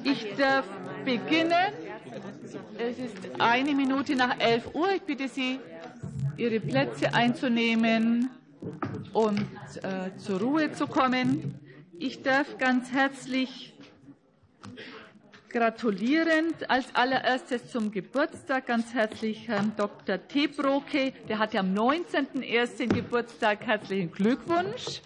Ich darf beginnen. Es ist 1 Minute nach 11 Uhr. Ich bitte Sie, Ihre Plätze einzunehmen und zur Ruhe zu kommen. Ich darf ganz herzlich gratulieren. Als allererstes zum Geburtstag ganz herzlich Herrn Dr. Tebroke. Der hat ja am 19.01. Geburtstag. Herzlichen Glückwunsch.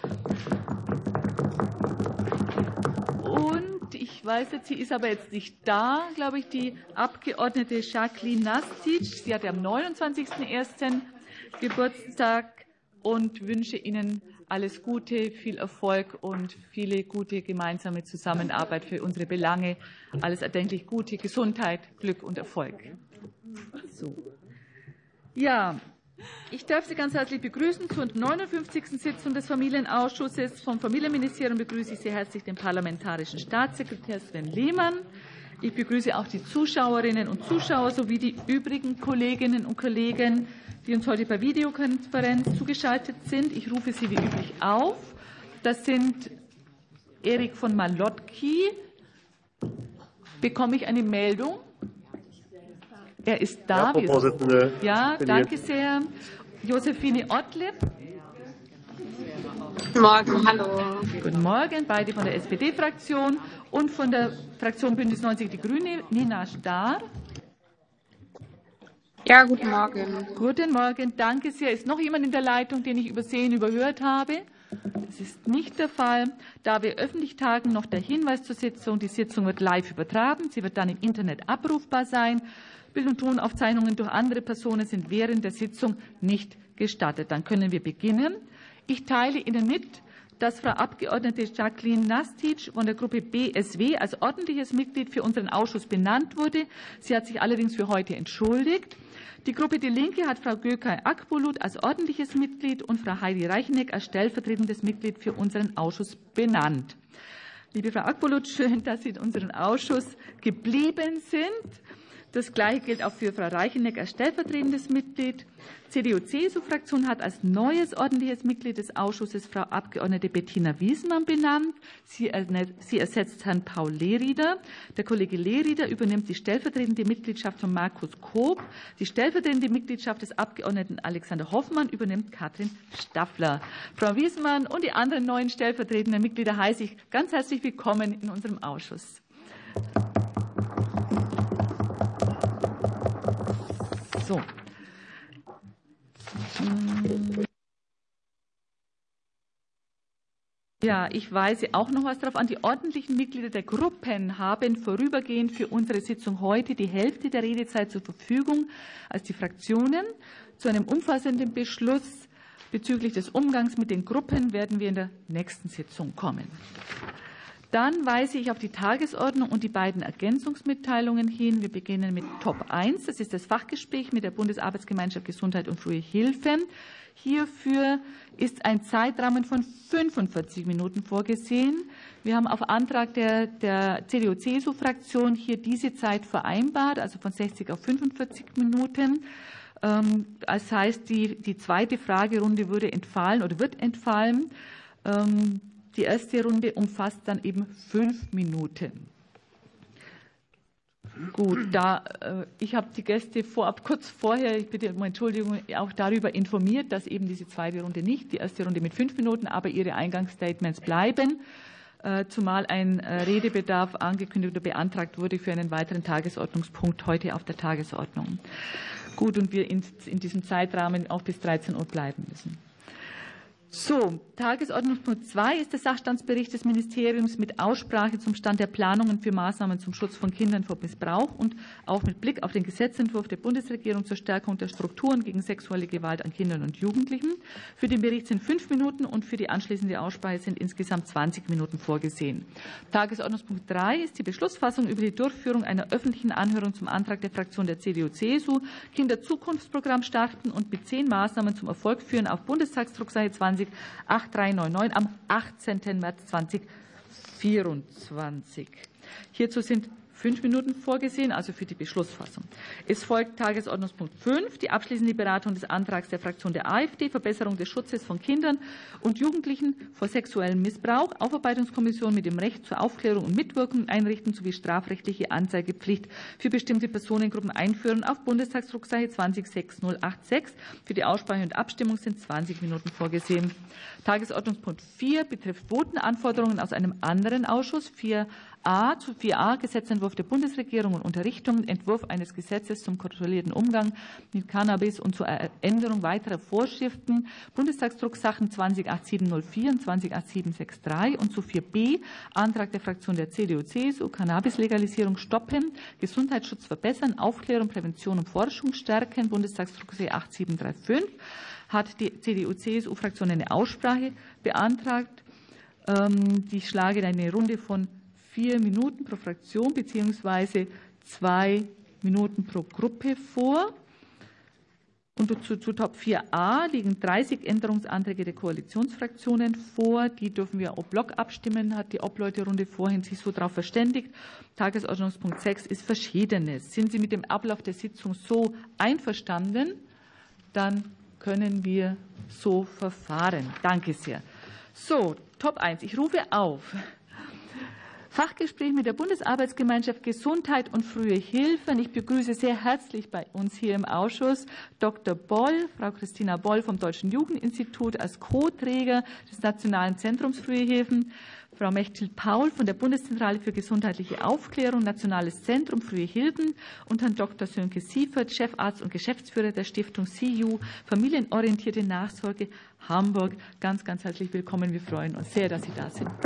Und ich weiß jetzt, sie ist aber jetzt nicht da, glaube ich, die Abgeordnete Jacqueline Nastic. Sie hat ja am 29.01. Geburtstag und wünsche Ihnen alles Gute, viel Erfolg und viele gute gemeinsame Zusammenarbeit für unsere Belange. Alles erdenklich Gute, Gesundheit, Glück und Erfolg. So. Ja, ich darf Sie ganz herzlich begrüßen zur 59. Sitzung des Familienausschusses. Vom Familienministerium begrüße ich sehr herzlich den parlamentarischen Staatssekretär Sven Lehmann. Ich begrüße auch die Zuschauerinnen und Zuschauer sowie die übrigen Kolleginnen und Kollegen, die uns heute per Videokonferenz zugeschaltet sind. Ich rufe sie wie üblich auf. Das sind Erik von Malotki. Bekomme ich eine Meldung? Er ist da. Ja, Frau Vorsitzende. Ja, danke sehr. Josephine Ortlieb. Guten Morgen, hallo. Guten Morgen, beide von der SPD-Fraktion und von der Fraktion Bündnis 90 Die Grüne, Nina Stahr. Ja, guten Morgen. Guten Morgen, danke sehr. Ist noch jemand in der Leitung, den ich überhört habe? Das ist nicht der Fall. Da wir öffentlich tagen, noch der Hinweis zur Sitzung. Die Sitzung wird live übertragen. Sie wird dann im Internet abrufbar sein. Bild- und Tonaufzeichnungen durch andere Personen sind während der Sitzung nicht gestattet. Dann können wir beginnen. Ich teile Ihnen mit, dass Frau Abgeordnete Jacqueline Nastic von der Gruppe BSW als ordentliches Mitglied für unseren Ausschuss benannt wurde. Sie hat sich allerdings für heute entschuldigt. Die Gruppe Die Linke hat Frau Gökay Akbulut als ordentliches Mitglied und Frau Heidi Reicheneck als stellvertretendes Mitglied für unseren Ausschuss benannt. Liebe Frau Akbulut, schön, dass Sie in unserem Ausschuss geblieben sind. Das Gleiche gilt auch für Frau Reicheneck als stellvertretendes Mitglied. CDU-CSU-Fraktion hat als neues ordentliches Mitglied des Ausschusses Frau Abgeordnete Bettina Wiesmann benannt. Sie ersetzt Herrn Paul Lehrieder. Der Kollege Lehrieder übernimmt die stellvertretende Mitgliedschaft von Markus Koop. Die stellvertretende Mitgliedschaft des Abgeordneten Alexander Hoffmann übernimmt Katrin Staffler. Frau Wiesmann und die anderen neuen stellvertretenden Mitglieder heiße ich ganz herzlich willkommen in unserem Ausschuss. So. Ja, ich weise auch noch etwas darauf an. Die ordentlichen Mitglieder der Gruppen haben vorübergehend für unsere Sitzung heute die Hälfte der Redezeit zur Verfügung als die Fraktionen. Zu einem umfassenden Beschluss bezüglich des Umgangs mit den Gruppen werden wir in der nächsten Sitzung kommen. Dann weise ich auf die Tagesordnung und die beiden Ergänzungsmitteilungen hin. Wir beginnen mit Top 1. Das ist das Fachgespräch mit der Bundesarbeitsgemeinschaft Gesundheit und Frühe Hilfen. Hierfür ist ein Zeitrahmen von 45 Minuten vorgesehen. Wir haben auf Antrag der CDU-CSU-Fraktion hier diese Zeit vereinbart, also von 60 auf 45 Minuten. Das heißt, die zweite Fragerunde würde entfallen oder wird entfallen. Die erste Runde umfasst dann eben 5 Minuten. Gut, ich habe die Gäste kurz vorher, ich bitte um Entschuldigung, auch darüber informiert, dass eben diese zweite Runde nicht, die erste Runde mit 5 Minuten, aber ihre Eingangsstatements bleiben, zumal ein Redebedarf angekündigt oder beantragt wurde für einen weiteren Tagesordnungspunkt heute auf der Tagesordnung. Gut, und wir in diesem Zeitrahmen auch bis 13 Uhr bleiben müssen. So, Tagesordnungspunkt 2 ist der Sachstandsbericht des Ministeriums mit Aussprache zum Stand der Planungen für Maßnahmen zum Schutz von Kindern vor Missbrauch und auch mit Blick auf den Gesetzentwurf der Bundesregierung zur Stärkung der Strukturen gegen sexuelle Gewalt an Kindern und Jugendlichen. Für den Bericht sind 5 Minuten und für die anschließende Aussprache sind insgesamt 20 Minuten vorgesehen. Tagesordnungspunkt 3 ist die Beschlussfassung über die Durchführung einer öffentlichen Anhörung zum Antrag der Fraktion der CDU-CSU, Kinderzukunftsprogramm starten und mit 10 Maßnahmen zum Erfolg führen auf Bundestagsdrucksache 8399 am 18. März 2024. Hierzu sind 5 Minuten vorgesehen, also für die Beschlussfassung. Es folgt Tagesordnungspunkt 5, die abschließende Beratung des Antrags der Fraktion der AfD, Verbesserung des Schutzes von Kindern und Jugendlichen vor sexuellem Missbrauch, Aufarbeitungskommission mit dem Recht zur Aufklärung und Mitwirkung einrichten sowie strafrechtliche Anzeigepflicht für bestimmte Personengruppen einführen auf Bundestagsdrucksache 206086. Für die Aussprache und Abstimmung sind 20 Minuten vorgesehen. Tagesordnungspunkt 4 betrifft Votenanforderungen aus einem anderen Ausschuss. 4a zu 4a Gesetzentwurf der Bundesregierung und Unterrichtung, Entwurf eines Gesetzes zum kontrollierten Umgang mit Cannabis und zur Änderung weiterer Vorschriften, Bundestagsdrucksachen 208704 und 208763 und zu 4b Antrag der Fraktion der CDU-CSU, Cannabislegalisierung stoppen, Gesundheitsschutz verbessern, Aufklärung, Prävention und Forschung stärken, Bundestagsdrucksache 8735, hat die CDU-CSU-Fraktion eine Aussprache beantragt. Ich schlage eine Runde von 4 Minuten pro Fraktion bzw. 2 Minuten pro Gruppe vor. Und zu Top 4a liegen 30 Änderungsanträge der Koalitionsfraktionen vor. Die dürfen wir au bloc abstimmen, hat die Obleuterunde vorhin sich so darauf verständigt. Tagesordnungspunkt 6 ist Verschiedenes. Sind Sie mit dem Ablauf der Sitzung so einverstanden? Dann können wir so verfahren. Danke sehr. So, Top 1. Ich rufe auf. Fachgespräch mit der Bundesarbeitsgemeinschaft Gesundheit und frühe Hilfe. Ich begrüße sehr herzlich bei uns hier im Ausschuss Dr. Boll, Frau Christina Boll vom Deutschen Jugendinstitut als Co-Träger des Nationalen Zentrums Frühe Hilfen, Frau Mechthild-Paul von der Bundeszentrale für gesundheitliche Aufklärung, Nationales Zentrum Frühe Hilfen und Herrn Dr. Sönke Siefert, Chefarzt und Geschäftsführer der Stiftung CU Familienorientierte Nachsorge Hamburg. Ganz, ganz herzlich willkommen. Wir freuen uns sehr, dass Sie da sind.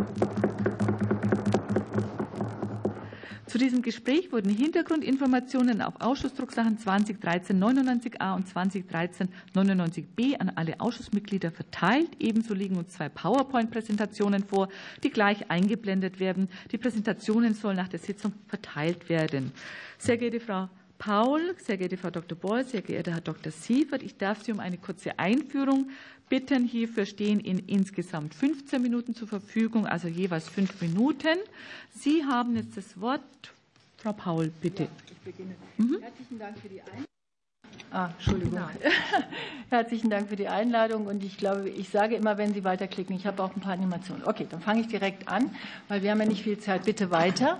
Zu diesem Gespräch wurden Hintergrundinformationen auf Ausschussdrucksachen 2013-99a und 2013-99b an alle Ausschussmitglieder verteilt. Ebenso liegen uns 2 PowerPoint-Präsentationen vor, die gleich eingeblendet werden. Die Präsentationen sollen nach der Sitzung verteilt werden. Sehr geehrte Frau Paul, sehr geehrte Frau Dr. Boll, sehr geehrter Herr Dr. Siefert, ich darf Sie um eine kurze Einführung bitten. Hierfür stehen Ihnen insgesamt 15 Minuten zur Verfügung, also jeweils 5 Minuten. Sie haben jetzt das Wort. Frau Paul, bitte. Ja, ich beginne. Herzlichen Dank für die Einladung. Entschuldigung. Herzlichen Dank für die Einladung. Und ich glaube, ich sage immer, wenn Sie weiterklicken, ich habe auch ein paar Animationen. Okay, dann fange ich direkt an, weil wir haben ja nicht viel Zeit. Bitte weiter.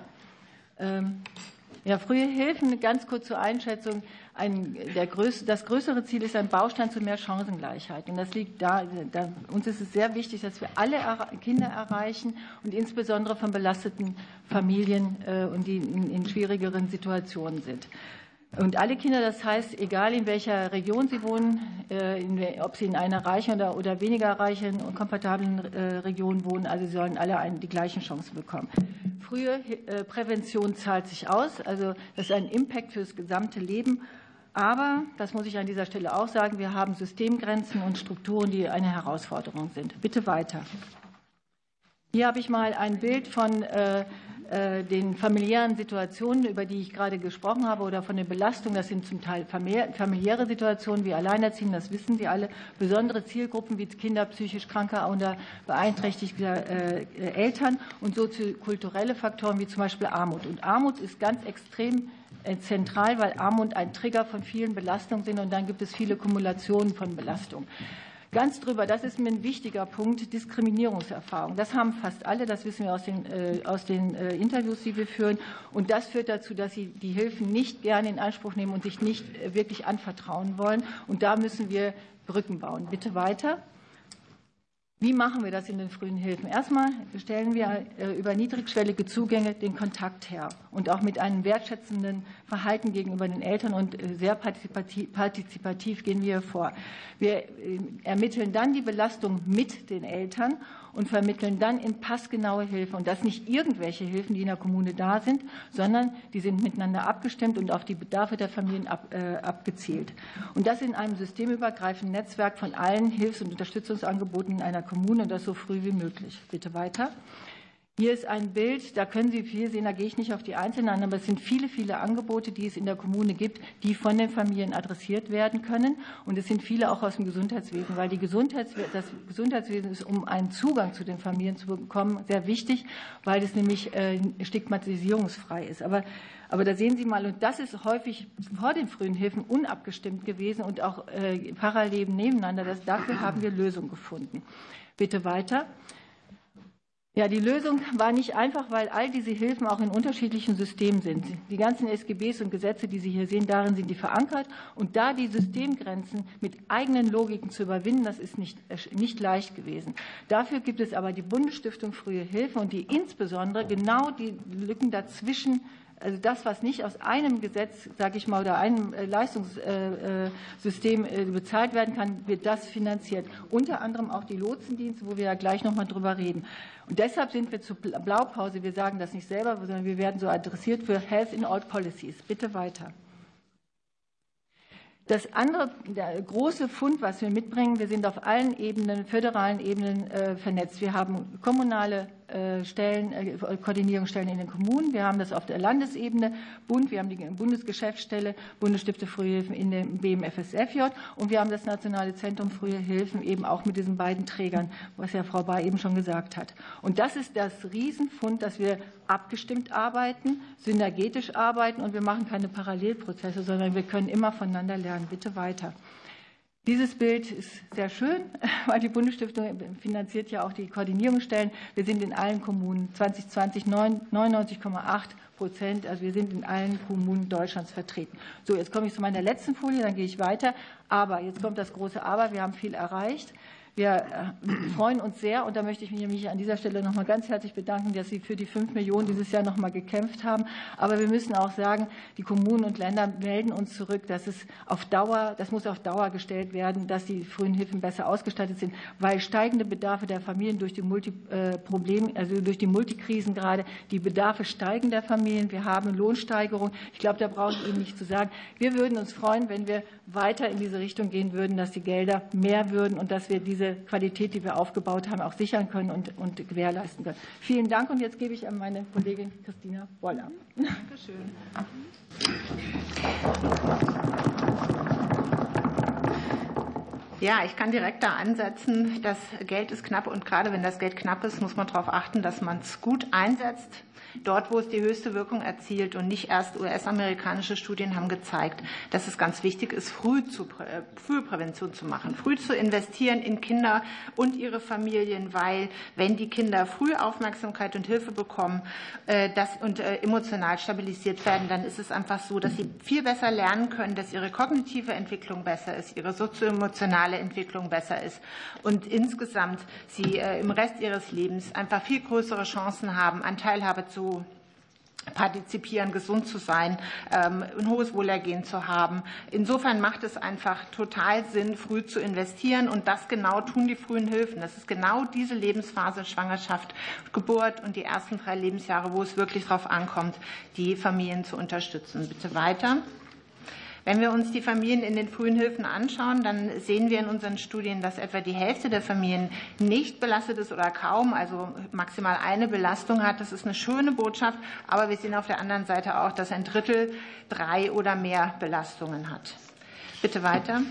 Ja, frühe Hilfen, ganz kurz zur Einschätzung. Das größere Ziel ist ein Baustein zu mehr Chancengleichheit. Und das liegt da, uns ist es sehr wichtig, dass wir alle Kinder erreichen und insbesondere von belasteten Familien und die in schwierigeren Situationen sind. Und alle Kinder, das heißt, egal in welcher Region sie wohnen, ob sie in einer reichen oder weniger reichen und komfortablen Region wohnen, also sie sollen alle die gleichen Chancen bekommen. Frühe Prävention zahlt sich aus, also das ist ein Impact für das gesamte Leben. Aber, das muss ich an dieser Stelle auch sagen, wir haben Systemgrenzen und Strukturen, die eine Herausforderung sind. Bitte weiter. Hier habe ich mal ein Bild von den familiären Situationen, über die ich gerade gesprochen habe, oder von den Belastungen. Das sind zum Teil familiäre Situationen wie Alleinerziehende, das wissen Sie alle, besondere Zielgruppen wie Kinder psychisch kranker oder beeinträchtigter Eltern und soziokulturelle Faktoren wie zum Beispiel Armut. Und Armut ist ganz extrem zentral, weil Armut ein Trigger von vielen Belastungen sind und dann gibt es viele Kumulationen von Belastungen. Ganz drüber, das ist mir ein wichtiger Punkt, Diskriminierungserfahrung. Das haben fast alle, das wissen wir aus den Interviews, die wir führen. Und das führt dazu, dass sie die Hilfen nicht gerne in Anspruch nehmen und sich nicht wirklich anvertrauen wollen. Und da müssen wir Brücken bauen. Bitte weiter. Wie machen wir das in den frühen Hilfen? Erstmal stellen wir über niedrigschwellige Zugänge den Kontakt her und auch mit einem wertschätzenden Verhalten gegenüber den Eltern und sehr partizipativ gehen wir vor. Wir ermitteln dann die Belastung mit den Eltern und vermitteln dann in passgenaue Hilfe. Und das nicht irgendwelche Hilfen, die in der Kommune da sind, sondern die sind miteinander abgestimmt und auf die Bedarfe der Familien abgezielt. Und das in einem systemübergreifenden Netzwerk von allen Hilfs- und Unterstützungsangeboten in einer Kommune und das so früh wie möglich. Bitte weiter. Hier ist ein Bild, da können Sie viel sehen, da gehe ich nicht auf die Einzelnen ein, aber es sind viele, viele Angebote, die es in der Kommune gibt, die von den Familien adressiert werden können. Und es sind viele auch aus dem Gesundheitswesen, weil das Gesundheitswesen ist, um einen Zugang zu den Familien zu bekommen, sehr wichtig, weil es nämlich stigmatisierungsfrei ist. Aber da sehen Sie mal, und das ist häufig vor den frühen Hilfen unabgestimmt gewesen und auch parallel nebeneinander. Dafür haben wir Lösungen gefunden. Bitte weiter. Ja, die Lösung war nicht einfach, weil all diese Hilfen auch in unterschiedlichen Systemen sind. Die ganzen SGBs und Gesetze, die Sie hier sehen, darin sind die verankert. Und da die Systemgrenzen mit eigenen Logiken zu überwinden, das ist nicht leicht gewesen. Dafür gibt es aber die Bundesstiftung Frühe Hilfe und die insbesondere genau die Lücken dazwischen, also das, was nicht aus einem Gesetz, sage ich mal, oder einem Leistungssystem bezahlt werden kann, wird das finanziert. Unter anderem auch die Lotsendienste, wo wir ja gleich noch mal drüber reden. Und deshalb sind wir zur Blaupause. Wir sagen das nicht selber, sondern wir werden so adressiert für Health in All Policies. Bitte weiter. Das andere, der große Fund, was wir mitbringen, wir sind auf allen Ebenen, föderalen Ebenen vernetzt. Wir haben kommunale Stellen, Koordinierungsstellen in den Kommunen. Wir haben das auf der Landesebene, Bund, wir haben die Bundesgeschäftsstelle, Bundesstifte Frühe Hilfen in dem BMFSFJ und wir haben das Nationale Zentrum Frühe Hilfen eben auch mit diesen beiden Trägern, was ja Frau Bahr eben schon gesagt hat. Und das ist das Riesenfund, dass wir abgestimmt arbeiten, synergetisch arbeiten und wir machen keine Parallelprozesse, sondern wir können immer voneinander lernen. Bitte weiter. Dieses Bild ist sehr schön, weil die Bundesstiftung finanziert ja auch die Koordinierungsstellen. Wir sind in allen Kommunen 2020 99,8%, also wir sind in allen Kommunen Deutschlands vertreten. So, jetzt komme ich zu meiner letzten Folie, dann gehe ich weiter. Aber, jetzt kommt das große Aber, wir haben viel erreicht. Wir freuen uns sehr, und da möchte ich mich an dieser Stelle noch mal ganz herzlich bedanken, dass Sie für die 5 Millionen dieses Jahr noch mal gekämpft haben. Aber wir müssen auch sagen, die Kommunen und Länder melden uns zurück, dass es das muss auf Dauer gestellt werden, dass die frühen Hilfen besser ausgestattet sind, weil steigende Bedarfe der Familien durch die durch die Multikrisen gerade, die Bedarfe steigen der Familien. Wir haben Lohnsteigerung. Ich glaube, da brauche ich Ihnen nicht zu sagen. Wir würden uns freuen, wenn wir weiter in diese Richtung gehen würden, dass die Gelder mehr würden und dass wir diese Qualität, die wir aufgebaut haben, auch sichern können und gewährleisten können. Vielen Dank. Und jetzt gebe ich an meine Kollegin Christina Boll ab. Dankeschön. Ja, ich kann direkt da ansetzen. Das Geld ist knapp und gerade wenn das Geld knapp ist, muss man darauf achten, dass man es gut einsetzt. Dort, wo es die höchste Wirkung erzielt und nicht erst US-amerikanische Studien haben gezeigt, dass es ganz wichtig ist, Frühprävention zu machen, früh zu investieren in Kinder und ihre Familien, weil wenn die Kinder früh Aufmerksamkeit und Hilfe bekommen und emotional stabilisiert werden, dann ist es einfach so, dass sie viel besser lernen können, dass ihre kognitive Entwicklung besser ist, ihre sozioemotionale Entwicklung besser ist und insgesamt sie im Rest ihres Lebens einfach viel größere Chancen haben, an Teilhabe zu partizipieren, gesund zu sein, ein hohes Wohlergehen zu haben. Insofern macht es einfach total Sinn, früh zu investieren und das genau tun die frühen Hilfen. Das ist genau diese Lebensphase, Schwangerschaft, Geburt und die ersten 3 Lebensjahre, wo es wirklich darauf ankommt, die Familien zu unterstützen. Bitte weiter. Wenn wir uns die Familien in den frühen Hilfen anschauen, dann sehen wir in unseren Studien, dass etwa die Hälfte der Familien nicht belastet ist oder kaum, also maximal eine Belastung hat. Das ist eine schöne Botschaft, aber wir sehen auf der anderen Seite auch, dass ein Drittel 3 oder mehr Belastungen hat. Bitte weiter.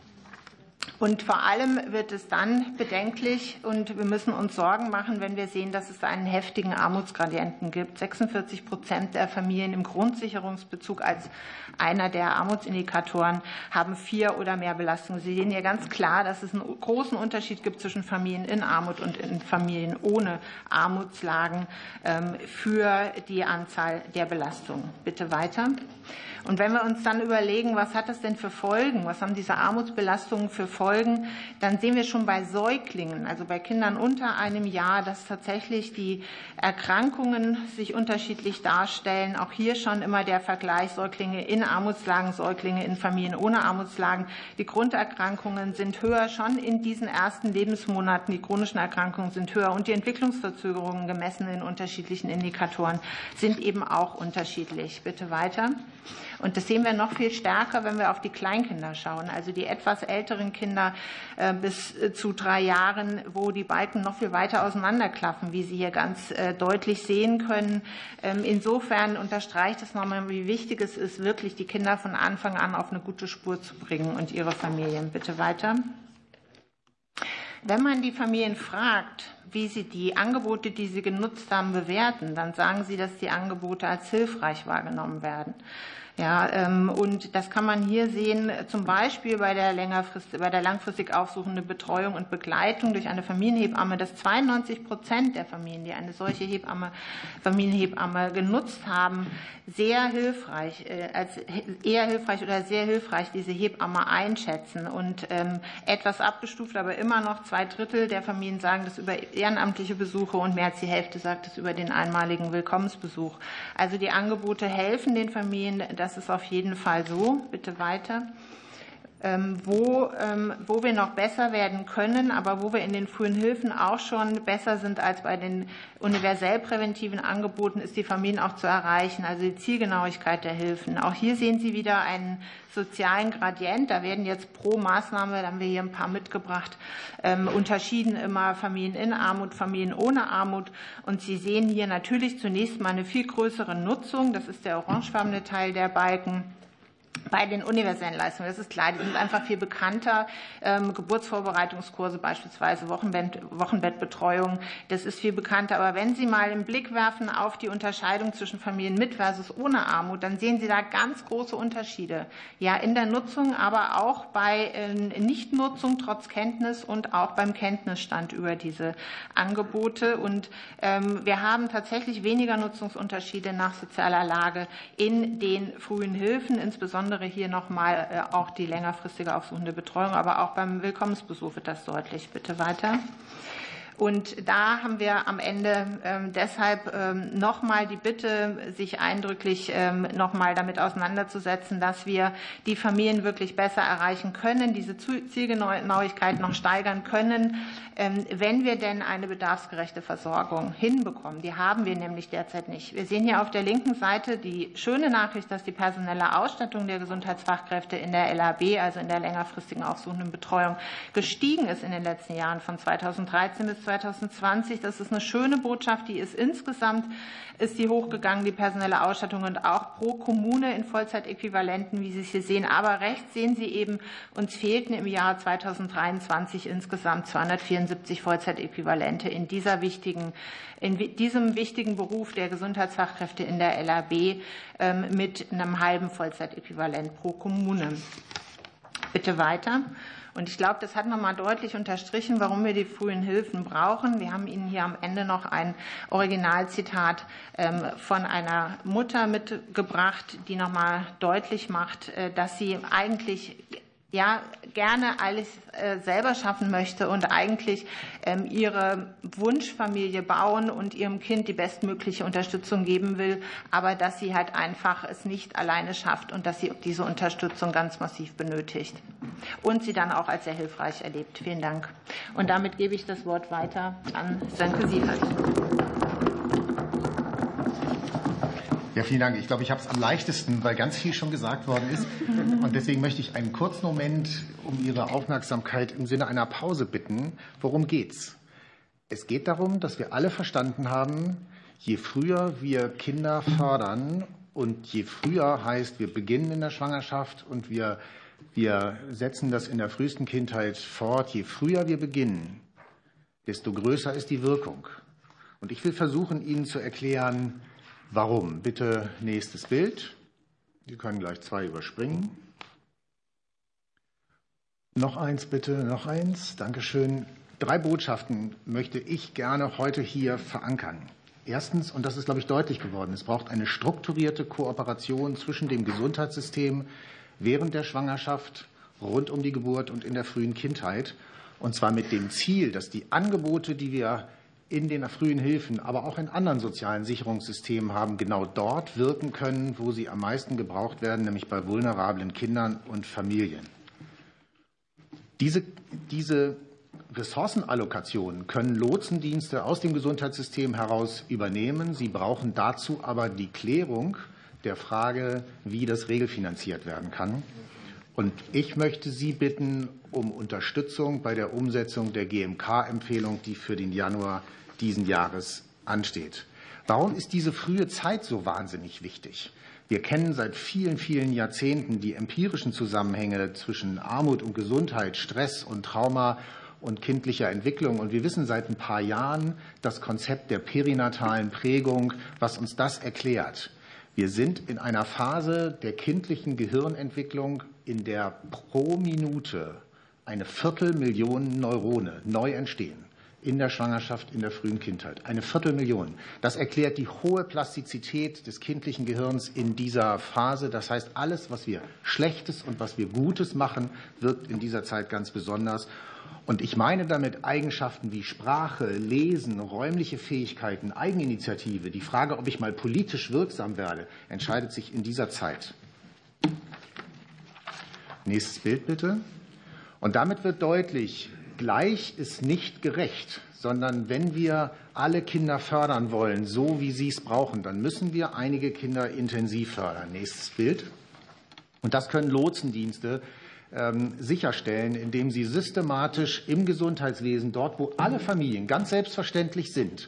Und vor allem wird es dann bedenklich und wir müssen uns Sorgen machen, wenn wir sehen, dass es einen heftigen Armutsgradienten gibt. 46% der Familien im Grundsicherungsbezug als einer der Armutsindikatoren haben 4 oder mehr Belastungen. Sie sehen hier ganz klar, dass es einen großen Unterschied gibt zwischen Familien in Armut und in Familien ohne Armutslagen für die Anzahl der Belastungen. Bitte weiter. Und wenn wir uns dann überlegen, was hat das denn für Folgen, was haben diese Armutsbelastungen für Folgen, dann sehen wir schon bei Säuglingen, also bei Kindern unter einem Jahr, dass tatsächlich die Erkrankungen sich unterschiedlich darstellen. Auch hier schon immer der Vergleich Säuglinge in Armutslagen, Säuglinge in Familien ohne Armutslagen. Die Grunderkrankungen sind höher schon in diesen ersten Lebensmonaten. Die chronischen Erkrankungen sind höher und die Entwicklungsverzögerungen gemessen in unterschiedlichen Indikatoren sind eben auch unterschiedlich. Bitte weiter. Und das sehen wir noch viel stärker, wenn wir auf die Kleinkinder schauen, also die etwas älteren Kinder, Kinder bis zu 3 Jahren, wo die Balken noch viel weiter auseinanderklaffen, wie Sie hier ganz deutlich sehen können. Insofern unterstreicht es nochmal, wie wichtig es ist, wirklich die Kinder von Anfang an auf eine gute Spur zu bringen und ihre Familien. Bitte weiter. Wenn man die Familien fragt, wie sie die Angebote, die sie genutzt haben, bewerten, dann sagen sie, dass die Angebote als hilfreich wahrgenommen werden. Ja, und das kann man hier sehen, zum Beispiel bei der langfristig aufsuchenden Betreuung und Begleitung durch eine Familienhebamme, dass 92% der Familien, die eine solche Familienhebamme genutzt haben, sehr hilfreich, als eher hilfreich oder sehr hilfreich diese Hebamme einschätzen. Und etwas abgestuft, aber immer noch 2/3 der Familien sagen das über ehrenamtliche Besuche und mehr als die Hälfte sagt es über den einmaligen Willkommensbesuch. Also die Angebote helfen den Familien. Das ist auf jeden Fall so. Bitte weiter. Wo wir noch besser werden können, aber wo wir in den frühen Hilfen auch schon besser sind als bei den universell präventiven Angeboten, ist die Familien auch zu erreichen, also die Zielgenauigkeit der Hilfen. Auch hier sehen Sie wieder einen sozialen Gradient. Da werden jetzt pro Maßnahme, da haben wir hier ein paar mitgebracht, unterschieden immer Familien in Armut, Familien ohne Armut. Und Sie sehen hier natürlich zunächst mal eine viel größere Nutzung. Das ist der orangefarbene Teil der Balken. Bei den universellen Leistungen, das ist klar, die sind einfach viel bekannter. Geburtsvorbereitungskurse beispielsweise, Wochenbettbetreuung, das ist viel bekannter. Aber wenn Sie mal einen Blick werfen auf die Unterscheidung zwischen Familien mit versus ohne Armut, dann sehen Sie da ganz große Unterschiede. Ja, in der Nutzung, aber auch bei Nichtnutzung trotz Kenntnis und auch beim Kenntnisstand über diese Angebote. Und wir haben tatsächlich weniger Nutzungsunterschiede nach sozialer Lage in den frühen Hilfen, insbesondere hier nochmal auch die längerfristige aufsuchende Betreuung, aber auch beim Willkommensbesuch wird das deutlich. Bitte weiter. Und da haben wir am Ende deshalb nochmal die Bitte, sich eindrücklich nochmal damit auseinanderzusetzen, dass wir die Familien wirklich besser erreichen können, diese Zielgenauigkeit noch steigern können, wenn wir denn eine bedarfsgerechte Versorgung hinbekommen. Die haben wir nämlich derzeit nicht. Wir sehen hier auf der linken Seite die schöne Nachricht, dass die personelle Ausstattung der Gesundheitsfachkräfte in der LAB, also in der längerfristigen aufsuchenden Betreuung, gestiegen ist in den letzten Jahren von 2013 bis 2020. Das ist eine schöne Botschaft. Die ist insgesamt hochgegangen, die personelle Ausstattung, und auch pro Kommune in Vollzeitäquivalenten, wie Sie es hier sehen. Aber rechts sehen Sie eben, uns fehlten im Jahr 2023 insgesamt 274 Vollzeitäquivalente in diesem wichtigen Beruf der Gesundheitsfachkräfte in der LAB mit einem halben Vollzeitäquivalent pro Kommune. Bitte weiter. Und ich glaube, das hat nochmal deutlich unterstrichen, warum wir die frühen Hilfen brauchen. Wir haben Ihnen hier am Ende noch ein Originalzitat von einer Mutter mitgebracht, die nochmal deutlich macht, dass sie eigentlich gerne alles selber schaffen möchte und eigentlich ihre Wunschfamilie bauen und ihrem Kind die bestmögliche Unterstützung geben will, aber dass sie halt einfach es nicht alleine schafft und dass sie diese Unterstützung ganz massiv benötigt und sie dann auch als sehr hilfreich erlebt. Vielen Dank. Und damit gebe ich das Wort weiter an Sönke Sievert. Ja, vielen Dank. Ich glaube, ich habe es am leichtesten, weil ganz viel schon gesagt worden ist. Und deswegen möchte ich einen kurzen Moment um Ihre Aufmerksamkeit im Sinne einer Pause bitten. Worum geht's? Es geht darum, dass wir alle verstanden haben, je früher wir Kinder fördern und je früher heißt, wir beginnen in der Schwangerschaft und wir setzen das in der frühesten Kindheit fort, je früher wir beginnen, desto größer ist die Wirkung. Und ich will versuchen, Ihnen zu erklären, warum. Bitte nächstes Bild. Sie können gleich 2 überspringen. Noch eins bitte, noch eins. Dankeschön. 3 Botschaften möchte ich gerne heute hier verankern. Erstens, und das ist, glaube ich, deutlich geworden, es braucht eine strukturierte Kooperation zwischen dem Gesundheitssystem während der Schwangerschaft, rund um die Geburt und in der frühen Kindheit. Und zwar mit dem Ziel, dass die Angebote, die wir in den frühen Hilfen, aber auch in anderen sozialen Sicherungssystemen haben, genau dort wirken können, wo sie am meisten gebraucht werden, nämlich bei vulnerablen Kindern und Familien. Diese Ressourcenallokationen können Lotsendienste aus dem Gesundheitssystem heraus übernehmen. Sie brauchen dazu aber die Klärung der Frage, wie das regelfinanziert werden kann. Und ich möchte Sie bitten um Unterstützung bei der Umsetzung der GMK-Empfehlung, die für den Januar diesen Jahres ansteht. Warum ist diese frühe Zeit so wahnsinnig wichtig? Wir kennen seit vielen, vielen Jahrzehnten die empirischen Zusammenhänge zwischen Armut und Gesundheit, Stress und Trauma und kindlicher Entwicklung. Und wir wissen seit ein paar Jahren das Konzept der perinatalen Prägung, was uns das erklärt. Wir sind in einer Phase der kindlichen Gehirnentwicklung, in der pro Minute 250.000 Neurone neu entstehen. In der Schwangerschaft, in der frühen Kindheit. 250.000. Das erklärt die hohe Plastizität des kindlichen Gehirns in dieser Phase. Das heißt, alles, was wir Schlechtes und was wir Gutes machen, wirkt in dieser Zeit ganz besonders. Und ich meine damit Eigenschaften wie Sprache, Lesen, räumliche Fähigkeiten, Eigeninitiative. Die Frage, ob ich mal politisch wirksam werde, entscheidet sich in dieser Zeit. Nächstes Bild bitte. Und damit wird deutlich, gleich ist nicht gerecht, sondern wenn wir alle Kinder fördern wollen, so wie sie es brauchen, dann müssen wir einige Kinder intensiv fördern. Nächstes Bild. Und das können Lotsendienste sicherstellen, indem sie systematisch im Gesundheitswesen, dort wo alle Familien ganz selbstverständlich sind,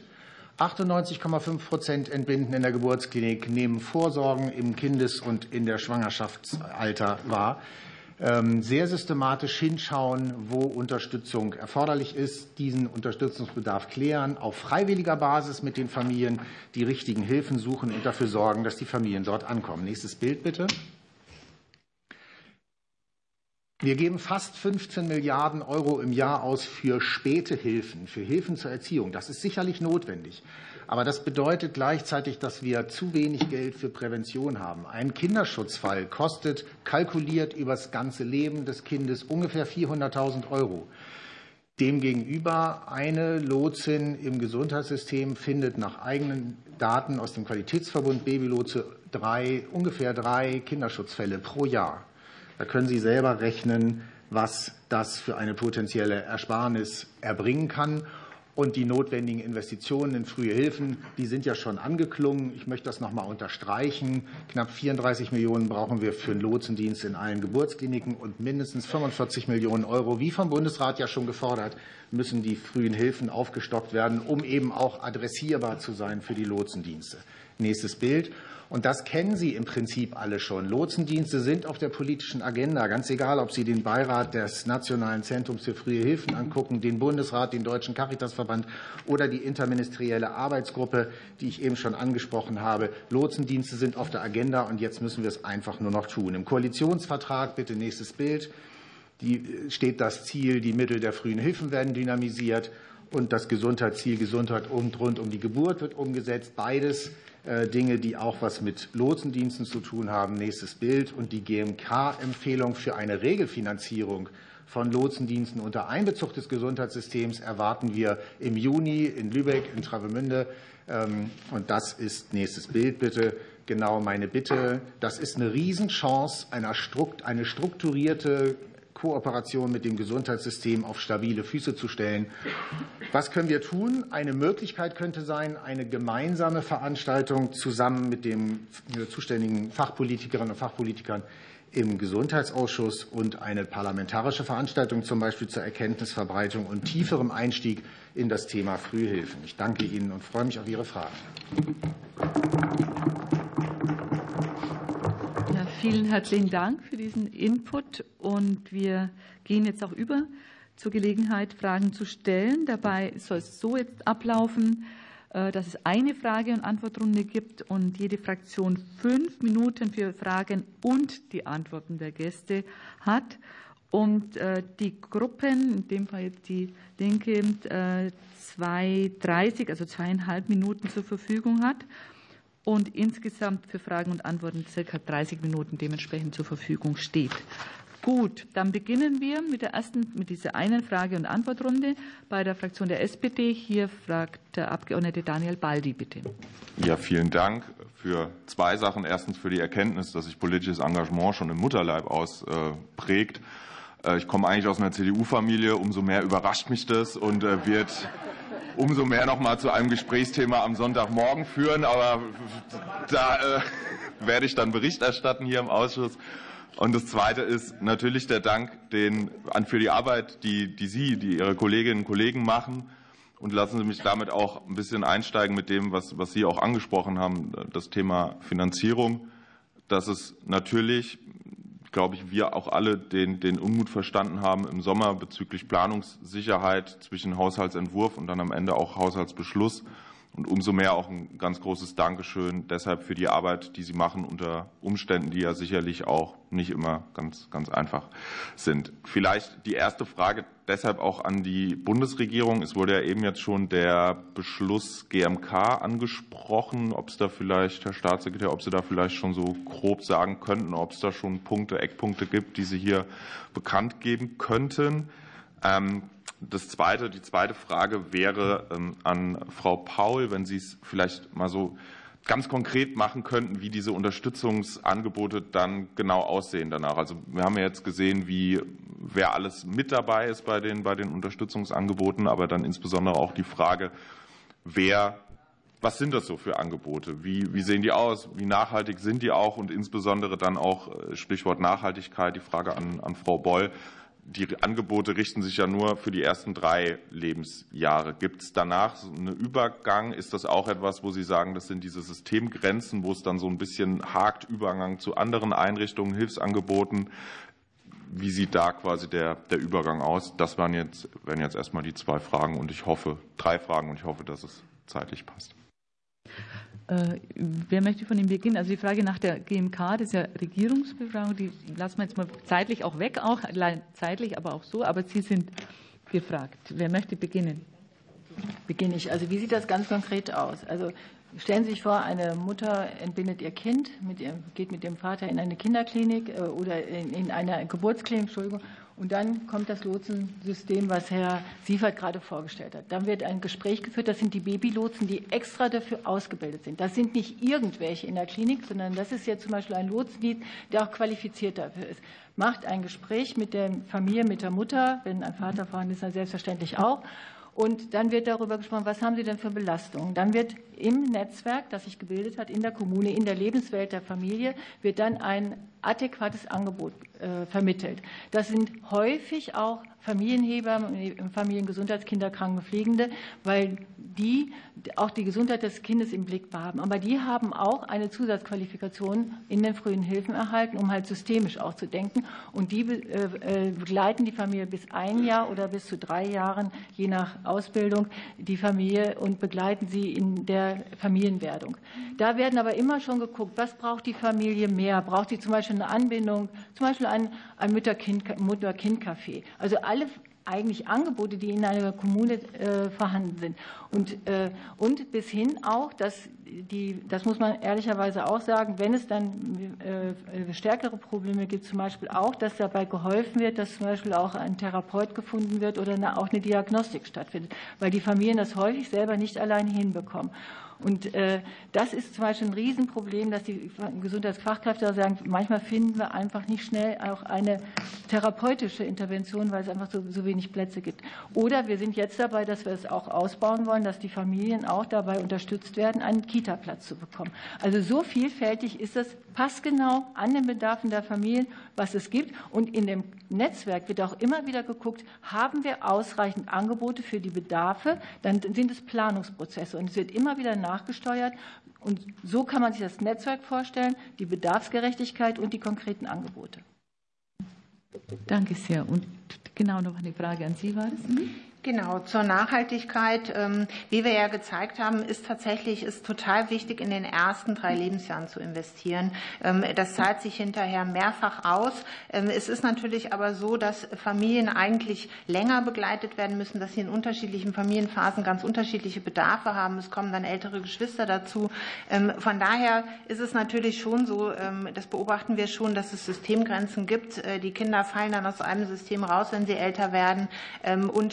98,5% entbinden in der Geburtsklinik, nehmen Vorsorgen im Kindes- und in der Schwangerschaftsalter wahr, sehr systematisch hinschauen, wo Unterstützung erforderlich ist, diesen Unterstützungsbedarf klären, auf freiwilliger Basis mit den Familien die richtigen Hilfen suchen und dafür sorgen, dass die Familien dort ankommen. Nächstes Bild bitte. Wir geben fast 15 Milliarden € im Jahr aus für späte Hilfen, für Hilfen zur Erziehung. Das ist sicherlich notwendig. Aber das bedeutet gleichzeitig, dass wir zu wenig Geld für Prävention haben. Ein Kinderschutzfall kostet, kalkuliert über das ganze Leben des Kindes, ungefähr 400.000 €. Demgegenüber eine Lotsin im Gesundheitssystem findet nach eigenen Daten aus dem Qualitätsverbund Babylotse ungefähr 3 Kinderschutzfälle pro Jahr. Da können Sie selber rechnen, was das für eine potenzielle Ersparnis erbringen kann. Und die notwendigen Investitionen in frühe Hilfen, die sind ja schon angeklungen. Ich möchte das noch mal unterstreichen. Knapp 34 Millionen brauchen wir für den Lotsendienst in allen Geburtskliniken und mindestens 45 Millionen €, wie vom Bundesrat ja schon gefordert, müssen die frühen Hilfen aufgestockt werden, um eben auch adressierbar zu sein für die Lotsendienste. Nächstes Bild. Und das kennen Sie im Prinzip alle schon. Lotsendienste sind auf der politischen Agenda, ganz egal, ob Sie den Beirat des Nationalen Zentrums für frühe Hilfen angucken, den Bundesrat, den Deutschen Caritasverband oder die interministerielle Arbeitsgruppe, die ich eben schon angesprochen habe. Lotsendienste sind auf der Agenda, und jetzt müssen wir es einfach nur noch tun. Im Koalitionsvertrag, bitte nächstes Bild, steht das Ziel, die Mittel der frühen Hilfen werden dynamisiert und das Gesundheitsziel Gesundheit rund um die Geburt wird umgesetzt. Beides Dinge, die auch was mit Lotsendiensten zu tun haben. Nächstes Bild. Und die GMK-Empfehlung für eine Regelfinanzierung von Lotsendiensten unter Einbezug des Gesundheitssystems erwarten wir im Juni in Lübeck, in Travemünde. Und das ist nächstes Bild bitte. Genau meine Bitte. Das ist eine Riesenchance, eine strukturierte Kooperation mit dem Gesundheitssystem auf stabile Füße zu stellen. Was können wir tun? Eine Möglichkeit könnte sein, eine gemeinsame Veranstaltung zusammen mit den zuständigen Fachpolitikerinnen und Fachpolitikern im Gesundheitsausschuss und eine parlamentarische Veranstaltung zum Beispiel zur Erkenntnisverbreitung und tieferem Einstieg in das Thema Frühhilfen. Ich danke Ihnen und freue mich auf Ihre Fragen. Vielen herzlichen Dank für diesen Input, und wir gehen jetzt auch über zur Gelegenheit, Fragen zu stellen. Dabei soll es so jetzt ablaufen, dass es eine Frage- und Antwortrunde gibt und jede Fraktion 5 Minuten für Fragen und die Antworten der Gäste hat. Und die Gruppen, in dem Fall jetzt die Linke, 2:30, also 2,5 Minuten zur Verfügung hat. Und insgesamt für Fragen und Antworten ca. 30 Minuten dementsprechend zur Verfügung steht. Gut, dann beginnen wir mit dieser einen Frage- und Antwortrunde bei der Fraktion der SPD. Hier fragt der Abgeordnete Daniel Baldi, bitte. Ja, vielen Dank für 2 Sachen. Erstens für die Erkenntnis, dass sich politisches Engagement schon im Mutterleib ausprägt. Ich komme eigentlich aus einer CDU-Familie, umso mehr überrascht mich das und wird umso mehr noch mal zu einem Gesprächsthema am Sonntagmorgen führen. Aber da werde ich dann Bericht erstatten hier im Ausschuss. Und das Zweite ist natürlich der Dank für die Arbeit, die Ihre Kolleginnen und Kollegen machen. Und lassen Sie mich damit auch ein bisschen einsteigen mit dem, was Sie auch angesprochen haben, das Thema Finanzierung. Dass es natürlich, glaube ich, wir auch alle den Unmut verstanden haben im Sommer bezüglich Planungssicherheit zwischen Haushaltsentwurf und dann am Ende auch Haushaltsbeschluss. Und umso mehr auch ein ganz großes Dankeschön deshalb für die Arbeit, die Sie machen unter Umständen, die ja sicherlich auch nicht immer ganz einfach sind. Vielleicht die erste Frage deshalb auch an die Bundesregierung. Es wurde ja eben jetzt schon der Beschluss GMK angesprochen. Ob es da vielleicht, Herr Staatssekretär, ob Sie da vielleicht schon so grob sagen könnten, ob es da schon Eckpunkte gibt, die Sie hier bekannt geben könnten. Die zweite Frage wäre an Frau Paul, wenn Sie es vielleicht mal so ganz konkret machen könnten, wie diese Unterstützungsangebote dann genau aussehen danach. Also wir haben ja jetzt gesehen, wer alles mit dabei ist bei den Unterstützungsangeboten, aber dann insbesondere auch die Frage, was sind das so für Angebote? Wie sehen die aus? Wie nachhaltig sind die auch? Und insbesondere dann auch Stichwort Nachhaltigkeit, die Frage an Frau Boll. Die Angebote richten sich ja nur für die ersten 3 Lebensjahre. Gibt es danach so einen Übergang? Ist das auch etwas, wo Sie sagen, das sind diese Systemgrenzen, wo es dann so ein bisschen hakt, Übergang zu anderen Einrichtungen, Hilfsangeboten? Wie sieht da quasi der Übergang aus? Das wären jetzt erstmal die 3 Fragen und ich hoffe, dass es zeitlich passt. Wer möchte von Ihnen beginnen? Also die Frage nach der GMK, das ist ja Regierungsbefragung, die lassen wir jetzt mal zeitlich auch weg, auch zeitlich, aber auch so. Aber Sie sind gefragt. Wer möchte beginnen? Beginne ich. Also wie sieht das ganz konkret aus? Also stellen Sie sich vor, eine Mutter entbindet ihr Kind, geht mit dem Vater in eine Kinderklinik oder in eine Geburtsklinik, Entschuldigung. Und dann kommt das Lotsensystem, was Herr Sievert gerade vorgestellt hat. Dann wird ein Gespräch geführt. Das sind die Babylotsen, die extra dafür ausgebildet sind. Das sind nicht irgendwelche in der Klinik, sondern das ist jetzt zum Beispiel ein Lotsendienst, der auch qualifiziert dafür ist. Macht ein Gespräch mit der Familie, mit der Mutter, wenn ein Vater vorhanden ist, dann selbstverständlich auch. Und dann wird darüber gesprochen, was haben Sie denn für Belastungen? Dann wird im Netzwerk, das sich gebildet hat, in der Kommune, in der Lebenswelt der Familie, wird dann ein adäquates Angebot vermittelt. Das sind häufig auch Familienhebammen, Familiengesundheitskinder, Krankenpflegende, weil die auch die Gesundheit des Kindes im Blick haben. Aber die haben auch eine Zusatzqualifikation in den frühen Hilfen erhalten, um halt systemisch auch zu denken. Und die begleiten die Familie bis 1 Jahr oder bis zu 3 Jahren, je nach Ausbildung, die Familie und begleiten sie in der Familienwerdung. Da werden aber immer schon geguckt, was braucht die Familie mehr? Braucht sie zum Beispiel eine Anbindung, zum Beispiel ein Mutter-Kind-Café? Also alle eigentlich Angebote, die in einer Kommune vorhanden sind. Und bis hin auch, das muss man ehrlicherweise auch sagen, wenn es dann stärkere Probleme gibt, zum Beispiel auch, dass dabei geholfen wird, dass zum Beispiel auch ein Therapeut gefunden wird oder auch eine Diagnostik stattfindet, weil die Familien das häufig selber nicht alleine hinbekommen. Und das ist zum Beispiel ein Riesenproblem, dass die Gesundheitsfachkräfte sagen, manchmal finden wir einfach nicht schnell auch eine therapeutische Intervention, weil es einfach so wenig Plätze gibt. Oder wir sind jetzt dabei, dass wir es auch ausbauen wollen, dass die Familien auch dabei unterstützt werden, einen Kita-Platz zu bekommen. Also so vielfältig ist es, passgenau an den Bedarfen der Familien, was es gibt. Und in dem Netzwerk wird auch immer wieder geguckt, haben wir ausreichend Angebote für die Bedarfe, dann sind es Planungsprozesse. Und es wird immer wieder nachgesteuert. Und so kann man sich das Netzwerk vorstellen, die Bedarfsgerechtigkeit und die konkreten Angebote. Danke sehr. Und genau noch eine Frage an Sie war das? Genau, zur Nachhaltigkeit. Wie wir ja gezeigt haben, ist total wichtig, in den ersten 3 Lebensjahren zu investieren. Das zahlt sich hinterher mehrfach aus. Es ist natürlich aber so, dass Familien eigentlich länger begleitet werden müssen, dass sie in unterschiedlichen Familienphasen ganz unterschiedliche Bedarfe haben. Es kommen dann ältere Geschwister dazu. Von daher ist es natürlich schon so, das beobachten wir schon, dass es Systemgrenzen gibt. Die Kinder fallen dann aus einem System raus, wenn sie älter werden. Und dann ist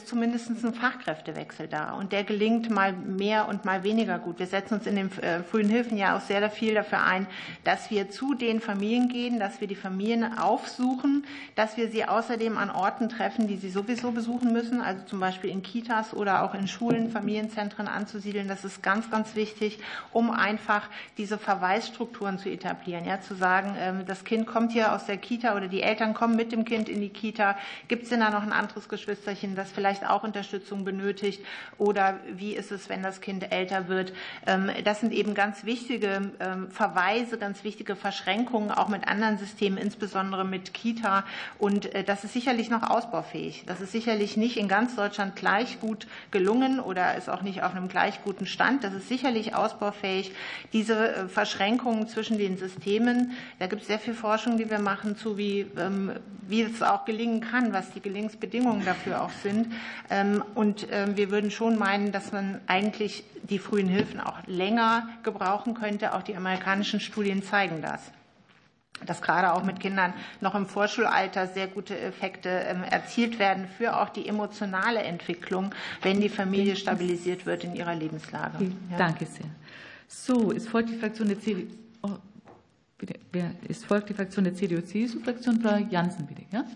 ist zumindest ein Fachkräftewechsel da. Und der gelingt mal mehr und mal weniger gut. Wir setzen uns in den frühen Hilfen ja auch sehr viel dafür ein, dass wir zu den Familien gehen, dass wir die Familien aufsuchen, dass wir sie außerdem an Orten treffen, die sie sowieso besuchen müssen, also zum Beispiel in Kitas oder auch in Schulen, Familienzentren anzusiedeln. Das ist ganz, ganz wichtig, um einfach diese Verweisstrukturen zu etablieren. Ja, zu sagen, das Kind kommt hier aus der Kita oder die Eltern kommen mit dem Kind in die Kita. Gibt es denn da noch ein anderes Geschwisterchen, das vielleicht auch Unterstützung benötigt? Oder wie ist es, wenn das Kind älter wird? Das sind eben ganz wichtige Verweise, ganz wichtige Verschränkungen, auch mit anderen Systemen, insbesondere mit Kita. Und das ist sicherlich noch ausbaufähig. Das ist sicherlich nicht in ganz Deutschland gleich gut gelungen oder ist auch nicht auf einem gleich guten Stand. Das ist sicherlich ausbaufähig. Diese Verschränkungen zwischen den Systemen, da gibt es sehr viel Forschung, die wir machen, zu wie es auch gelingen kann, was die Gelingensbedingungen dafür auch sind. Und wir würden schon meinen, dass man eigentlich die frühen Hilfen auch länger gebrauchen könnte. Auch die amerikanischen Studien zeigen das. Dass gerade auch mit Kindern noch im Vorschulalter sehr gute Effekte erzielt werden für auch die emotionale Entwicklung, wenn die Familie stabilisiert wird in ihrer Lebenslage. Ja. Danke sehr. So, es folgt die Fraktion der CDU. Oh, bitte. Es folgt die Fraktion der CDU-CSU-Fraktion. Frau Jansen, bitte. Ja?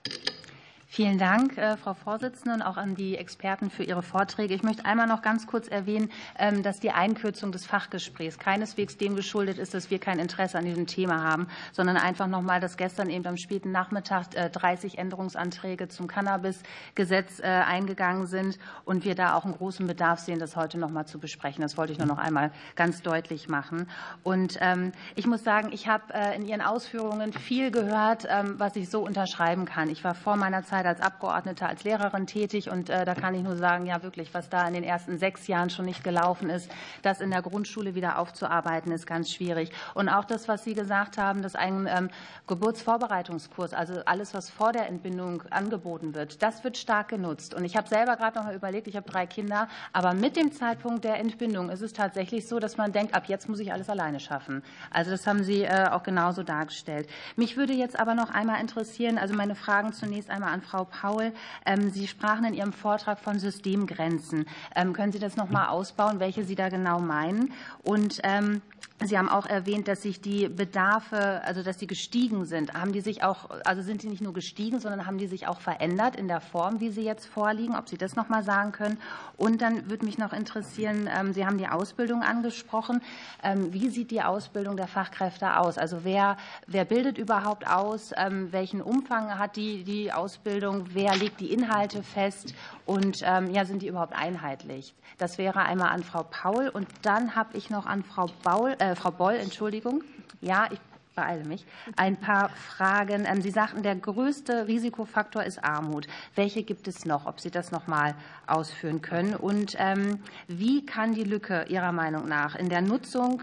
Vielen Dank, Frau Vorsitzende, und auch an die Experten für Ihre Vorträge. Ich möchte einmal noch ganz kurz erwähnen, dass die Einkürzung des Fachgesprächs keineswegs dem geschuldet ist, dass wir kein Interesse an diesem Thema haben, sondern einfach noch mal, dass gestern eben am späten Nachmittag 30 Änderungsanträge zum Cannabis-Gesetz eingegangen sind und wir da auch einen großen Bedarf sehen, das heute noch mal zu besprechen. Das wollte ich nur noch einmal ganz deutlich machen. Und ich muss sagen, ich habe in Ihren Ausführungen viel gehört, was ich so unterschreiben kann. Ich war vor meiner Zeit als Abgeordnete, als Lehrerin tätig. Und da kann ich nur sagen, ja wirklich, was da in den ersten 6 Jahren schon nicht gelaufen ist, das in der Grundschule wieder aufzuarbeiten, ist ganz schwierig. Und auch das, was Sie gesagt haben, dass ein Geburtsvorbereitungskurs, also alles, was vor der Entbindung angeboten wird, das wird stark genutzt. Und ich habe selber gerade noch mal überlegt, ich habe 3 Kinder, aber mit dem Zeitpunkt der Entbindung ist es tatsächlich so, dass man denkt, ab jetzt muss ich alles alleine schaffen. Also das haben Sie auch genauso dargestellt. Mich würde jetzt aber noch einmal interessieren, also meine Fragen zunächst einmal an Frau Paul. Sie sprachen in Ihrem Vortrag von Systemgrenzen. Können Sie das noch mal ausbauen, welche Sie da genau meinen? Und Sie haben auch erwähnt, dass sich die Bedarfe, also dass die gestiegen sind. Haben die sich auch, also sind die nicht nur gestiegen, sondern haben die sich auch verändert in der Form, wie sie jetzt vorliegen? Ob Sie das noch mal sagen können? Und dann würde mich noch interessieren, Sie haben die Ausbildung angesprochen. Wie sieht die Ausbildung der Fachkräfte aus? Also wer bildet überhaupt aus? Welchen Umfang hat die Ausbildung? Wer legt die Inhalte fest? Und sind die überhaupt einheitlich? Das wäre einmal an Frau Paul. Und dann habe ich noch an Frau Boll, Entschuldigung. Ja, ich beeile mich. Ein paar Fragen. Sie sagten, der größte Risikofaktor ist Armut. Welche gibt es noch? Ob Sie das noch mal ausführen können? Und wie kann die Lücke Ihrer Meinung nach in der Nutzung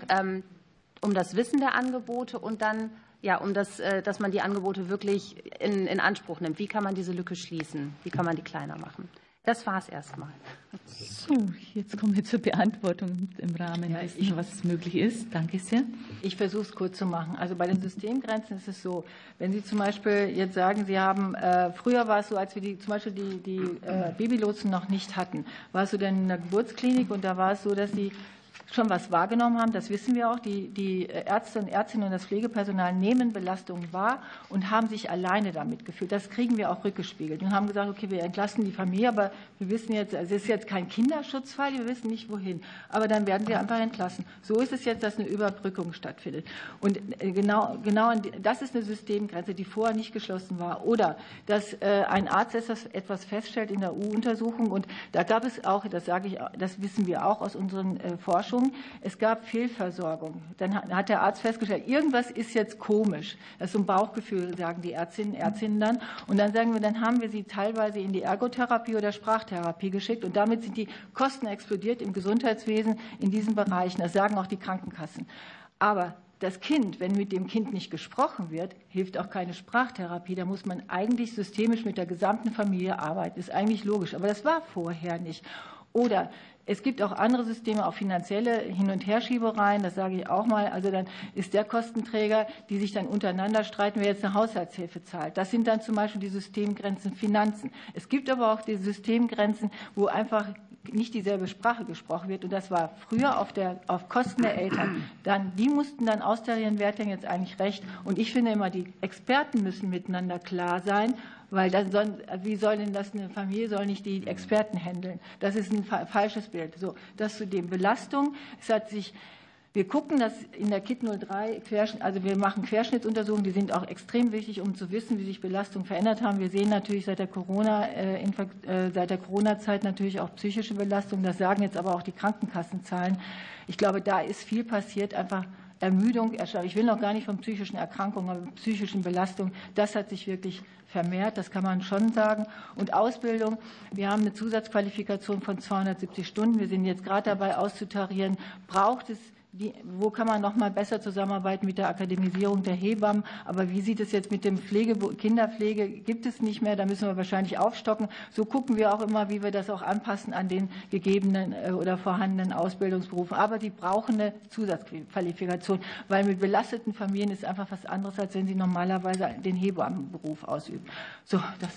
um das Wissen der Angebote und dann dass man die Angebote wirklich in Anspruch nimmt? Wie kann man diese Lücke schließen? Wie kann man die kleiner machen? Das war es erstmal. So, jetzt kommen wir zur Beantwortung im Rahmen dessen, was möglich ist. Danke sehr. Ich versuche es kurz zu machen. Also bei den Systemgrenzen ist es so, wenn Sie zum Beispiel jetzt sagen, Sie haben, früher war es so, als wir zum Beispiel die Babylotsen noch nicht hatten, war es so dann in der Geburtsklinik und da war es so, dass Sie schon was wahrgenommen haben, das wissen wir auch. Die Ärzte und Ärztinnen und das Pflegepersonal nehmen Belastungen wahr und haben sich alleine damit gefühlt. Das kriegen wir auch rückgespiegelt und haben gesagt, okay, wir entlasten die Familie, aber wir wissen jetzt, also es ist jetzt kein Kinderschutzfall, wir wissen nicht wohin, aber dann werden sie einfach entlassen. So ist es jetzt, dass eine Überbrückung stattfindet. Und genau das ist eine Systemgrenze, die vorher nicht geschlossen war. Oder dass ein Arzt etwas feststellt in der U-Untersuchung und da gab es auch, das wissen wir auch aus unseren Forschungen, es gab Fehlversorgung. Dann hat der Arzt festgestellt, irgendwas ist jetzt komisch. Das ist so ein Bauchgefühl, sagen die Ärztinnen dann. Und dann sagen wir, dann haben wir sie teilweise in die Ergotherapie oder Sprachtherapie geschickt. Und damit sind die Kosten explodiert im Gesundheitswesen in diesen Bereichen. Das sagen auch die Krankenkassen. Aber das Kind, wenn mit dem Kind nicht gesprochen wird, hilft auch keine Sprachtherapie. Da muss man eigentlich systemisch mit der gesamten Familie arbeiten. Das ist eigentlich logisch. Aber das war vorher nicht. Oder es gibt auch andere Systeme, auch finanzielle Hin- und Herschiebereien, das sage ich auch mal. Also dann ist der Kostenträger, die sich dann untereinander streiten, wer jetzt eine Haushaltshilfe zahlt. Das sind dann zum Beispiel die Systemgrenzen Finanzen. Es gibt aber auch die Systemgrenzen, wo einfach nicht dieselbe Sprache gesprochen wird. Und das war früher auf Kosten der Eltern. Die mussten dann austarieren, wer hat denn jetzt eigentlich recht. Und ich finde immer, die Experten müssen miteinander klar sein. Weil wie soll denn das eine Familie, soll nicht die Experten handeln? Das ist ein falsches Bild. So, das zu den Belastungen. Wir gucken das in der KIT 03, also wir machen Querschnittsuntersuchungen, die sind auch extrem wichtig, um zu wissen, wie sich Belastungen verändert haben. Wir sehen natürlich seit der Corona-Zeit natürlich auch psychische Belastungen. Das sagen jetzt aber auch die Krankenkassenzahlen. Ich glaube, da ist viel passiert, einfach Ermüdung, ich will noch gar nicht von psychischen Erkrankungen, aber psychischen Belastungen, das hat sich wirklich vermehrt, das kann man schon sagen. Und Ausbildung, wir haben eine Zusatzqualifikation von 270 Stunden. Wir sind jetzt gerade dabei auszutarieren, braucht es wo kann man noch mal besser zusammenarbeiten mit der Akademisierung der Hebammen? Aber wie sieht es jetzt mit dem Kinderpflege? Gibt es nicht mehr. Da müssen wir wahrscheinlich aufstocken. So gucken wir auch immer, wie wir das auch anpassen an den gegebenen oder vorhandenen Ausbildungsberufen. Aber die brauchen eine Zusatzqualifikation, weil mit belasteten Familien ist einfach was anderes, als wenn sie normalerweise den Hebammenberuf ausüben. So, das.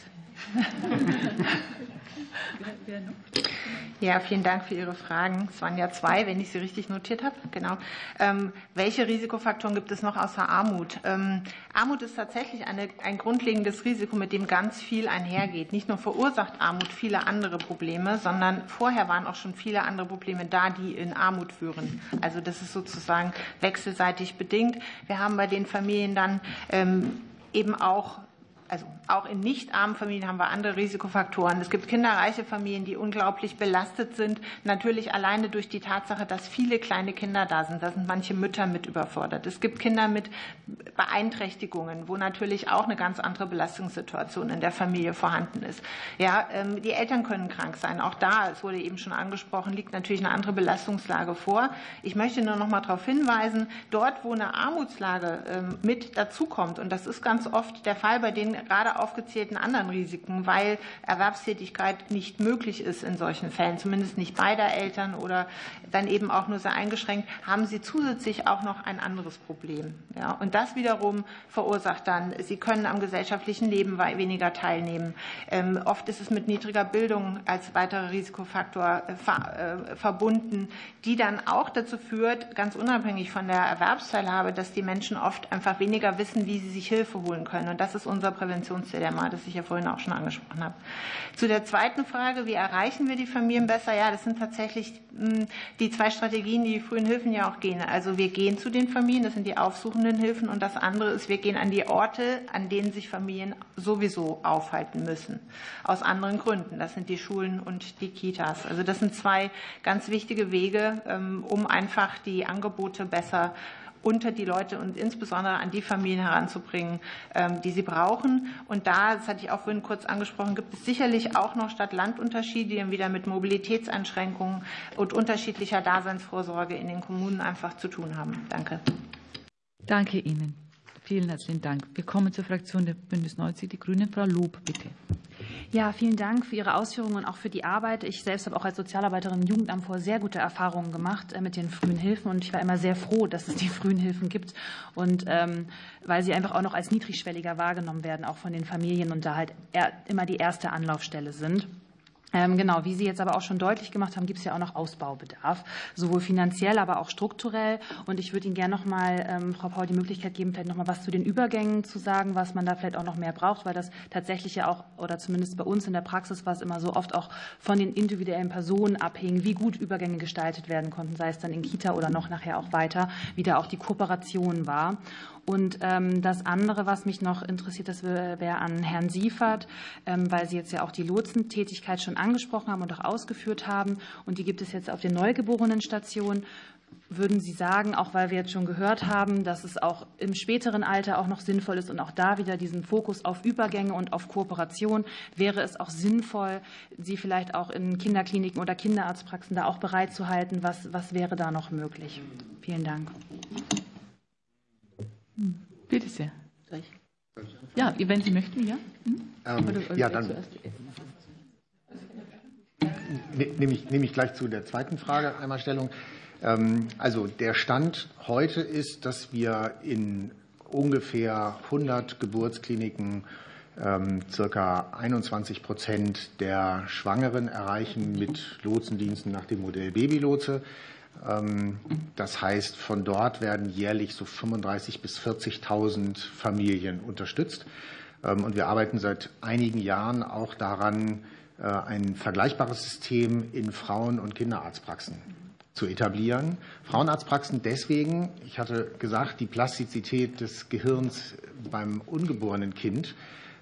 Ja, vielen Dank für Ihre Fragen. Es waren ja 2, wenn ich sie richtig notiert habe. Genau. Welche Risikofaktoren gibt es noch außer Armut? Armut ist tatsächlich ein grundlegendes Risiko, mit dem ganz viel einhergeht. Nicht nur verursacht Armut viele andere Probleme, sondern vorher waren auch schon viele andere Probleme da, die in Armut führen. Also das ist sozusagen wechselseitig bedingt. Wir haben bei den Familien dann eben auch in nicht armen Familien haben wir andere Risikofaktoren. Es gibt kinderreiche Familien, die unglaublich belastet sind. Natürlich alleine durch die Tatsache, dass viele kleine Kinder da sind. Da sind manche Mütter mit überfordert. Es gibt Kinder mit Beeinträchtigungen, wo natürlich auch eine ganz andere Belastungssituation in der Familie vorhanden ist. Ja, die Eltern können krank sein. Auch da, es wurde eben schon angesprochen, liegt natürlich eine andere Belastungslage vor. Ich möchte nur noch mal darauf hinweisen, dort, wo eine Armutslage mit dazukommt, und das ist ganz oft der Fall bei den gerade aufgezählten anderen Risiken, weil Erwerbstätigkeit nicht möglich ist in solchen Fällen, zumindest nicht beider Eltern oder dann eben auch nur sehr eingeschränkt, haben sie zusätzlich auch noch ein anderes Problem. Ja, und das wiederum verursacht dann, sie können am gesellschaftlichen Leben weniger teilnehmen. Oft ist es mit niedriger Bildung als weiterer Risikofaktor verbunden, die dann auch dazu führt, ganz unabhängig von der Erwerbsteilhabe, dass die Menschen oft einfach weniger wissen, wie sie sich Hilfe holen können. Und das ist unser Präventionsdilemma, das ich ja vorhin auch schon angesprochen habe. Zu der zweiten Frage, wie erreichen wir die Familien besser? Ja, das sind tatsächlich die 2 Strategien, die frühen Hilfen ja auch gehen. Also wir gehen zu den Familien, das sind die aufsuchenden Hilfen, und das andere ist, wir gehen an die Orte, an denen sich Familien sowieso aufhalten müssen. Aus anderen Gründen. Das sind die Schulen und die Kitas. Also das sind 2 ganz wichtige Wege, um einfach die Angebote besser unter die Leute und insbesondere an die Familien heranzubringen, die sie brauchen. Und da, das hatte ich auch vorhin kurz angesprochen, gibt es sicherlich auch noch Stadt-Land-Unterschiede, die dann wieder mit Mobilitätseinschränkungen und unterschiedlicher Daseinsvorsorge in den Kommunen einfach zu tun haben. Danke. Danke Ihnen. Vielen herzlichen Dank. Wir kommen zur Fraktion der Bündnis 90 Die Grünen. Frau Lob, bitte. Ja, vielen Dank für Ihre Ausführungen und auch für die Arbeit. Ich selbst habe auch als Sozialarbeiterin im Jugendamt vorher sehr gute Erfahrungen gemacht mit den frühen Hilfen, und ich war immer sehr froh, dass es die frühen Hilfen gibt, und weil sie einfach auch noch als niedrigschwelliger wahrgenommen werden, auch von den Familien, und da halt immer die erste Anlaufstelle sind. Genau, wie Sie jetzt aber auch schon deutlich gemacht haben, gibt es ja auch noch Ausbaubedarf, sowohl finanziell, aber auch strukturell. Und ich würde Ihnen gerne noch mal, Frau Paul, die Möglichkeit geben, vielleicht noch mal was zu den Übergängen zu sagen, was man da vielleicht auch noch mehr braucht, weil das tatsächlich ja auch, oder zumindest bei uns in der Praxis war es immer so oft auch von den individuellen Personen abhängig, wie gut Übergänge gestaltet werden konnten, sei es dann in Kita oder noch nachher auch weiter, wie da auch die Kooperation war. Und das andere, was mich noch interessiert, das wäre an Herrn Siefert, weil Sie jetzt ja auch die Lotsentätigkeit schon angesprochen haben und auch ausgeführt haben. Und die gibt es jetzt auf den Neugeborenenstationen. Würden Sie sagen, auch weil wir jetzt schon gehört haben, dass es auch im späteren Alter auch noch sinnvoll ist und auch da wieder diesen Fokus auf Übergänge und auf Kooperation, wäre es auch sinnvoll, Sie vielleicht auch in Kinderkliniken oder Kinderarztpraxen da auch bereit zu halten? Was wäre da noch möglich? Vielen Dank. Bitte sehr. Ja, wenn Sie möchten, ja. Ja, dann. nehme ich gleich zu der zweiten Frage einmal Stellung. Also der Stand heute ist, dass wir in ungefähr 100 Geburtskliniken circa 21% der Schwangeren erreichen mit Lotsendiensten nach dem Modell Babylotse. Das heißt, von dort werden jährlich so 35.000 bis 40.000 Familien unterstützt. Und wir arbeiten seit einigen Jahren auch daran, ein vergleichbares System in Frauen- und Kinderarztpraxen zu etablieren. Frauenarztpraxen deswegen, ich hatte gesagt, die Plastizität des Gehirns beim ungeborenen Kind.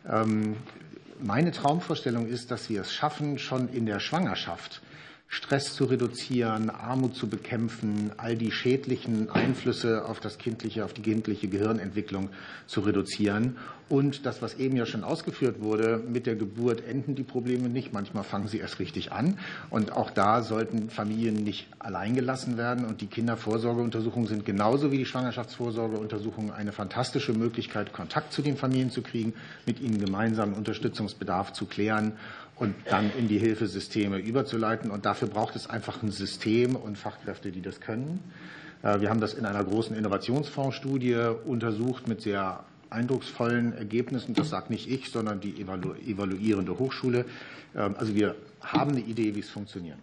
Meine Traumvorstellung ist, dass wir es schaffen, schon in der Schwangerschaft Stress zu reduzieren, Armut zu bekämpfen, all die schädlichen Einflüsse auf die kindliche Gehirnentwicklung zu reduzieren. Und das, was eben ja schon ausgeführt wurde, mit der Geburt enden die Probleme nicht. Manchmal fangen sie erst richtig an. Und auch da sollten Familien nicht allein gelassen werden. Und die Kindervorsorgeuntersuchungen sind genauso wie die Schwangerschaftsvorsorgeuntersuchungen eine fantastische Möglichkeit, Kontakt zu den Familien zu kriegen, mit ihnen gemeinsam Unterstützungsbedarf zu klären und dann in die Hilfesysteme überzuleiten. Und dafür braucht es einfach ein System und Fachkräfte, die das können. Wir haben das in einer großen Innovationsfondsstudie untersucht mit sehr eindrucksvollen Ergebnissen. Das sagt nicht ich, sondern die evaluierende Hochschule. Also wir haben eine Idee, wie es funktionieren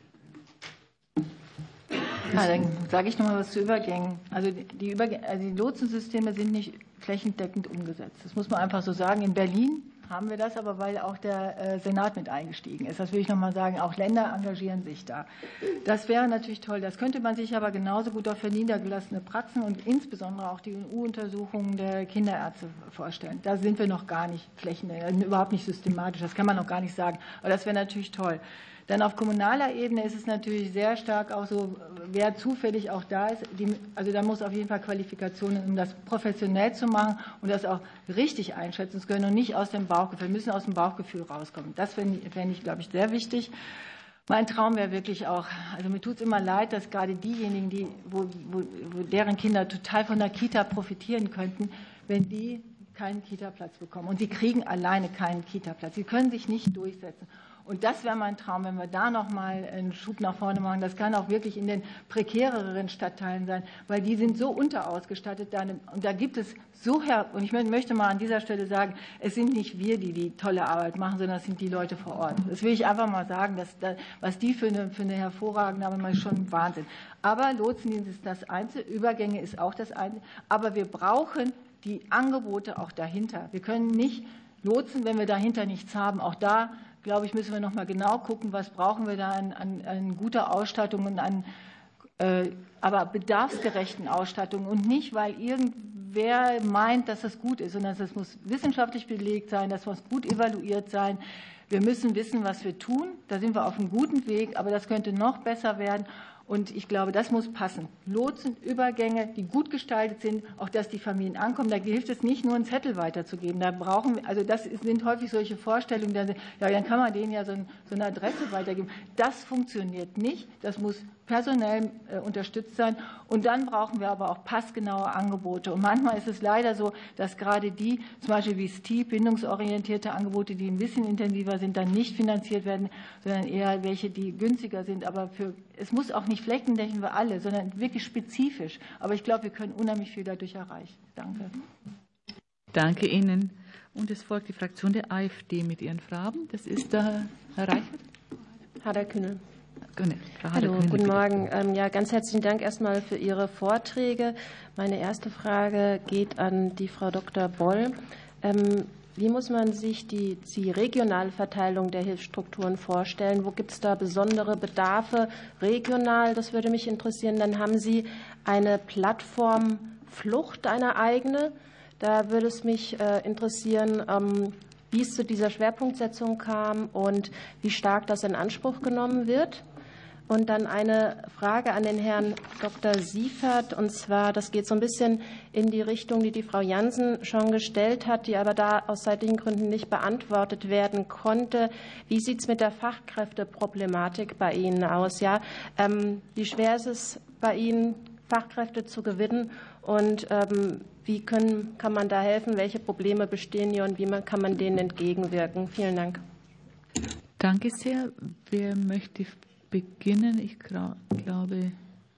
kann. Ja, dann sage ich noch mal was zu Übergängen. Also die Lotsensysteme sind nicht flächendeckend umgesetzt. Das muss man einfach so sagen. In Berlin haben wir das, aber weil auch der Senat mit eingestiegen ist. Das will ich noch mal sagen. Auch Länder engagieren sich da. Das wäre natürlich toll. Das könnte man sich aber genauso gut auch für niedergelassene Praxen und insbesondere auch die EU-Untersuchungen der Kinderärzte vorstellen. Da sind wir noch gar nicht flächendeckend, überhaupt nicht systematisch. Das kann man noch gar nicht sagen. Aber das wäre natürlich toll. Dann auf kommunaler Ebene ist es natürlich sehr stark auch so, wer zufällig auch da ist. Also da muss auf jeden Fall Qualifikationen, um das professionell zu machen und das auch richtig einschätzen zu können und nicht aus dem Bauchgefühl. Wir müssen aus dem Bauchgefühl rauskommen. Das fände ich, glaube ich, sehr wichtig. Mein Traum wäre wirklich auch, also mir tut es immer leid, dass gerade diejenigen, wo deren Kinder total von der Kita profitieren könnten, wenn die keinen Kita-Platz bekommen. Und sie kriegen alleine keinen Kita-Platz. Sie können sich nicht durchsetzen. Und das wäre mein Traum, wenn wir da noch mal einen Schub nach vorne machen. Das kann auch wirklich in den prekäreren Stadtteilen sein, weil die sind so unterausgestattet. Und da gibt es und ich möchte mal an dieser Stelle sagen, es sind nicht wir, die tolle Arbeit machen, sondern es sind die Leute vor Ort. Das will ich einfach mal sagen, was die für eine hervorragende Arbeit machen, ist schon Wahnsinn. Aber Lotsendienst ist das Einzige, Übergänge ist auch das Einzige. Aber wir brauchen die Angebote auch dahinter. Wir können nicht lotsen, wenn wir dahinter nichts haben. Auch da, glaube ich, müssen wir noch mal genau gucken, was brauchen wir da an guter Ausstattung und aber bedarfsgerechten Ausstattung und nicht, weil irgendwer meint, dass das gut ist, sondern das muss wissenschaftlich belegt sein, das muss gut evaluiert sein. Wir müssen wissen, was wir tun. Da sind wir auf einem guten Weg, aber das könnte noch besser werden. Und ich glaube, das muss passen. Lotsen, Übergänge, die gut gestaltet sind, auch dass die Familien ankommen. Da hilft es nicht, nur einen Zettel weiterzugeben. Da brauchen wir, also das sind häufig solche Vorstellungen, dann kann man denen ja so eine Adresse weitergeben. Das funktioniert nicht. Das muss personell unterstützt sein. Und dann brauchen wir aber auch passgenaue Angebote. Und manchmal ist es leider so, dass gerade die, zum Beispiel wie STEAP, bindungsorientierte Angebote, die ein bisschen intensiver sind, dann nicht finanziert werden, sondern eher welche, die günstiger sind. Aber es muss auch nicht flächendeckend für alle, sondern wirklich spezifisch. Aber ich glaube, wir können unheimlich viel dadurch erreichen. Danke. Danke Ihnen. Und es folgt die Fraktion der AfD mit ihren Fragen. Das ist der Herr Reichert. Hader Kühnel. Hallo, guten Morgen. Ja, ganz herzlichen Dank erstmal für Ihre Vorträge. Meine erste Frage geht an die Frau Dr. Boll. Wie muss man sich die regionale Verteilung der Hilfsstrukturen vorstellen? Wo gibt es da besondere Bedarfe regional? Das würde mich interessieren. Dann haben Sie eine Plattformflucht, eine eigene. Da würde es mich interessieren, wie es zu dieser Schwerpunktsetzung kam und wie stark das in Anspruch genommen wird. Und dann eine Frage an den Herrn Dr. Siefert, und zwar, das geht so ein bisschen in die Richtung, die Frau Jansen schon gestellt hat, die aber da aus zeitlichen Gründen nicht beantwortet werden konnte. Wie sieht es mit der Fachkräfteproblematik bei Ihnen aus? Ja? Wie schwer ist es bei Ihnen, Fachkräfte zu gewinnen? Und wie kann man da helfen? Welche Probleme bestehen hier und wie kann man denen entgegenwirken? Vielen Dank. Danke sehr. Wer möchte beginnen? Ich glaube.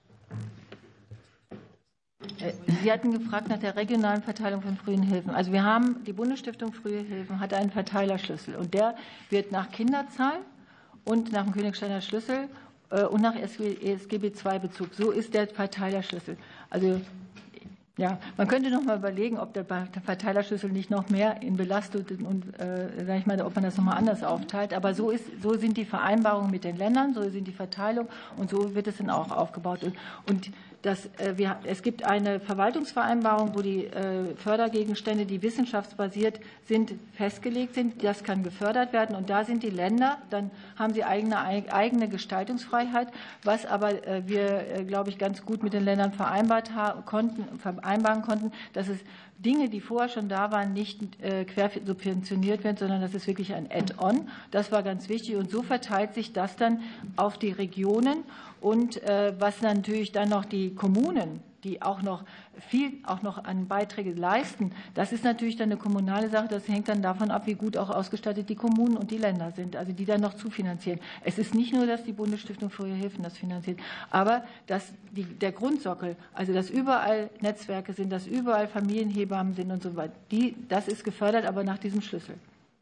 Sie hatten gefragt nach der regionalen Verteilung von frühen Hilfen. Also wir haben, die Bundesstiftung Frühe Hilfen hat einen Verteilerschlüssel und der wird nach Kinderzahl und nach dem Königsteiner Schlüssel und nach SGB II-Bezug. So ist der Verteilerschlüssel. Also ja, man könnte noch mal überlegen, ob der Verteilerschlüssel nicht noch mehr in belastet und sag ich mal, ob man das noch mal anders aufteilt. Aber so sind die Vereinbarungen mit den Ländern, so sind die Verteilung und so wird es dann auch aufgebaut. Und es gibt eine Verwaltungsvereinbarung, wo die Fördergegenstände, die wissenschaftsbasiert sind, festgelegt sind. Das kann gefördert werden. Und da sind die Länder, dann haben sie eigene Gestaltungsfreiheit, was aber wir, glaube ich, ganz gut mit den Ländern vereinbaren konnten, dass es Dinge, die vorher schon da waren, nicht quersubventioniert werden, sondern das ist wirklich ein Add-on. Das war ganz wichtig. Und so verteilt sich das dann auf die Regionen. Und was natürlich dann noch die Kommunen, die auch noch an Beiträge leisten, das ist natürlich dann eine kommunale Sache. Das hängt dann davon ab, wie gut auch ausgestattet die Kommunen und die Länder sind, also die dann noch zufinanzieren. Es ist nicht nur, dass die Bundesstiftung Frühe Hilfen das finanziert, aber dass der Grundsockel, also dass überall Netzwerke sind, dass überall Familienhebammen sind und so weiter, das ist gefördert, aber nach diesem Schlüssel.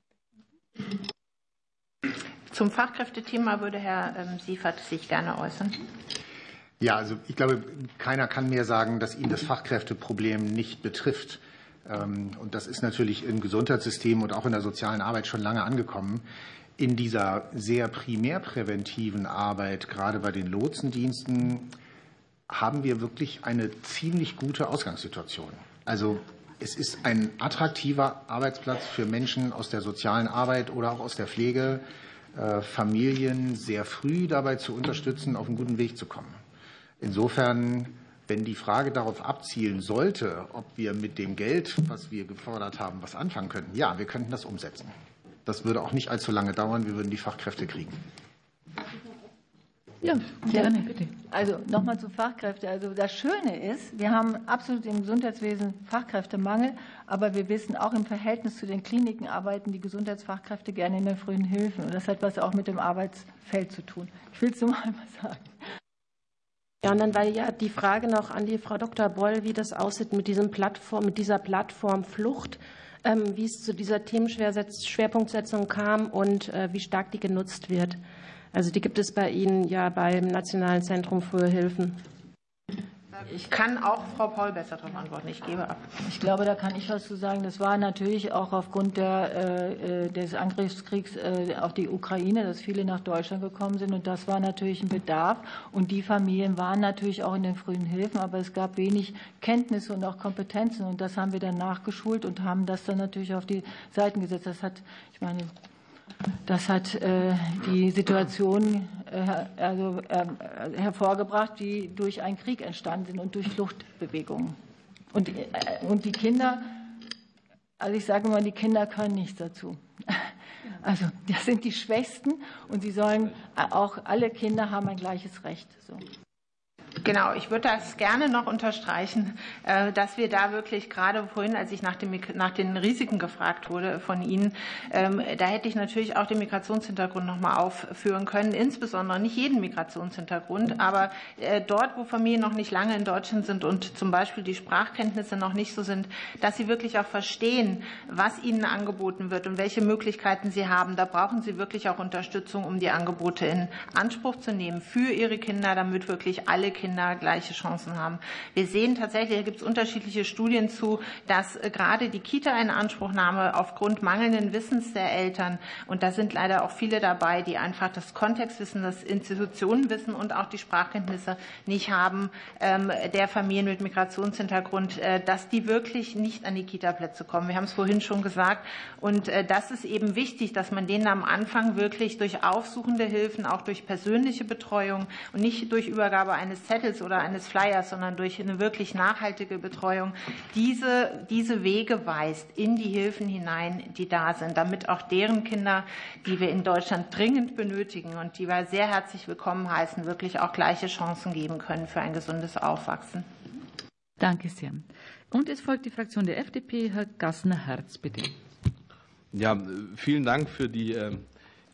Zum Fachkräftethema würde Herr Siefert sich gerne äußern. Ja, also ich glaube, keiner kann mehr sagen, dass ihn das Fachkräfteproblem nicht betrifft. Und das ist natürlich im Gesundheitssystem und auch in der sozialen Arbeit schon lange angekommen. In dieser sehr primärpräventiven Arbeit, gerade bei den Lotsendiensten, haben wir wirklich eine ziemlich gute Ausgangssituation. Also es ist ein attraktiver Arbeitsplatz für Menschen aus der sozialen Arbeit oder auch aus der Pflege, Familien sehr früh dabei zu unterstützen, auf einen guten Weg zu kommen. Insofern, wenn die Frage darauf abzielen sollte, ob wir mit dem Geld, was wir gefordert haben, was anfangen könnten, ja, wir könnten das umsetzen. Das würde auch nicht allzu lange dauern, wir würden die Fachkräfte kriegen. Ja, gerne, bitte. Also nochmal zu Fachkräfte. Also das Schöne ist, wir haben absolut im Gesundheitswesen Fachkräftemangel, aber wir wissen auch im Verhältnis zu den Kliniken arbeiten die Gesundheitsfachkräfte gerne in den frühen Hilfen. Und das hat was auch mit dem Arbeitsfeld zu tun. Ich will es nur mal sagen. Ja, und dann war ja die Frage noch an die Frau Dr. Boll, wie das aussieht mit dieser Plattform Flucht, wie es zu dieser Themenschwerpunktsetzung kam und wie stark die genutzt wird. Also die gibt es bei Ihnen ja beim Nationalen Zentrum Frühe Hilfen. Ich kann auch Frau Paul besser darauf antworten. Ich gebe ab. Ich glaube, da kann ich was zu sagen. Das war natürlich auch aufgrund des Angriffskriegs auf die Ukraine, dass viele nach Deutschland gekommen sind. Und das war natürlich ein Bedarf. Und die Familien waren natürlich auch in den frühen Hilfen. Aber es gab wenig Kenntnisse und auch Kompetenzen. Und das haben wir dann nachgeschult und haben das dann natürlich auf die Seiten gesetzt. Das hat die Situation hervorgebracht, die durch einen Krieg entstanden sind und durch Fluchtbewegungen. Und die Kinder, also ich sage mal, die Kinder können nichts dazu. Also das sind die Schwächsten und sie sollen auch, alle Kinder haben ein gleiches Recht. So. Genau, ich würde das gerne noch unterstreichen, dass wir da wirklich gerade vorhin, als ich nach den Risiken gefragt wurde von Ihnen, da hätte ich natürlich auch den Migrationshintergrund noch mal aufführen können, insbesondere nicht jeden Migrationshintergrund, aber dort, wo Familien noch nicht lange in Deutschland sind und zum Beispiel die Sprachkenntnisse noch nicht so sind, dass sie wirklich auch verstehen, was ihnen angeboten wird und welche Möglichkeiten sie haben. Da brauchen sie wirklich auch Unterstützung, um die Angebote in Anspruch zu nehmen für ihre Kinder, damit wirklich alle Kinder gleiche Chancen haben. Wir sehen tatsächlich, da gibt es unterschiedliche Studien zu, dass gerade die Kita-Inanspruchnahme aufgrund mangelnden Wissens der Eltern, und da sind leider auch viele dabei, die einfach das Kontextwissen, das Institutionenwissen und auch die Sprachkenntnisse nicht haben, der Familien mit Migrationshintergrund, dass die wirklich nicht an die Kita-Plätze kommen. Wir haben es vorhin schon gesagt. Und das ist eben wichtig, dass man denen am Anfang wirklich durch aufsuchende Hilfen, auch durch persönliche Betreuung und nicht durch Übergabe eines Zettels oder eines Flyers, sondern durch eine wirklich nachhaltige Betreuung diese Wege weist in die Hilfen hinein, die da sind, damit auch deren Kinder, die wir in Deutschland dringend benötigen und die wir sehr herzlich willkommen heißen, wirklich auch gleiche Chancen geben können für ein gesundes Aufwachsen. Danke sehr. Und es folgt die Fraktion der FDP. Herr Gassner-Herz, bitte. Ja, vielen Dank für die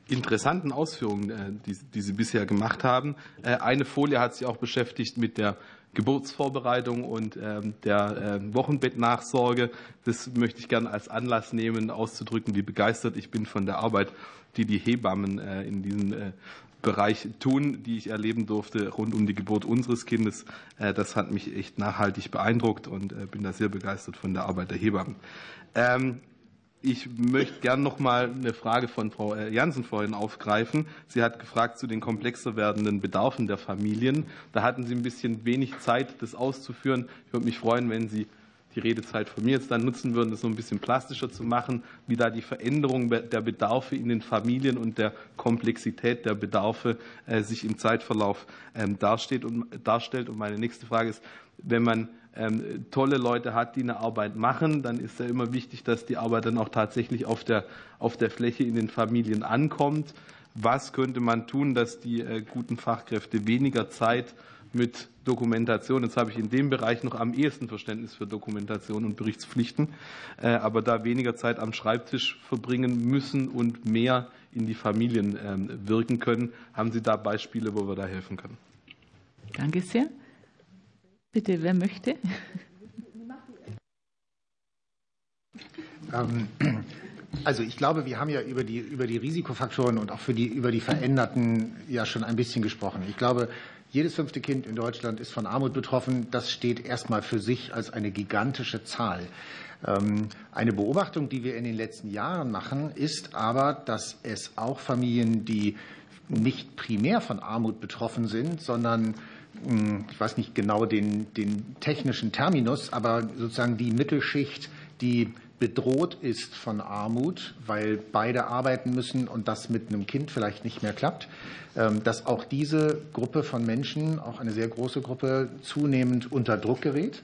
interessanten Ausführungen, die Sie bisher gemacht haben. Eine Folie hat sich auch beschäftigt mit der Geburtsvorbereitung und der Wochenbettnachsorge. Das möchte ich gerne als Anlass nehmen, auszudrücken, wie begeistert ich bin von der Arbeit, die Hebammen in diesem Bereich tun, die ich erleben durfte rund um die Geburt unseres Kindes. Das hat mich echt nachhaltig beeindruckt und bin da sehr begeistert von der Arbeit der Hebammen. Ich möchte gern noch mal eine Frage von Frau Jansen vorhin aufgreifen. Sie hat gefragt zu den komplexer werdenden Bedarfen der Familien. Da hatten Sie ein bisschen wenig Zeit, das auszuführen. Ich würde mich freuen, wenn Sie die Redezeit von mir jetzt dann nutzen würden, das so ein bisschen plastischer zu machen, wie da die Veränderung der Bedarfe in den Familien und der Komplexität der Bedarfe sich im Zeitverlauf darstellt. Und meine nächste Frage ist, wenn man tolle Leute hat, die eine Arbeit machen, dann ist ja immer wichtig, dass die Arbeit dann auch tatsächlich auf der Fläche in den Familien ankommt. Was könnte man tun, dass die guten Fachkräfte weniger Zeit mit Dokumentation, jetzt habe ich in dem Bereich noch am ehesten Verständnis für Dokumentation und Berichtspflichten, aber da weniger Zeit am Schreibtisch verbringen müssen und mehr in die Familien wirken können. Haben Sie da Beispiele, wo wir da helfen können? Danke sehr. Bitte, wer möchte? Also ich glaube, wir haben ja über die Risikofaktoren und auch über die Veränderten ja schon ein bisschen gesprochen. Ich glaube, jedes 5. Kind in Deutschland ist von Armut betroffen. Das steht erstmal für sich als eine gigantische Zahl. Eine Beobachtung, die wir in den letzten Jahren machen, ist aber, dass es auch Familien, die nicht primär von Armut betroffen sind, sondern ich weiß nicht genau den technischen Terminus, aber sozusagen die Mittelschicht, die bedroht ist von Armut, weil beide arbeiten müssen und das mit einem Kind vielleicht nicht mehr klappt, dass auch diese Gruppe von Menschen, auch eine sehr große Gruppe, zunehmend unter Druck gerät.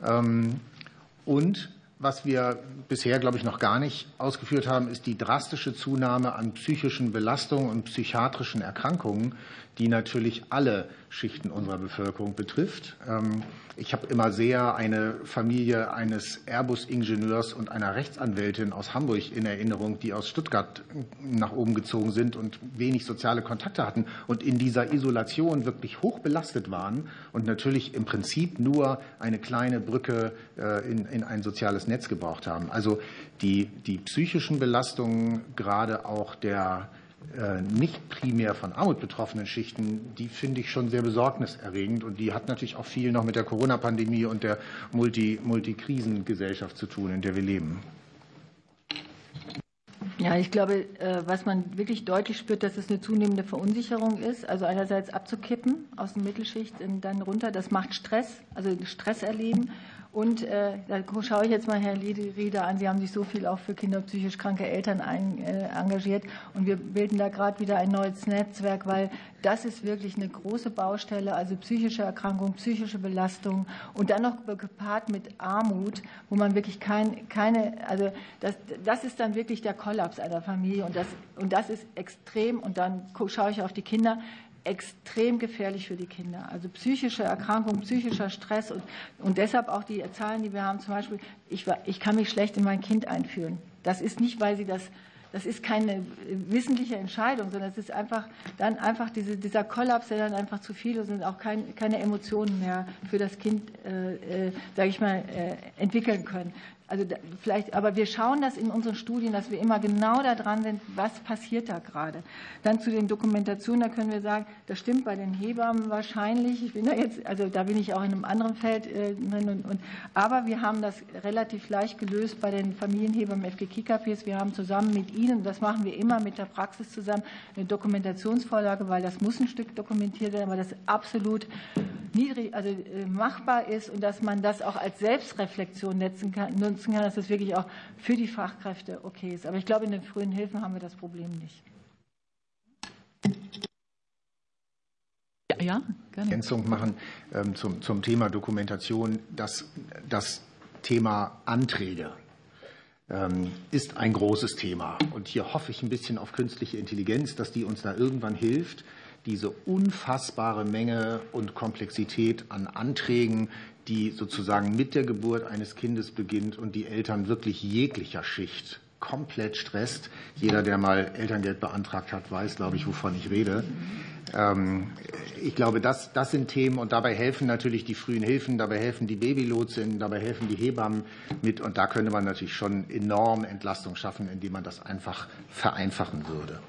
Und was wir bisher, glaube ich, noch gar nicht ausgeführt haben, ist die drastische Zunahme an psychischen Belastungen und psychiatrischen Erkrankungen, die natürlich alle Schichten unserer Bevölkerung betrifft. Ich habe immer sehr eine Familie eines Airbus-Ingenieurs und einer Rechtsanwältin aus Hamburg in Erinnerung, die aus Stuttgart nach oben gezogen sind und wenig soziale Kontakte hatten und in dieser Isolation wirklich hoch belastet waren und natürlich im Prinzip nur eine kleine Brücke in ein soziales Netz gebraucht haben. Also die psychischen Belastungen, gerade auch der nicht primär von Armut betroffenen Schichten, die finde ich schon sehr besorgniserregend. Und die hat natürlich auch viel noch mit der Corona-Pandemie und der Multikrisengesellschaft zu tun, in der wir leben. Ja, ich glaube, was man wirklich deutlich spürt, dass es eine zunehmende Verunsicherung ist. Also einerseits abzukippen aus der Mittelschicht und dann runter, das macht Stress, also Stress erleben. Und da schaue ich jetzt mal Herrn Rieder an. Sie haben sich so viel auch für kinderpsychisch kranke Eltern engagiert. Und wir bilden da gerade wieder ein neues Netzwerk, weil das ist wirklich eine große Baustelle. Also psychische Erkrankung, psychische Belastung und dann noch gepaart mit Armut, wo man wirklich also das ist dann wirklich der Kollaps einer Familie. Und das ist extrem. Und dann schaue ich auf die Kinder. Extrem gefährlich für die Kinder. Also psychische Erkrankung, psychischer Stress und deshalb auch die Zahlen, die wir haben, zum Beispiel, ich kann mich schlecht in mein Kind einfühlen. Das ist nicht, weil sie das ist keine wissentliche Entscheidung, sondern es ist einfach dieser Kollaps, der dann einfach zu viel ist und auch keine Emotionen mehr für das Kind, sage ich mal, entwickeln können. Also vielleicht, aber wir schauen das in unseren Studien, dass wir immer genau da dran sind, was passiert da gerade. Dann zu den Dokumentationen, da können wir sagen, das stimmt bei den Hebammen wahrscheinlich. Ich bin da jetzt, also da bin ich auch in einem anderen Feld drin. Aber wir haben das relativ leicht gelöst bei den Familienhebammen FGK-KPs. Wir haben zusammen mit Ihnen, das machen wir immer mit der Praxis zusammen, eine Dokumentationsvorlage, weil das muss ein Stück dokumentiert werden, weil das absolut machbar ist und dass man das auch als Selbstreflexion nutzen kann, dass das wirklich auch für die Fachkräfte okay ist. Aber ich glaube, in den frühen Hilfen haben wir das Problem nicht. Ja, gerne. Ergänzung machen zum Thema Dokumentation. Das Thema Anträge ist ein großes Thema. Und hier hoffe ich ein bisschen auf künstliche Intelligenz, dass die uns da irgendwann hilft, diese unfassbare Menge und Komplexität an Anträgen, die sozusagen mit der Geburt eines Kindes beginnt und die Eltern wirklich jeglicher Schicht komplett stresst. Jeder, der mal Elterngeld beantragt hat, weiß, glaube ich, wovon ich rede. Ich glaube, das sind Themen, und dabei helfen natürlich die frühen Hilfen, dabei helfen die Babylotsinnen, dabei helfen die Hebammen mit, und da könnte man natürlich schon enorm Entlastung schaffen, indem man das einfach vereinfachen würde.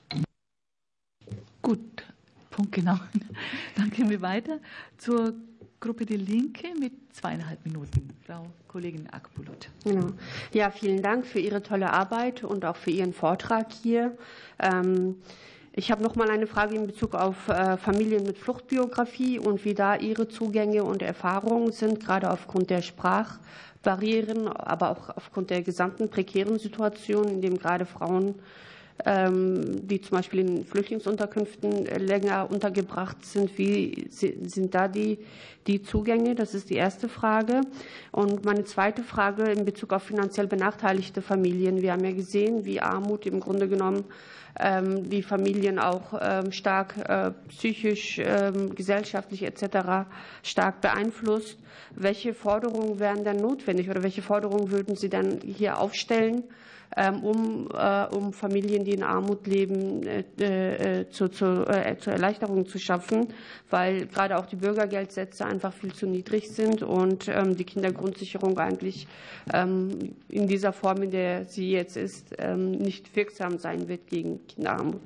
Gut, Punkt genau. Dann gehen wir weiter zur Gruppe Die Linke mit 2,5 Minuten. Frau Kollegin Akbulut. Genau. Ja, vielen Dank für Ihre tolle Arbeit und auch für Ihren Vortrag hier. Ich habe noch mal eine Frage in Bezug auf Familien mit Fluchtbiografie und wie da Ihre Zugänge und Erfahrungen sind, gerade aufgrund der Sprachbarrieren, aber auch aufgrund der gesamten prekären Situation, in dem gerade Frauen, die zum Beispiel in Flüchtlingsunterkünften länger untergebracht sind. Wie sind da die Zugänge? Das ist die erste Frage. Und meine zweite Frage in Bezug auf finanziell benachteiligte Familien. Wir haben ja gesehen, wie Armut im Grunde genommen die Familien auch stark psychisch, gesellschaftlich etc. stark beeinflusst. Welche Forderungen wären denn notwendig oder welche Forderungen würden Sie dann hier aufstellen, um Familien, die in Armut leben, zur Erleichterung zu schaffen, weil gerade auch die Bürgergeldsätze einfach viel zu niedrig sind und die Kindergrundsicherung eigentlich in dieser Form, in der sie jetzt ist, nicht wirksam sein wird gegen Kinderarmut.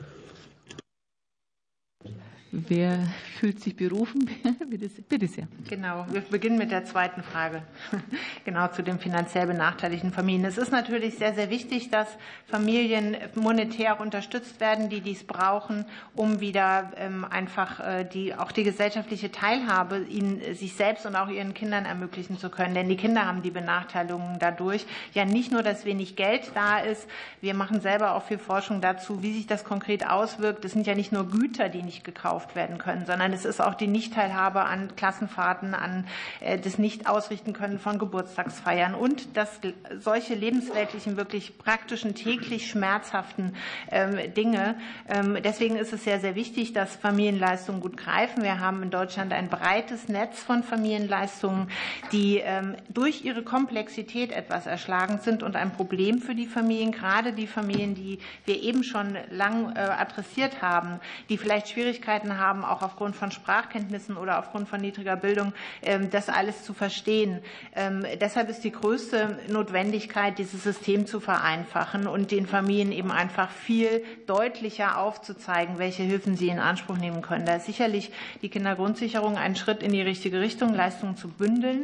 Wer fühlt sich berufen? Bitte sehr. Genau, wir beginnen mit der zweiten Frage, genau zu den finanziell benachteiligten Familien. Es ist natürlich sehr, sehr wichtig, dass Familien monetär auch unterstützt werden, die dies brauchen, um wieder einfach auch die gesellschaftliche Teilhabe ihnen, sich selbst und auch ihren Kindern ermöglichen zu können. Denn die Kinder haben die Benachteiligungen dadurch. Ja, nicht nur, dass wenig Geld da ist. Wir machen selber auch viel Forschung dazu, wie sich das konkret auswirkt. Es sind ja nicht nur Güter, die nicht gekauft werden können, sondern es ist auch die Nichtteilhabe an Klassenfahrten, an das Nicht-Ausrichten können von Geburtstagsfeiern und dass solche lebensweltlichen, wirklich praktischen, täglich schmerzhaften Dinge. Deswegen ist es sehr, sehr wichtig, dass Familienleistungen gut greifen. Wir haben in Deutschland ein breites Netz von Familienleistungen, die durch ihre Komplexität etwas erschlagend sind und ein Problem für die Familien, gerade die Familien, die wir eben schon lang adressiert haben, die vielleicht Schwierigkeiten haben, auch aufgrund von Sprachkenntnissen oder aufgrund von niedriger Bildung, das alles zu verstehen. Deshalb ist die größte Notwendigkeit, dieses System zu vereinfachen und den Familien eben einfach viel deutlicher aufzuzeigen, welche Hilfen sie in Anspruch nehmen können. Da ist sicherlich die Kindergrundsicherung ein Schritt in die richtige Richtung, Leistungen zu bündeln,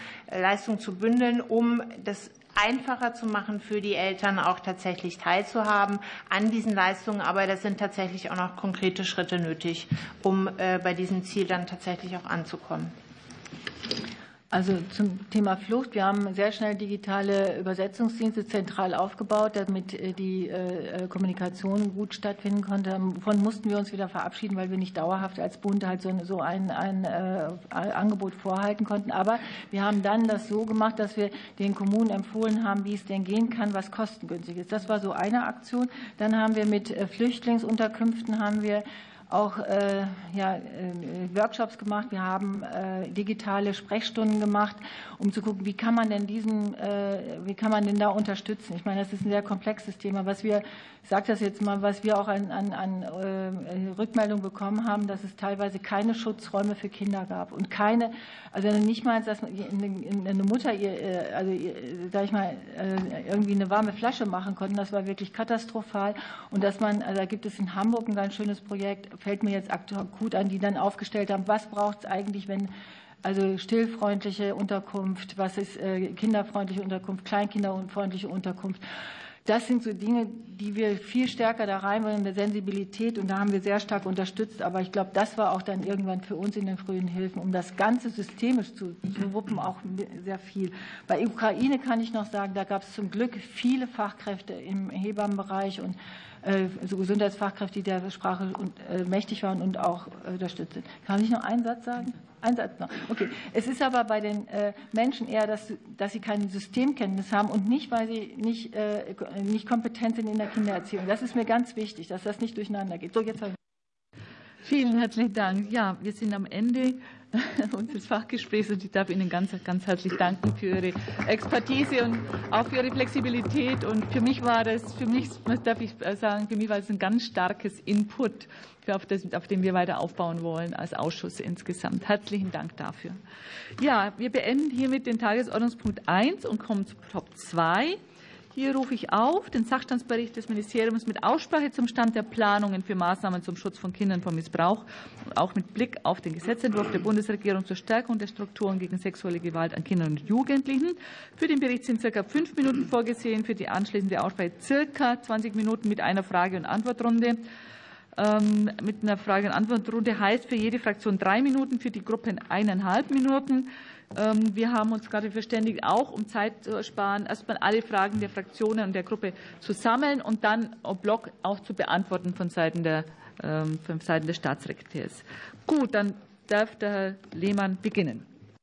um das einfacher zu machen für die Eltern, auch tatsächlich teilzuhaben an diesen Leistungen. Aber das sind tatsächlich auch noch konkrete Schritte nötig, um bei diesem Ziel dann tatsächlich auch anzukommen. Also zum Thema Flucht. Wir haben sehr schnell digitale Übersetzungsdienste zentral aufgebaut, damit die Kommunikation gut stattfinden konnte. Davon mussten wir uns wieder verabschieden, weil wir nicht dauerhaft als Bund halt so ein Angebot vorhalten konnten. Aber wir haben dann das so gemacht, dass wir den Kommunen empfohlen haben, wie es denn gehen kann, was kostengünstig ist. Das war so eine Aktion. Dann haben wir mit Flüchtlingsunterkünften auch Workshops gemacht. Wir haben digitale Sprechstunden gemacht, um zu gucken, wie kann man denn da unterstützen? Ich meine, das ist ein sehr komplexes Thema. Was wir auch an Rückmeldung bekommen haben, dass es teilweise keine Schutzräume für Kinder gab und nicht mal, dass eine Mutter irgendwie eine warme Flasche machen konnte. Das war wirklich katastrophal. Und da gibt es in Hamburg ein ganz schönes Projekt, fällt mir jetzt akut an, die dann aufgestellt haben, was braucht es eigentlich, also stillfreundliche Unterkunft, was ist kinderfreundliche Unterkunft, kleinkinderfreundliche Unterkunft. Das sind so Dinge, die wir viel stärker da reinbringen, eine Sensibilität, und da haben wir sehr stark unterstützt. Aber ich glaube, das war auch dann irgendwann für uns in den frühen Hilfen, um das Ganze systemisch zu wuppen, auch sehr viel. Bei Ukraine kann ich noch sagen, da gab es zum Glück viele Fachkräfte im Hebammenbereich und so Gesundheitsfachkräfte, die der Sprache mächtig waren und auch unterstützt sind. Kann ich noch einen Satz sagen? Ein Satz noch. Okay. Es ist aber bei den Menschen eher, dass sie keine Systemkenntnis haben und nicht, weil sie nicht kompetent sind in der Kindererziehung. Das ist mir ganz wichtig, dass das nicht durcheinander geht. So, jetzt. Vielen herzlichen Dank. Ja, wir sind am Ende unseres Fachgesprächs und ich darf Ihnen ganz, ganz herzlich danken für Ihre Expertise und auch für Ihre Flexibilität. Und für mich war es ein ganz starkes Input, auf dem wir weiter aufbauen wollen als Ausschuss insgesamt. Herzlichen Dank dafür. Ja, wir beenden hiermit den Tagesordnungspunkt 1 und kommen zu Top 2. Hier rufe ich auf den Sachstandsbericht des Ministeriums mit Aussprache zum Stand der Planungen für Maßnahmen zum Schutz von Kindern vor Missbrauch, auch mit Blick auf den Gesetzentwurf der Bundesregierung zur Stärkung der Strukturen gegen sexuelle Gewalt an Kindern und Jugendlichen. Für den Bericht sind ca. 5 Minuten vorgesehen, für die anschließende Aussprache ca. 20 Minuten mit einer Frage- und Antwortrunde. Mit einer Frage- und Antwortrunde heißt für jede Fraktion 3 Minuten, für die Gruppen 1,5 Minuten. Wir haben uns gerade verständigt, auch um Zeit zu ersparen, erstmal alle Fragen der Fraktionen und der Gruppe zu sammeln und dann en bloc auch zu beantworten von Seiten des Staatssekretärs. Gut, dann darf der Herr Lehmann beginnen.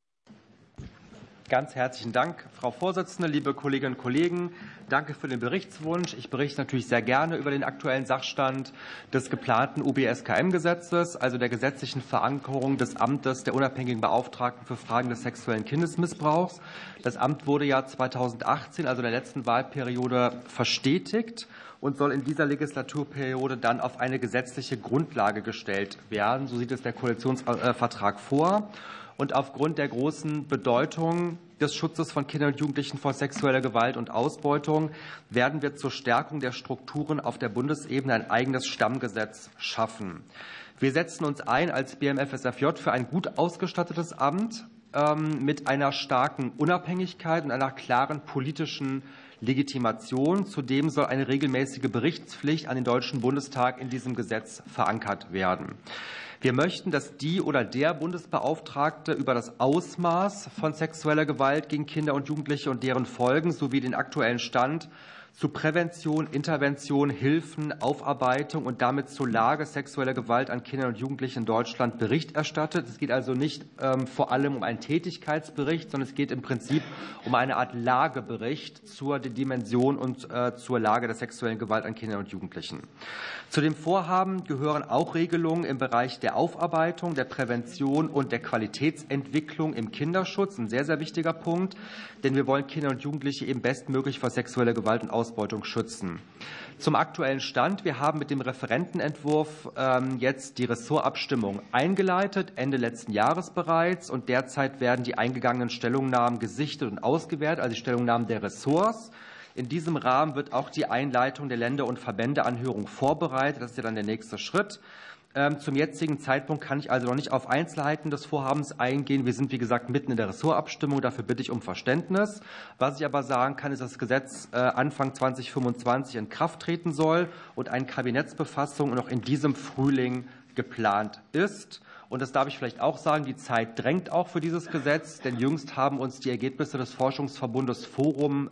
Ganz herzlichen Dank, Frau Vorsitzende, liebe Kolleginnen und Kollegen. Danke für den Berichtswunsch. Ich berichte natürlich sehr gerne über den aktuellen Sachstand des geplanten UBSKM-Gesetzes, also der gesetzlichen Verankerung des Amtes der unabhängigen Beauftragten für Fragen des sexuellen Kindesmissbrauchs. Das Amt wurde ja 2018, also in der letzten Wahlperiode, verstetigt und soll in dieser Legislaturperiode dann auf eine gesetzliche Grundlage gestellt werden. So sieht es der Koalitionsvertrag vor. Und aufgrund der großen Bedeutung des Schutzes von Kindern und Jugendlichen vor sexueller Gewalt und Ausbeutung werden wir zur Stärkung der Strukturen auf der Bundesebene ein eigenes Stammgesetz schaffen. Wir setzen uns ein als BMFSFJ für ein gut ausgestattetes Amt mit einer starken Unabhängigkeit und einer klaren politischen Legitimation. Zudem soll eine regelmäßige Berichtspflicht an den Deutschen Bundestag in diesem Gesetz verankert werden. Wir möchten, dass die oder der Bundesbeauftragte über das Ausmaß von sexueller Gewalt gegen Kinder und Jugendliche und deren Folgen sowie den aktuellen Stand zu Prävention, Intervention, Hilfen, Aufarbeitung und damit zur Lage sexueller Gewalt an Kindern und Jugendlichen in Deutschland Bericht erstattet. Es geht also nicht vor allem um einen Tätigkeitsbericht, sondern es geht im Prinzip um eine Art Lagebericht zur Dimension und zur Lage der sexuellen Gewalt an Kindern und Jugendlichen. Zu dem Vorhaben gehören auch Regelungen im Bereich der Aufarbeitung, der Prävention und der Qualitätsentwicklung im Kinderschutz. Ein sehr, sehr wichtiger Punkt, denn wir wollen Kinder und Jugendliche eben bestmöglich vor sexueller Gewalt und Ausbeutung schützen. Zum aktuellen Stand. Wir haben mit dem Referentenentwurf jetzt die Ressortabstimmung eingeleitet, Ende letzten Jahres bereits. Und derzeit werden die eingegangenen Stellungnahmen gesichtet und ausgewertet, also die Stellungnahmen der Ressorts. In diesem Rahmen wird auch die Einleitung der Länder- und Verbändeanhörung vorbereitet. Das ist ja dann der nächste Schritt. Zum jetzigen Zeitpunkt kann ich also noch nicht auf Einzelheiten des Vorhabens eingehen. Wir sind, wie gesagt, mitten in der Ressortabstimmung. Dafür bitte ich um Verständnis. Was ich aber sagen kann, ist, dass das Gesetz Anfang 2025 in Kraft treten soll und eine Kabinettsbefassung noch in diesem Frühling geplant ist. Und das darf ich vielleicht auch sagen, die Zeit drängt auch für dieses Gesetz, denn jüngst haben uns die Ergebnisse des Forschungsverbundes Forum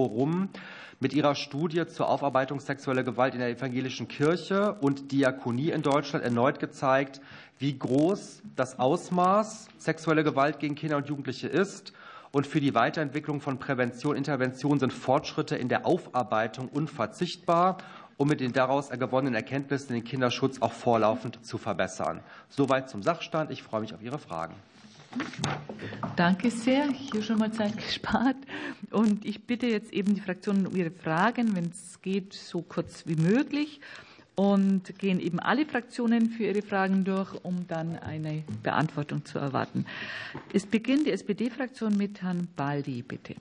mit ihrer Studie zur Aufarbeitung sexueller Gewalt in der evangelischen Kirche und Diakonie in Deutschland erneut gezeigt, wie groß das Ausmaß sexueller Gewalt gegen Kinder und Jugendliche ist. Und für die Weiterentwicklung von Prävention und Intervention sind Fortschritte in der Aufarbeitung unverzichtbar, um mit den daraus gewonnenen Erkenntnissen den Kinderschutz auch vorlaufend zu verbessern. Soweit zum Sachstand. Ich freue mich auf Ihre Fragen. Danke sehr. Hier schon mal Zeit gespart. Und ich bitte jetzt eben die Fraktionen um ihre Fragen, wenn es geht, so kurz wie möglich. Und gehen eben alle Fraktionen für ihre Fragen durch, um dann eine Beantwortung zu erwarten. Es beginnt die SPD-Fraktion mit Herrn Baldi, bitte.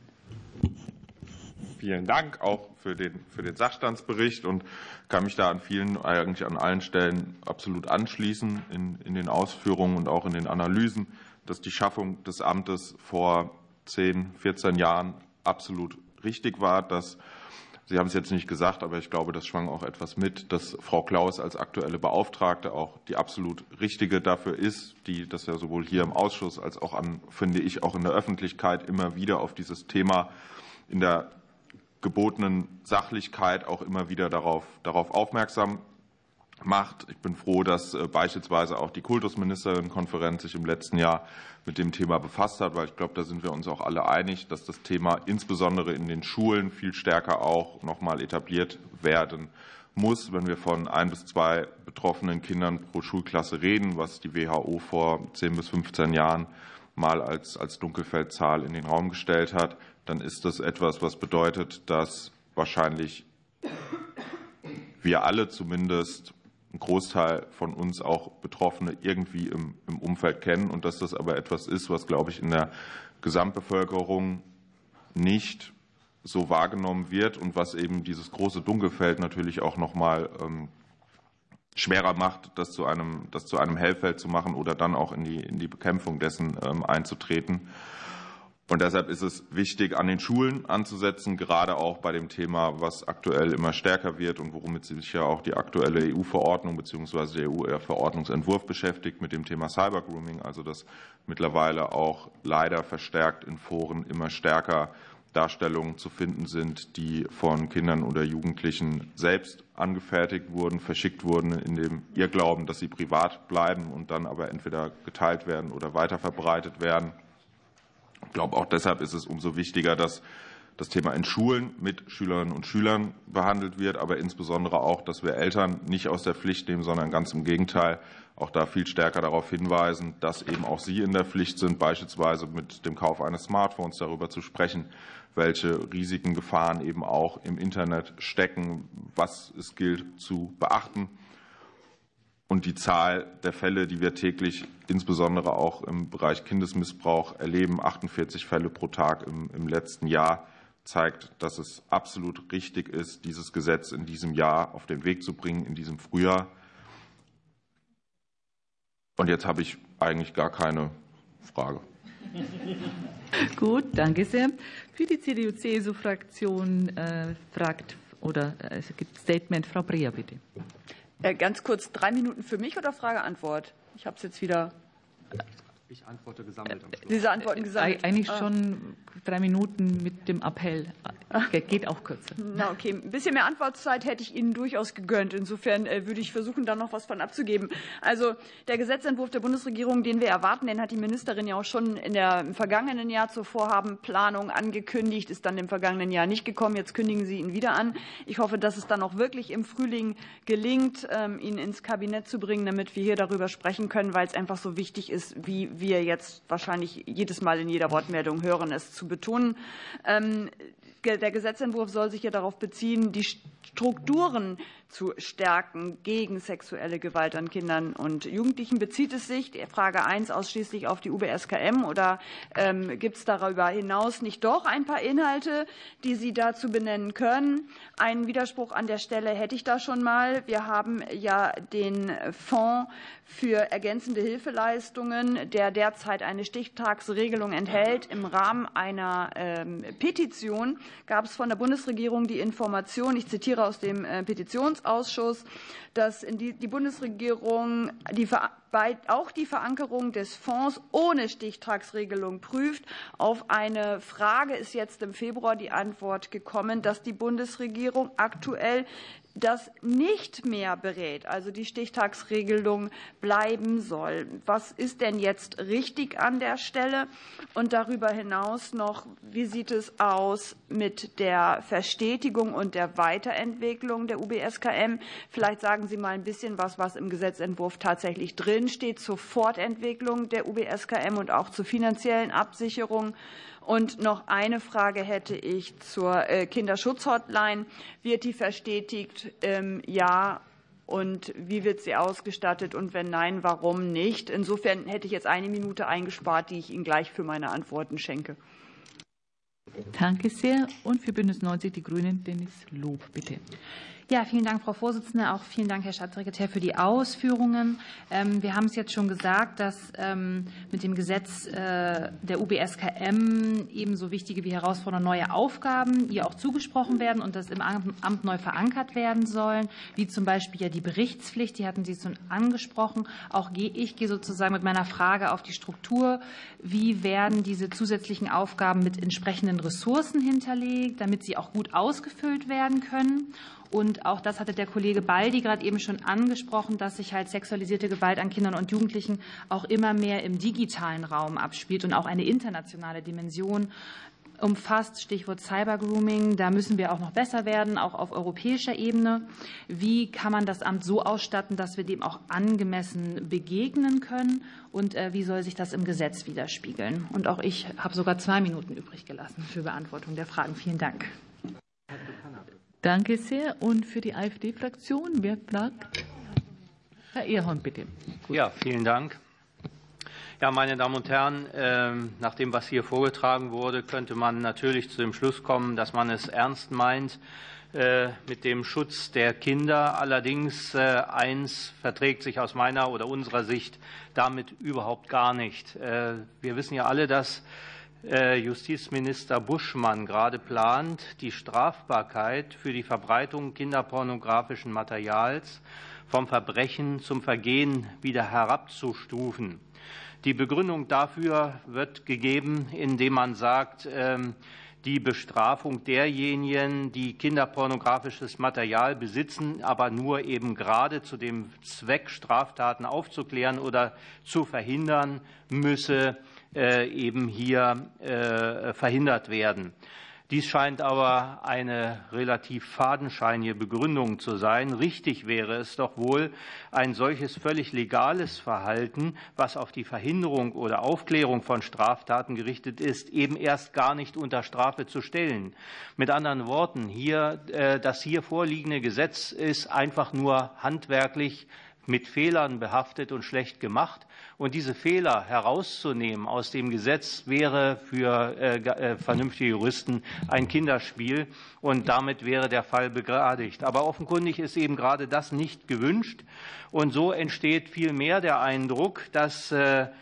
Vielen Dank auch für den Sachstandsbericht und kann mich da eigentlich an allen Stellen absolut anschließen in den Ausführungen und auch in den Analysen, dass die Schaffung des Amtes vor 10, 14 Jahren absolut richtig war. Sie haben es jetzt nicht gesagt, aber ich glaube, das schwang auch etwas mit, dass Frau Klaus als aktuelle Beauftragte auch die absolut richtige dafür ist, die das ja sowohl hier im Ausschuss als auch finde ich, auch in der Öffentlichkeit immer wieder auf dieses Thema in der gebotenen Sachlichkeit auch immer wieder darauf aufmerksam macht. Ich bin froh, dass beispielsweise auch die Kultusministerinnenkonferenz sich im letzten Jahr mit dem Thema befasst hat, weil ich glaube, da sind wir uns auch alle einig, dass das Thema insbesondere in den Schulen viel stärker auch noch mal etabliert werden muss, wenn wir von 1 bis 2 betroffenen Kindern pro Schulklasse reden, was die WHO vor 10 bis 15 Jahren mal als Dunkelfeldzahl in den Raum gestellt hat, dann ist das etwas, was bedeutet, dass wahrscheinlich wir alle zumindest, ein Großteil von uns auch Betroffene irgendwie im Umfeld kennen und dass das aber etwas ist, was, glaube ich, in der Gesamtbevölkerung nicht so wahrgenommen wird und was eben dieses große Dunkelfeld natürlich auch noch mal schwerer macht, das zu einem Hellfeld zu machen oder dann auch in die Bekämpfung dessen einzutreten. Und deshalb ist es wichtig, an den Schulen anzusetzen, gerade auch bei dem Thema, was aktuell immer stärker wird und womit sich ja auch die aktuelle EU-Verordnung bzw. der EU-Verordnungsentwurf beschäftigt, mit dem Thema Cybergrooming, also dass mittlerweile auch leider verstärkt in Foren immer stärker Darstellungen zu finden sind, die von Kindern oder Jugendlichen selbst angefertigt wurden, verschickt wurden, in dem Irrglauben, dass sie privat bleiben und dann aber entweder geteilt werden oder weiterverbreitet werden. Ich glaube, auch deshalb ist es umso wichtiger, dass das Thema in Schulen mit Schülerinnen und Schülern behandelt wird, aber insbesondere auch, dass wir Eltern nicht aus der Pflicht nehmen, sondern ganz im Gegenteil auch da viel stärker darauf hinweisen, dass eben auch sie in der Pflicht sind, beispielsweise mit dem Kauf eines Smartphones darüber zu sprechen, welche Risiken, Gefahren eben auch im Internet stecken, was es gilt zu beachten. Und die Zahl der Fälle, die wir täglich insbesondere auch im Bereich Kindesmissbrauch erleben, 48 Fälle pro Tag im letzten Jahr, zeigt, dass es absolut richtig ist, dieses Gesetz in diesem Jahr auf den Weg zu bringen, in diesem Frühjahr. Und jetzt habe ich eigentlich gar keine Frage. Gut, danke sehr. Für die CDU-CSU-Fraktion gibt Statement Frau Breher, bitte. Ganz kurz, 3 Minuten für mich oder Frage-Antwort? Ich habe es jetzt wieder. Ich antworte gesammelt am Schluss. Diese Antworten gesammelt. Eigentlich schon 3 Minuten mit dem Appell. Geht auch kürzer. Na okay, ein bisschen mehr Antwortzeit hätte ich Ihnen durchaus gegönnt. Insofern würde ich versuchen, da noch was von abzugeben. Also der Gesetzentwurf der Bundesregierung, den wir erwarten, den hat die Ministerin ja auch schon im vergangenen Jahr zur Vorhabenplanung angekündigt, ist dann im vergangenen Jahr nicht gekommen. Jetzt kündigen Sie ihn wieder an. Ich hoffe, dass es dann auch wirklich im Frühling gelingt, ihn ins Kabinett zu bringen, damit wir hier darüber sprechen können, weil es einfach so wichtig ist, wie wir jetzt wahrscheinlich jedes Mal in jeder Wortmeldung hören, es zu betonen. Der Gesetzentwurf soll sich ja darauf beziehen, die Strukturen zu stärken gegen sexuelle Gewalt an Kindern und Jugendlichen. Bezieht es sich, Frage 1, ausschließlich auf die UBSKM oder gibt es darüber hinaus nicht doch ein paar Inhalte, die Sie dazu benennen können? Einen Widerspruch an der Stelle hätte ich da schon mal. Wir haben ja den Fonds für ergänzende Hilfeleistungen, der derzeit eine Stichtagsregelung enthält. Im Rahmen einer Petition gab es von der Bundesregierung die Information, ich zitiere aus dem Petitionsausschuss, dass die Bundesregierung auch die Verankerung des Fonds ohne Stichtagsregelung prüft. Auf eine Frage ist jetzt im Februar die Antwort gekommen, dass die Bundesregierung aktuell das nicht mehr berät, also die Stichtagsregelung bleiben soll. Was ist denn jetzt richtig an der Stelle? Und darüber hinaus noch, wie sieht es aus mit der Verstetigung und der Weiterentwicklung der UBSKM? Vielleicht sagen Sie mal ein bisschen was im Gesetzentwurf tatsächlich drin steht zur Fortentwicklung der UBSKM und auch zur finanziellen Absicherung. Und noch eine Frage hätte ich zur Kinderschutzhotline. Wird die verstetigt? Ja. Und wie wird sie ausgestattet? Und wenn nein, warum nicht? Insofern hätte ich jetzt 1 Minute eingespart, die ich Ihnen gleich für meine Antworten schenke. Danke sehr. Und für Bündnis 90 Die Grünen, Dennis Lob, bitte. Ja, vielen Dank, Frau Vorsitzende. Auch vielen Dank, Herr Staatssekretär, für die Ausführungen. Wir haben es jetzt schon gesagt, dass mit dem Gesetz der UBSKM ebenso wichtige wie herausfordernde neue Aufgaben ihr auch zugesprochen werden und das im Amt neu verankert werden sollen, wie zum Beispiel ja die Berichtspflicht, die hatten Sie schon angesprochen. Auch ich gehe sozusagen mit meiner Frage auf die Struktur. Wie werden diese zusätzlichen Aufgaben mit entsprechenden Ressourcen hinterlegt, damit sie auch gut ausgefüllt werden können? Und auch das hatte der Kollege Baldi gerade eben schon angesprochen, dass sich halt sexualisierte Gewalt an Kindern und Jugendlichen auch immer mehr im digitalen Raum abspielt und auch eine internationale Dimension umfasst, Stichwort Cybergrooming. Da müssen wir auch noch besser werden, auch auf europäischer Ebene. Wie kann man das Amt so ausstatten, dass wir dem auch angemessen begegnen können? Und wie soll sich das im Gesetz widerspiegeln? Und auch ich habe sogar 2 Minuten übrig gelassen für Beantwortung der Fragen. Vielen Dank. Danke sehr. Und für die AfD-Fraktion, wer fragt? Herr Ehrhorn, bitte. Gut. Ja, vielen Dank. Ja, meine Damen und Herren, nach dem, was hier vorgetragen wurde, könnte man natürlich zu dem Schluss kommen, dass man es ernst meint mit dem Schutz der Kinder. Allerdings eins verträgt sich aus meiner oder unserer Sicht damit überhaupt gar nicht. Wir wissen ja alle, dass Justizminister Buschmann gerade plant, die Strafbarkeit für die Verbreitung kinderpornografischen Materials vom Verbrechen zum Vergehen wieder herabzustufen. Die Begründung dafür wird gegeben, indem man sagt, die Bestrafung derjenigen, die kinderpornografisches Material besitzen, aber nur eben gerade zu dem Zweck, Straftaten aufzuklären oder zu verhindern, müsse eben hier verhindert werden. Dies scheint aber eine relativ fadenscheinige Begründung zu sein. Richtig wäre es doch wohl, ein solches völlig legales Verhalten, was auf die Verhinderung oder Aufklärung von Straftaten gerichtet ist, eben erst gar nicht unter Strafe zu stellen. Mit anderen Worten, das hier vorliegende Gesetz ist einfach nur handwerklich mit Fehlern behaftet und schlecht gemacht. Und diese Fehler herauszunehmen aus dem Gesetz wäre für vernünftige Juristen ein Kinderspiel. Und damit wäre der Fall begradigt. Aber offenkundig ist eben gerade das nicht gewünscht. Und so entsteht vielmehr der Eindruck, dass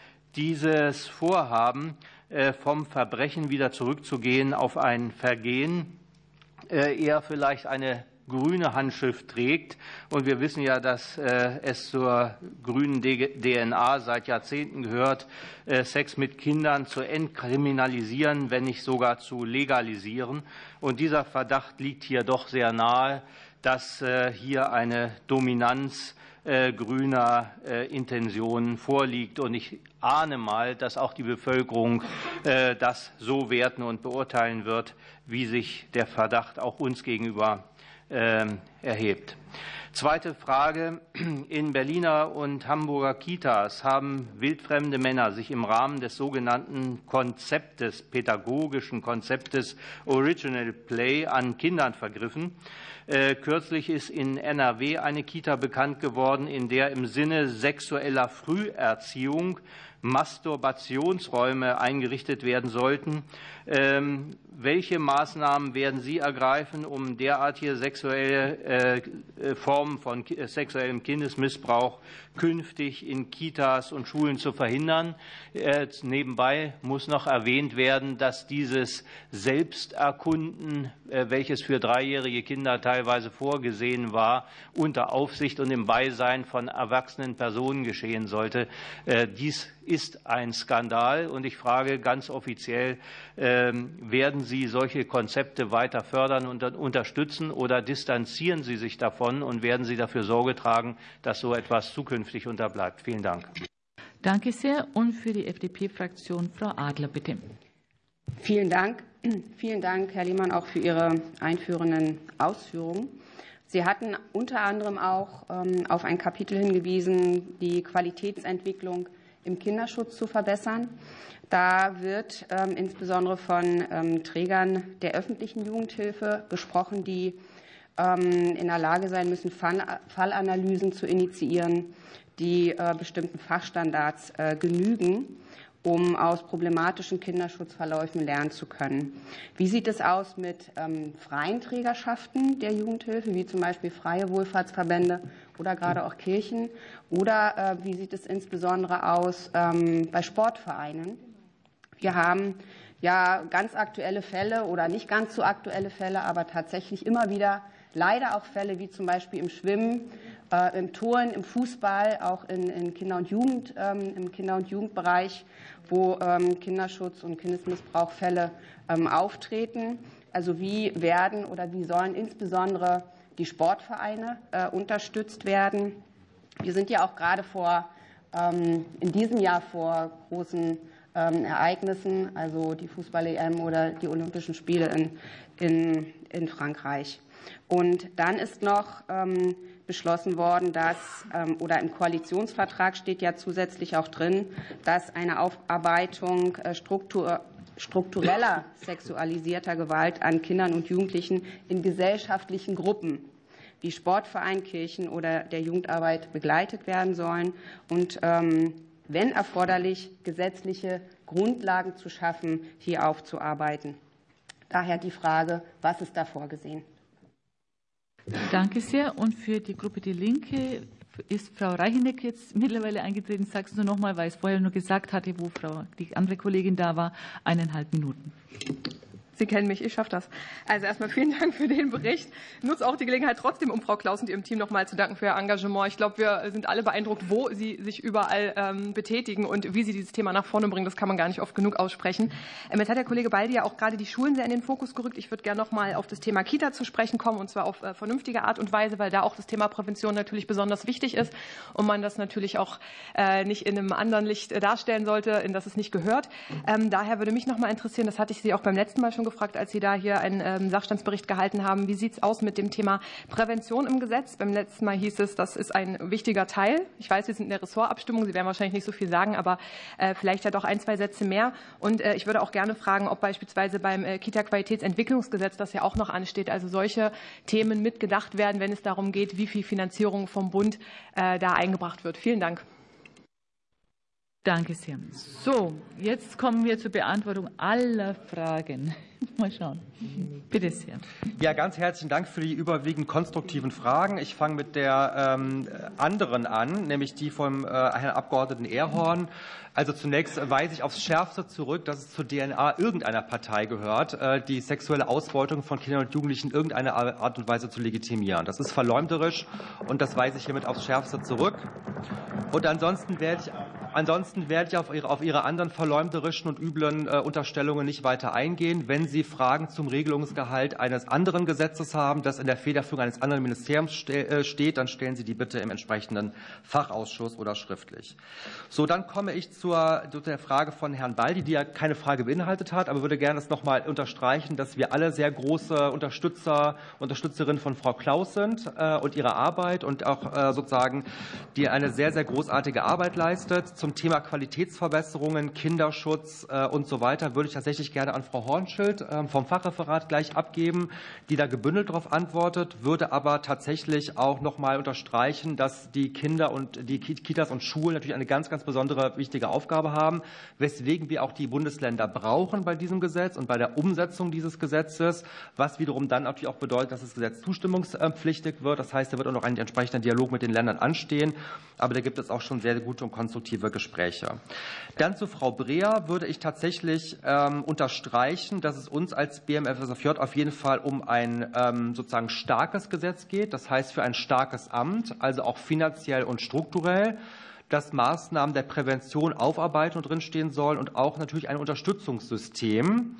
dieses Vorhaben, vom Verbrechen wieder zurückzugehen auf ein Vergehen, eher vielleicht eine grüne Handschrift trägt. Und wir wissen ja, dass es zur grünen DNA seit Jahrzehnten gehört, Sex mit Kindern zu entkriminalisieren, wenn nicht sogar zu legalisieren. Und dieser Verdacht liegt hier doch sehr nahe, dass hier eine Dominanz grüner Intentionen vorliegt. Und ich ahne mal, dass auch die Bevölkerung das so werten und beurteilen wird, wie sich der Verdacht auch uns gegenüber erhebt. Zweite Frage. In Berliner und Hamburger Kitas haben wildfremde Männer sich im Rahmen des sogenannten pädagogischen Konzeptes Original Play an Kindern vergriffen. Kürzlich ist in NRW eine Kita bekannt geworden, in der im Sinne sexueller Früherziehung Masturbationsräume eingerichtet werden sollten. Welche Maßnahmen werden Sie ergreifen, um derartige sexuelle Formen von sexuellem Kindesmissbrauch künftig in Kitas und Schulen zu verhindern? Nebenbei muss noch erwähnt werden, dass dieses Selbsterkunden, welches für 3-jährige Kinder teilweise vorgesehen war, unter Aufsicht und im Beisein von erwachsenen Personen geschehen sollte. Dies ist ein Skandal. Und ich frage ganz offiziell, werden Sie solche Konzepte weiter fördern und unterstützen oder distanzieren Sie sich davon und werden Sie dafür Sorge tragen, dass so etwas zukünftig unterbleibt? Vielen Dank. Danke sehr. Und für die FDP-Fraktion Frau Adler, bitte. Vielen Dank. Vielen Dank, Herr Lehmann, auch für Ihre einführenden Ausführungen. Sie hatten unter anderem auch auf ein Kapitel hingewiesen, die Qualitätsentwicklung im Kinderschutz zu verbessern. Da wird insbesondere von Trägern der öffentlichen Jugendhilfe gesprochen, die in der Lage sein müssen, Fallanalysen zu initiieren, die bestimmten Fachstandards genügen, um aus problematischen Kinderschutzverläufen lernen zu können. Wie sieht es aus mit freien Trägerschaften der Jugendhilfe, wie zum Beispiel freie Wohlfahrtsverbände oder gerade auch Kirchen? Oder wie sieht es insbesondere aus bei Sportvereinen? Wir haben ja ganz aktuelle Fälle oder nicht ganz so aktuelle Fälle, aber tatsächlich immer wieder leider auch Fälle wie zum Beispiel im Schwimmen, im Turnen, im Fußball, auch in Kinder- und Jugend, im Kinder- und Jugendbereich, wo Kinderschutz- und Kindesmissbrauchfälle auftreten. Also wie werden oder wie sollen insbesondere die Sportvereine unterstützt werden? Wir sind ja auch gerade in diesem Jahr vor großen Ereignissen, also die Fußball-EM oder die Olympischen Spiele in Frankreich. Und dann ist noch beschlossen worden, dass, oder im Koalitionsvertrag steht ja zusätzlich auch drin, dass eine Aufarbeitung struktureller sexualisierter Gewalt an Kindern und Jugendlichen in gesellschaftlichen Gruppen wie Sportverein, Kirchen oder der Jugendarbeit begleitet werden sollen und wenn erforderlich, gesetzliche Grundlagen zu schaffen, hier aufzuarbeiten. Daher die Frage, was ist da vorgesehen? Danke sehr. Und für die Gruppe Die Linke ist Frau Reicheneck jetzt mittlerweile eingetreten. Sagst du noch mal, weil ich es vorher nur gesagt hatte, wo die andere Kollegin da war, 1,5 Minuten. Sie kennen mich, ich schaffe das. Also erstmal vielen Dank für den Bericht. Ich nutze auch die Gelegenheit trotzdem, um Frau Klaus und ihrem Team noch mal zu danken für ihr Engagement. Ich glaube, wir sind alle beeindruckt, wo Sie sich überall betätigen und wie Sie dieses Thema nach vorne bringen. Das kann man gar nicht oft genug aussprechen. Jetzt hat der Kollege Baldi ja auch gerade die Schulen sehr in den Fokus gerückt. Ich würde gerne noch mal auf das Thema Kita zu sprechen kommen, und zwar auf vernünftige Art und Weise, weil da auch das Thema Prävention natürlich besonders wichtig ist und man das natürlich auch nicht in einem anderen Licht darstellen sollte, in das es nicht gehört. Daher würde mich noch mal interessieren, das hatte ich Sie auch beim letzten Mal schon gefragt, als Sie da hier einen Sachstandsbericht gehalten haben. Wie sieht es aus mit dem Thema Prävention im Gesetz? Beim letzten Mal hieß es, das ist ein wichtiger Teil. Ich weiß, wir sind in der Ressortabstimmung. Sie werden wahrscheinlich nicht so viel sagen, aber vielleicht ja doch 1, 2 Sätze mehr. Und ich würde auch gerne fragen, ob beispielsweise beim Kita-Qualitätsentwicklungsgesetz, das ja auch noch ansteht, also solche Themen mitgedacht werden, wenn es darum geht, wie viel Finanzierung vom Bund da eingebracht wird. Vielen Dank. Danke sehr. So, jetzt kommen wir zur Beantwortung aller Fragen. Mal schauen. Bitte sehr. Ja, ganz herzlichen Dank für die überwiegend konstruktiven Fragen. Ich fange mit der anderen an, nämlich die vom Herrn Abgeordneten Erhorn. Also zunächst weise ich aufs Schärfste zurück, dass es zur DNA irgendeiner Partei gehört, die sexuelle Ausbeutung von Kindern und Jugendlichen in irgendeiner Art und Weise zu legitimieren. Das ist verleumderisch und das weise ich hiermit aufs Schärfste zurück. Und ansonsten werde ich auf Ihre anderen verleumderischen und üblen Unterstellungen nicht weiter eingehen. Wenn Sie Fragen zum Regelungsgehalt eines anderen Gesetzes haben, das in der Federführung eines anderen Ministeriums steht, dann stellen Sie die bitte im entsprechenden Fachausschuss oder schriftlich. So, dann komme ich zu der Frage von Herrn Baldi, die ja keine Frage beinhaltet hat, aber würde gerne das noch mal unterstreichen, dass wir alle sehr große Unterstützerinnen von Frau Klaus sind und ihrer Arbeit und auch sozusagen, die eine sehr, sehr großartige Arbeit leistet. Zum Thema Qualitätsverbesserungen, Kinderschutz und so weiter würde ich tatsächlich gerne an Frau Hornschild vom Fachreferat gleich abgeben, die da gebündelt darauf antwortet, würde aber tatsächlich auch noch mal unterstreichen, dass die Kinder und die Kitas und Schulen natürlich eine ganz, ganz besondere wichtige Aufgabe haben, weswegen wir auch die Bundesländer brauchen bei diesem Gesetz und bei der Umsetzung dieses Gesetzes, was wiederum dann natürlich auch bedeutet, dass das Gesetz zustimmungspflichtig wird. Das heißt, da wird auch noch ein entsprechender Dialog mit den Ländern anstehen, aber da gibt es auch schon sehr gute und konstruktive Gespräche. Dann zu Frau Breer würde ich tatsächlich unterstreichen, dass es uns als BMFSFJ auf jeden Fall um ein sozusagen starkes Gesetz geht, das heißt für ein starkes Amt, also auch finanziell und strukturell, dass Maßnahmen der Prävention, Aufarbeitung drinstehen sollen und auch natürlich ein Unterstützungssystem.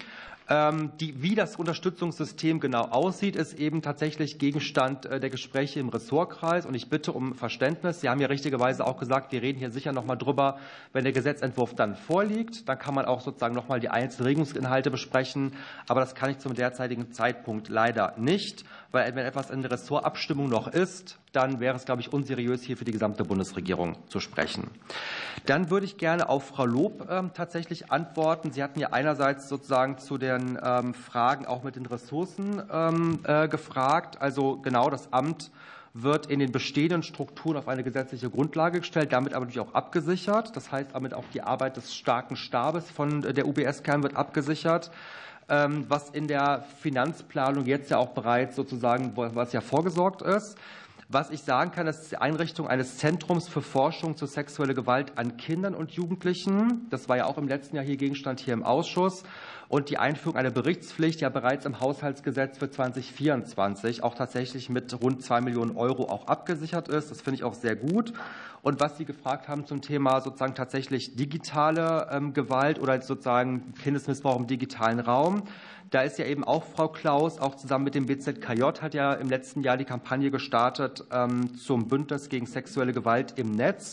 Wie das Unterstützungssystem genau aussieht, ist eben tatsächlich Gegenstand der Gespräche im Ressortkreis. Und ich bitte um Verständnis. Sie haben ja richtigerweise auch gesagt, wir reden hier sicher noch mal drüber, wenn der Gesetzentwurf dann vorliegt. Dann kann man auch sozusagen noch mal die einzelnen Regelungsinhalte besprechen. Aber das kann ich zum derzeitigen Zeitpunkt leider nicht, weil wenn etwas in der Ressortabstimmung noch ist, dann wäre es, glaube ich, unseriös, hier für die gesamte Bundesregierung zu sprechen. Dann würde ich gerne auf Frau Lob tatsächlich antworten. Sie hatten ja einerseits sozusagen zu den Fragen auch mit den Ressourcen gefragt. Also genau, das Amt wird in den bestehenden Strukturen auf eine gesetzliche Grundlage gestellt, damit aber natürlich auch abgesichert. Das heißt, damit auch die Arbeit des starken Stabes von der UBS-Kern wird abgesichert, was in der Finanzplanung jetzt ja auch bereits sozusagen, was ja vorgesorgt ist. Was ich sagen kann, ist die Einrichtung eines Zentrums für Forschung zur sexuellen Gewalt an Kindern und Jugendlichen. Das war ja auch im letzten Jahr hier Gegenstand hier im Ausschuss. Und die Einführung einer Berichtspflicht ja bereits im Haushaltsgesetz für 2024 auch tatsächlich mit rund 2 Millionen € auch abgesichert ist. Das finde ich auch sehr gut. Und was Sie gefragt haben zum Thema sozusagen tatsächlich digitale Gewalt oder sozusagen Kindesmissbrauch im digitalen Raum. Da ist ja eben auch Frau Klaus, auch zusammen mit dem BZKJ, hat ja im letzten Jahr die Kampagne gestartet zum Bündnis gegen sexuelle Gewalt im Netz.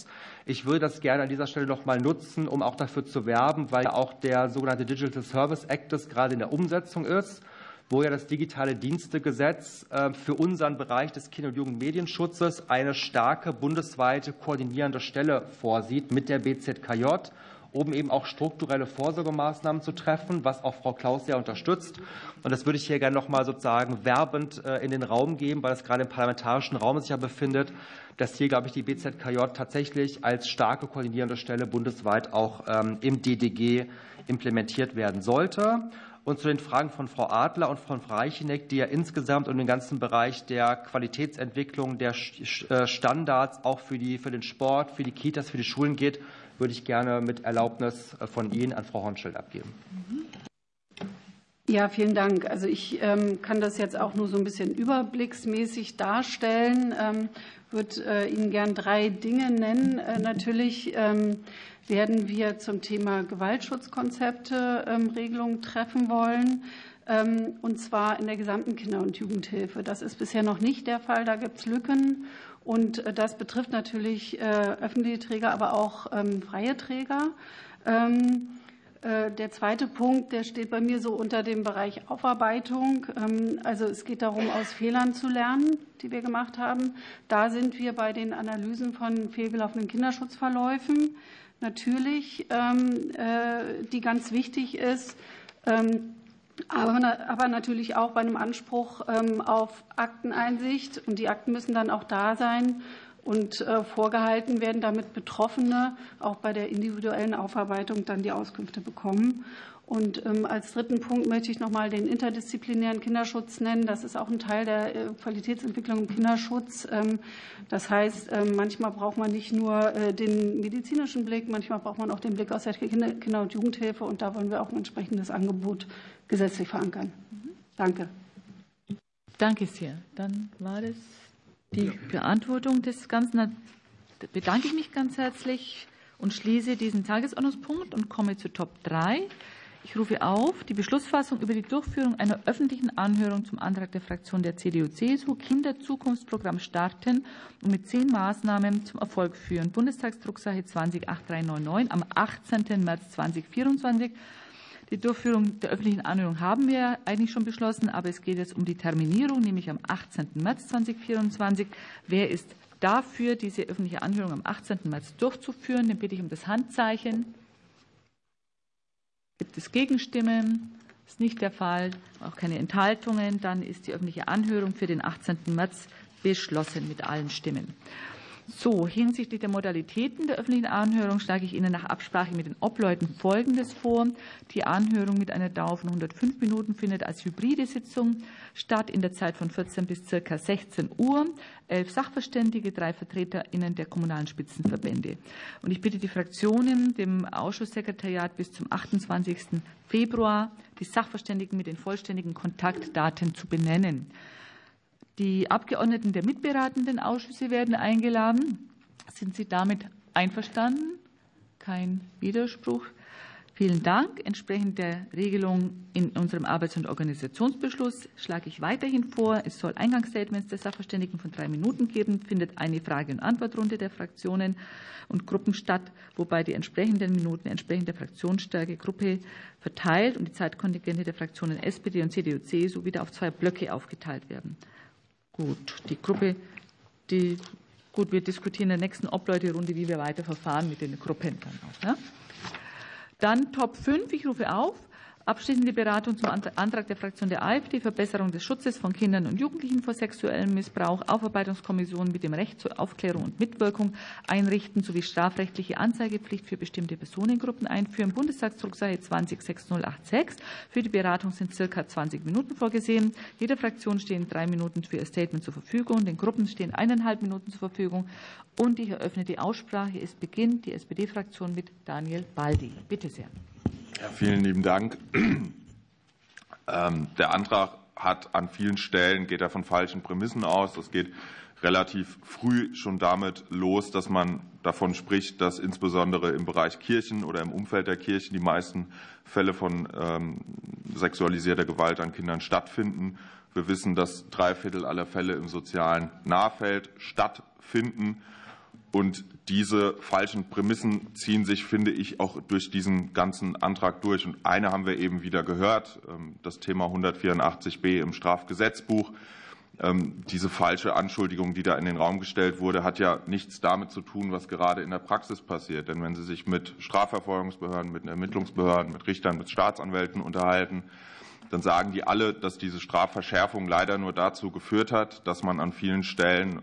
Ich würde das gerne an dieser Stelle noch mal nutzen, um auch dafür zu werben, weil auch der sogenannte Digital Service Act gerade in der Umsetzung ist, wo ja das digitale Dienstegesetz für unseren Bereich des Kinder- und Jugendmedienschutzes eine starke bundesweite koordinierende Stelle vorsieht mit der BZKJ, um eben auch strukturelle Vorsorgemaßnahmen zu treffen, was auch Frau Klaus sehr unterstützt. Und das würde ich hier gerne noch mal sozusagen werbend in den Raum geben, weil es gerade im parlamentarischen Raum sich ja befindet, dass hier, glaube ich, die BZKJ tatsächlich als starke koordinierende Stelle bundesweit auch im DDG implementiert werden sollte. Und zu den Fragen von Frau Adler und von Frau Reicheneck, die ja insgesamt um den ganzen Bereich der Qualitätsentwicklung, der Standards auch für den Sport, für die Kitas, für die Schulen geht, würde ich gerne mit Erlaubnis von Ihnen an Frau Hornschelt abgeben. Ja, vielen Dank. Also ich kann das jetzt auch nur so ein bisschen überblicksmäßig darstellen. Würde Ihnen gern 3 Dinge nennen. Natürlich werden wir zum Thema Gewaltschutzkonzepte Regelungen treffen wollen, und zwar in der gesamten Kinder- und Jugendhilfe. Das ist bisher noch nicht der Fall, da gibt es Lücken. Und das betrifft natürlich öffentliche Träger, aber auch freie Träger. Der zweite Punkt, der steht bei mir so unter dem Bereich Aufarbeitung. Also es geht darum, aus Fehlern zu lernen, die wir gemacht haben. Da sind wir bei den Analysen von fehlgelaufenen Kinderschutzverläufen natürlich, die ganz wichtig ist, aber natürlich auch bei einem Anspruch auf Akteneinsicht. Und die Akten müssen dann auch da sein und vorgehalten werden, damit Betroffene auch bei der individuellen Aufarbeitung dann die Auskünfte bekommen. Und als dritten Punkt möchte ich noch mal den interdisziplinären Kinderschutz nennen. Das ist auch ein Teil der Qualitätsentwicklung im Kinderschutz. Das heißt, manchmal braucht man nicht nur den medizinischen Blick, manchmal braucht man auch den Blick aus der Kinder- und Jugendhilfe. Und da wollen wir auch ein entsprechendes Angebot gesetzlich verankern. Danke. Danke sehr. Dann war das die Beantwortung des Ganzen. Da bedanke ich mich ganz herzlich und schließe diesen Tagesordnungspunkt und komme zu Top 3. Ich rufe auf die Beschlussfassung über die Durchführung einer öffentlichen Anhörung zum Antrag der Fraktion der CDU-CSU Kinderzukunftsprogramm starten und mit 10 Maßnahmen zum Erfolg führen. Bundestagsdrucksache 20-8399 am 18. März 2024. Die Durchführung der öffentlichen Anhörung haben wir eigentlich schon beschlossen, aber es geht jetzt um die Terminierung, nämlich am 18. März 2024. Wer ist dafür, diese öffentliche Anhörung am 18. März durchzuführen? Den bitte ich um das Handzeichen. Gibt es Gegenstimmen? Das ist nicht der Fall. Auch keine Enthaltungen. Dann ist die öffentliche Anhörung für den 18. März beschlossen mit allen Stimmen. So, hinsichtlich der Modalitäten der öffentlichen Anhörung schlage ich Ihnen nach Absprache mit den Obleuten Folgendes vor. Die Anhörung mit einer Dauer von 105 Minuten findet als hybride Sitzung statt in der Zeit von 14 bis ca. 16 Uhr. 11 Sachverständige, 3 VertreterInnen der kommunalen Spitzenverbände. Und ich bitte die Fraktionen, dem Ausschusssekretariat bis zum 28. Februar die Sachverständigen mit den vollständigen Kontaktdaten zu benennen. Die Abgeordneten der mitberatenden Ausschüsse werden eingeladen. Sind Sie damit einverstanden? Kein Widerspruch. Vielen Dank. Entsprechend der Regelung in unserem Arbeits- und Organisationsbeschluss schlage ich weiterhin vor, es soll Eingangsstatements der Sachverständigen von 3 Minuten geben, findet eine Frage- und Antwortrunde der Fraktionen und Gruppen statt, wobei die entsprechenden Minuten entsprechend der Fraktionsstärke Gruppe verteilt und die Zeitkontingente der Fraktionen SPD und CDU-CSU wieder auf 2 Blöcke aufgeteilt werden. Gut, wir diskutieren in der nächsten Obleute-Runde, wie wir weiter verfahren mit den Gruppen dann auch. Ja? Dann Top 5, ich rufe auf. Abschließende Beratung zum Antrag der Fraktion der AfD, Verbesserung des Schutzes von Kindern und Jugendlichen vor sexuellem Missbrauch, Aufarbeitungskommission mit dem Recht zur Aufklärung und Mitwirkung einrichten sowie strafrechtliche Anzeigepflicht für bestimmte Personengruppen einführen. Bundestagsdrucksache 20-6086. Für die Beratung sind ca. 20 Minuten vorgesehen. Jeder Fraktion stehen 3 Minuten für ihr Statement zur Verfügung. Den Gruppen stehen 1,5 Minuten zur Verfügung. Und ich eröffne die Aussprache. Es beginnt die SPD-Fraktion mit Daniel Baldi. Bitte sehr. Ja, vielen lieben Dank. Der Antrag hat an vielen Stellen, geht er von falschen Prämissen aus. Das geht relativ früh schon damit los, dass man davon spricht, dass insbesondere im Bereich Kirchen oder im Umfeld der Kirchen die meisten Fälle von sexualisierter Gewalt an Kindern stattfinden. Wir wissen, dass 3/4 aller Fälle im sozialen Nahfeld stattfinden. Und diese falschen Prämissen ziehen sich, finde ich, auch durch diesen ganzen Antrag durch. Und eine haben wir eben wieder gehört, das Thema 184b im Strafgesetzbuch. Diese falsche Anschuldigung, die da in den Raum gestellt wurde, hat ja nichts damit zu tun, was gerade in der Praxis passiert. Denn wenn Sie sich mit Strafverfolgungsbehörden, mit Ermittlungsbehörden, mit Richtern, mit Staatsanwälten unterhalten, dann sagen die alle, dass diese Strafverschärfung leider nur dazu geführt hat, dass man an vielen Stellen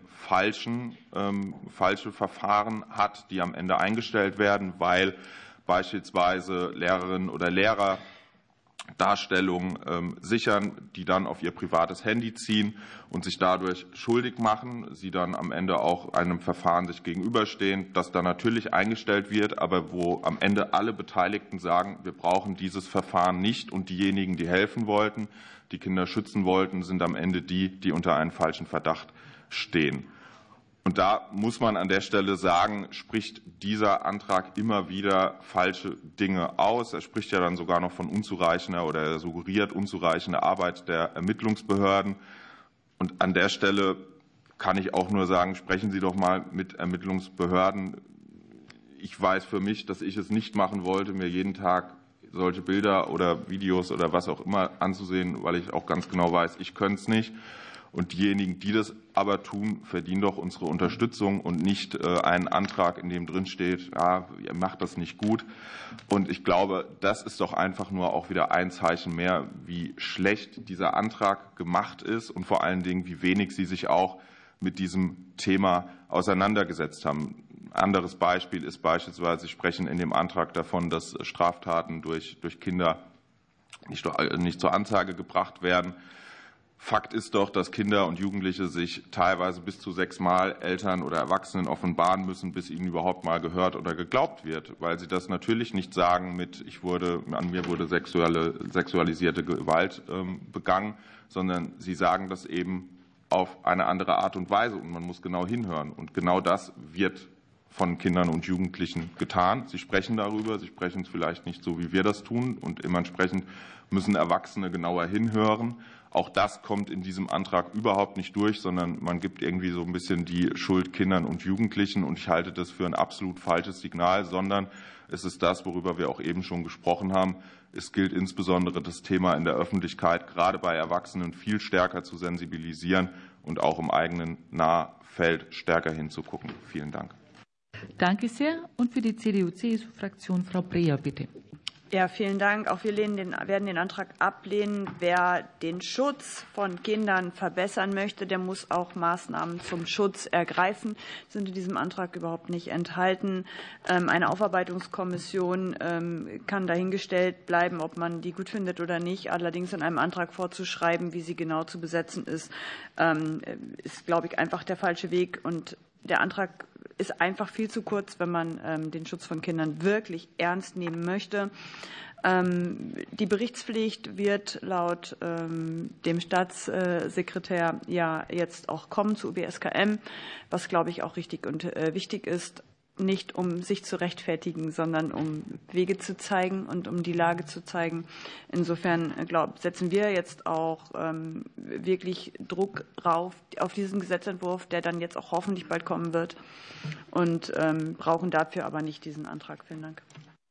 falsche Verfahren hat, die am Ende eingestellt werden, weil beispielsweise Lehrerinnen oder Lehrer Darstellungen sichern, die dann auf ihr privates Handy ziehen und sich dadurch schuldig machen, sie dann am Ende auch einem Verfahren sich gegenüberstehen, das dann natürlich eingestellt wird, aber wo am Ende alle Beteiligten sagen, wir brauchen dieses Verfahren nicht, und diejenigen, die helfen wollten, die Kinder schützen wollten, sind am Ende die unter einem falschen Verdacht stehen. Und da muss man an der Stelle sagen, spricht dieser Antrag immer wieder falsche Dinge aus. Er spricht ja dann sogar noch von unzureichender oder er suggeriert unzureichende Arbeit der Ermittlungsbehörden. Und an der Stelle kann ich auch nur sagen, sprechen Sie doch mal mit Ermittlungsbehörden. Ich weiß für mich, dass ich es nicht machen wollte, mir jeden Tag solche Bilder oder Videos oder was auch immer anzusehen, weil ich auch ganz genau weiß, ich könnte es nicht. Und diejenigen, die das aber tun, verdienen doch unsere Unterstützung und nicht einen Antrag, in dem drin steht, ja, ihr macht das nicht gut. Und ich glaube, das ist doch einfach nur auch wieder ein Zeichen mehr, wie schlecht dieser Antrag gemacht ist und vor allen Dingen, wie wenig Sie sich auch mit diesem Thema auseinandergesetzt haben. Ein anderes Beispiel ist beispielsweise, Sie sprechen in dem Antrag davon, dass Straftaten durch Kinder nicht zur Anzeige gebracht werden. Fakt ist doch, dass Kinder und Jugendliche sich teilweise bis zu 6-mal Eltern oder Erwachsenen offenbaren müssen, bis ihnen überhaupt mal gehört oder geglaubt wird, weil sie das natürlich nicht sagen mit, an mir wurde sexualisierte Gewalt begangen, sondern sie sagen das eben auf eine andere Art und Weise, und man muss genau hinhören. Und genau das wird von Kindern und Jugendlichen getan. Sie sprechen darüber, sie sprechen es vielleicht nicht so, wie wir das tun, und dementsprechend müssen Erwachsene genauer hinhören. Auch das kommt in diesem Antrag überhaupt nicht durch, sondern man gibt irgendwie so ein bisschen die Schuld Kindern und Jugendlichen, und ich halte das für ein absolut falsches Signal, sondern es ist das, worüber wir auch eben schon gesprochen haben. Es gilt insbesondere, das Thema in der Öffentlichkeit, gerade bei Erwachsenen, viel stärker zu sensibilisieren und auch im eigenen Nahfeld stärker hinzugucken. Vielen Dank. Danke sehr. Und für die CDU-CSU-Fraktion Frau Breher, bitte. Ja, vielen Dank. Auch wir werden den Antrag ablehnen. Wer den Schutz von Kindern verbessern möchte, der muss auch Maßnahmen zum Schutz ergreifen. Sind in diesem Antrag überhaupt nicht enthalten. Eine Aufarbeitungskommission kann dahingestellt bleiben, ob man die gut findet oder nicht. Allerdings in einem Antrag vorzuschreiben, wie sie genau zu besetzen ist, glaube ich, einfach der falsche Weg. Und der Antrag ist einfach viel zu kurz, wenn man den Schutz von Kindern wirklich ernst nehmen möchte. Die Berichtspflicht wird laut dem Staatssekretär ja jetzt auch kommen zu UBSKM, was, glaube ich, auch richtig und wichtig ist. Nicht um sich zu rechtfertigen, sondern um Wege zu zeigen und um die Lage zu zeigen. Insofern setzen wir jetzt auch wirklich Druck rauf auf diesen Gesetzentwurf, der dann jetzt auch hoffentlich bald kommen wird, und brauchen dafür aber nicht diesen Antrag. Vielen Dank.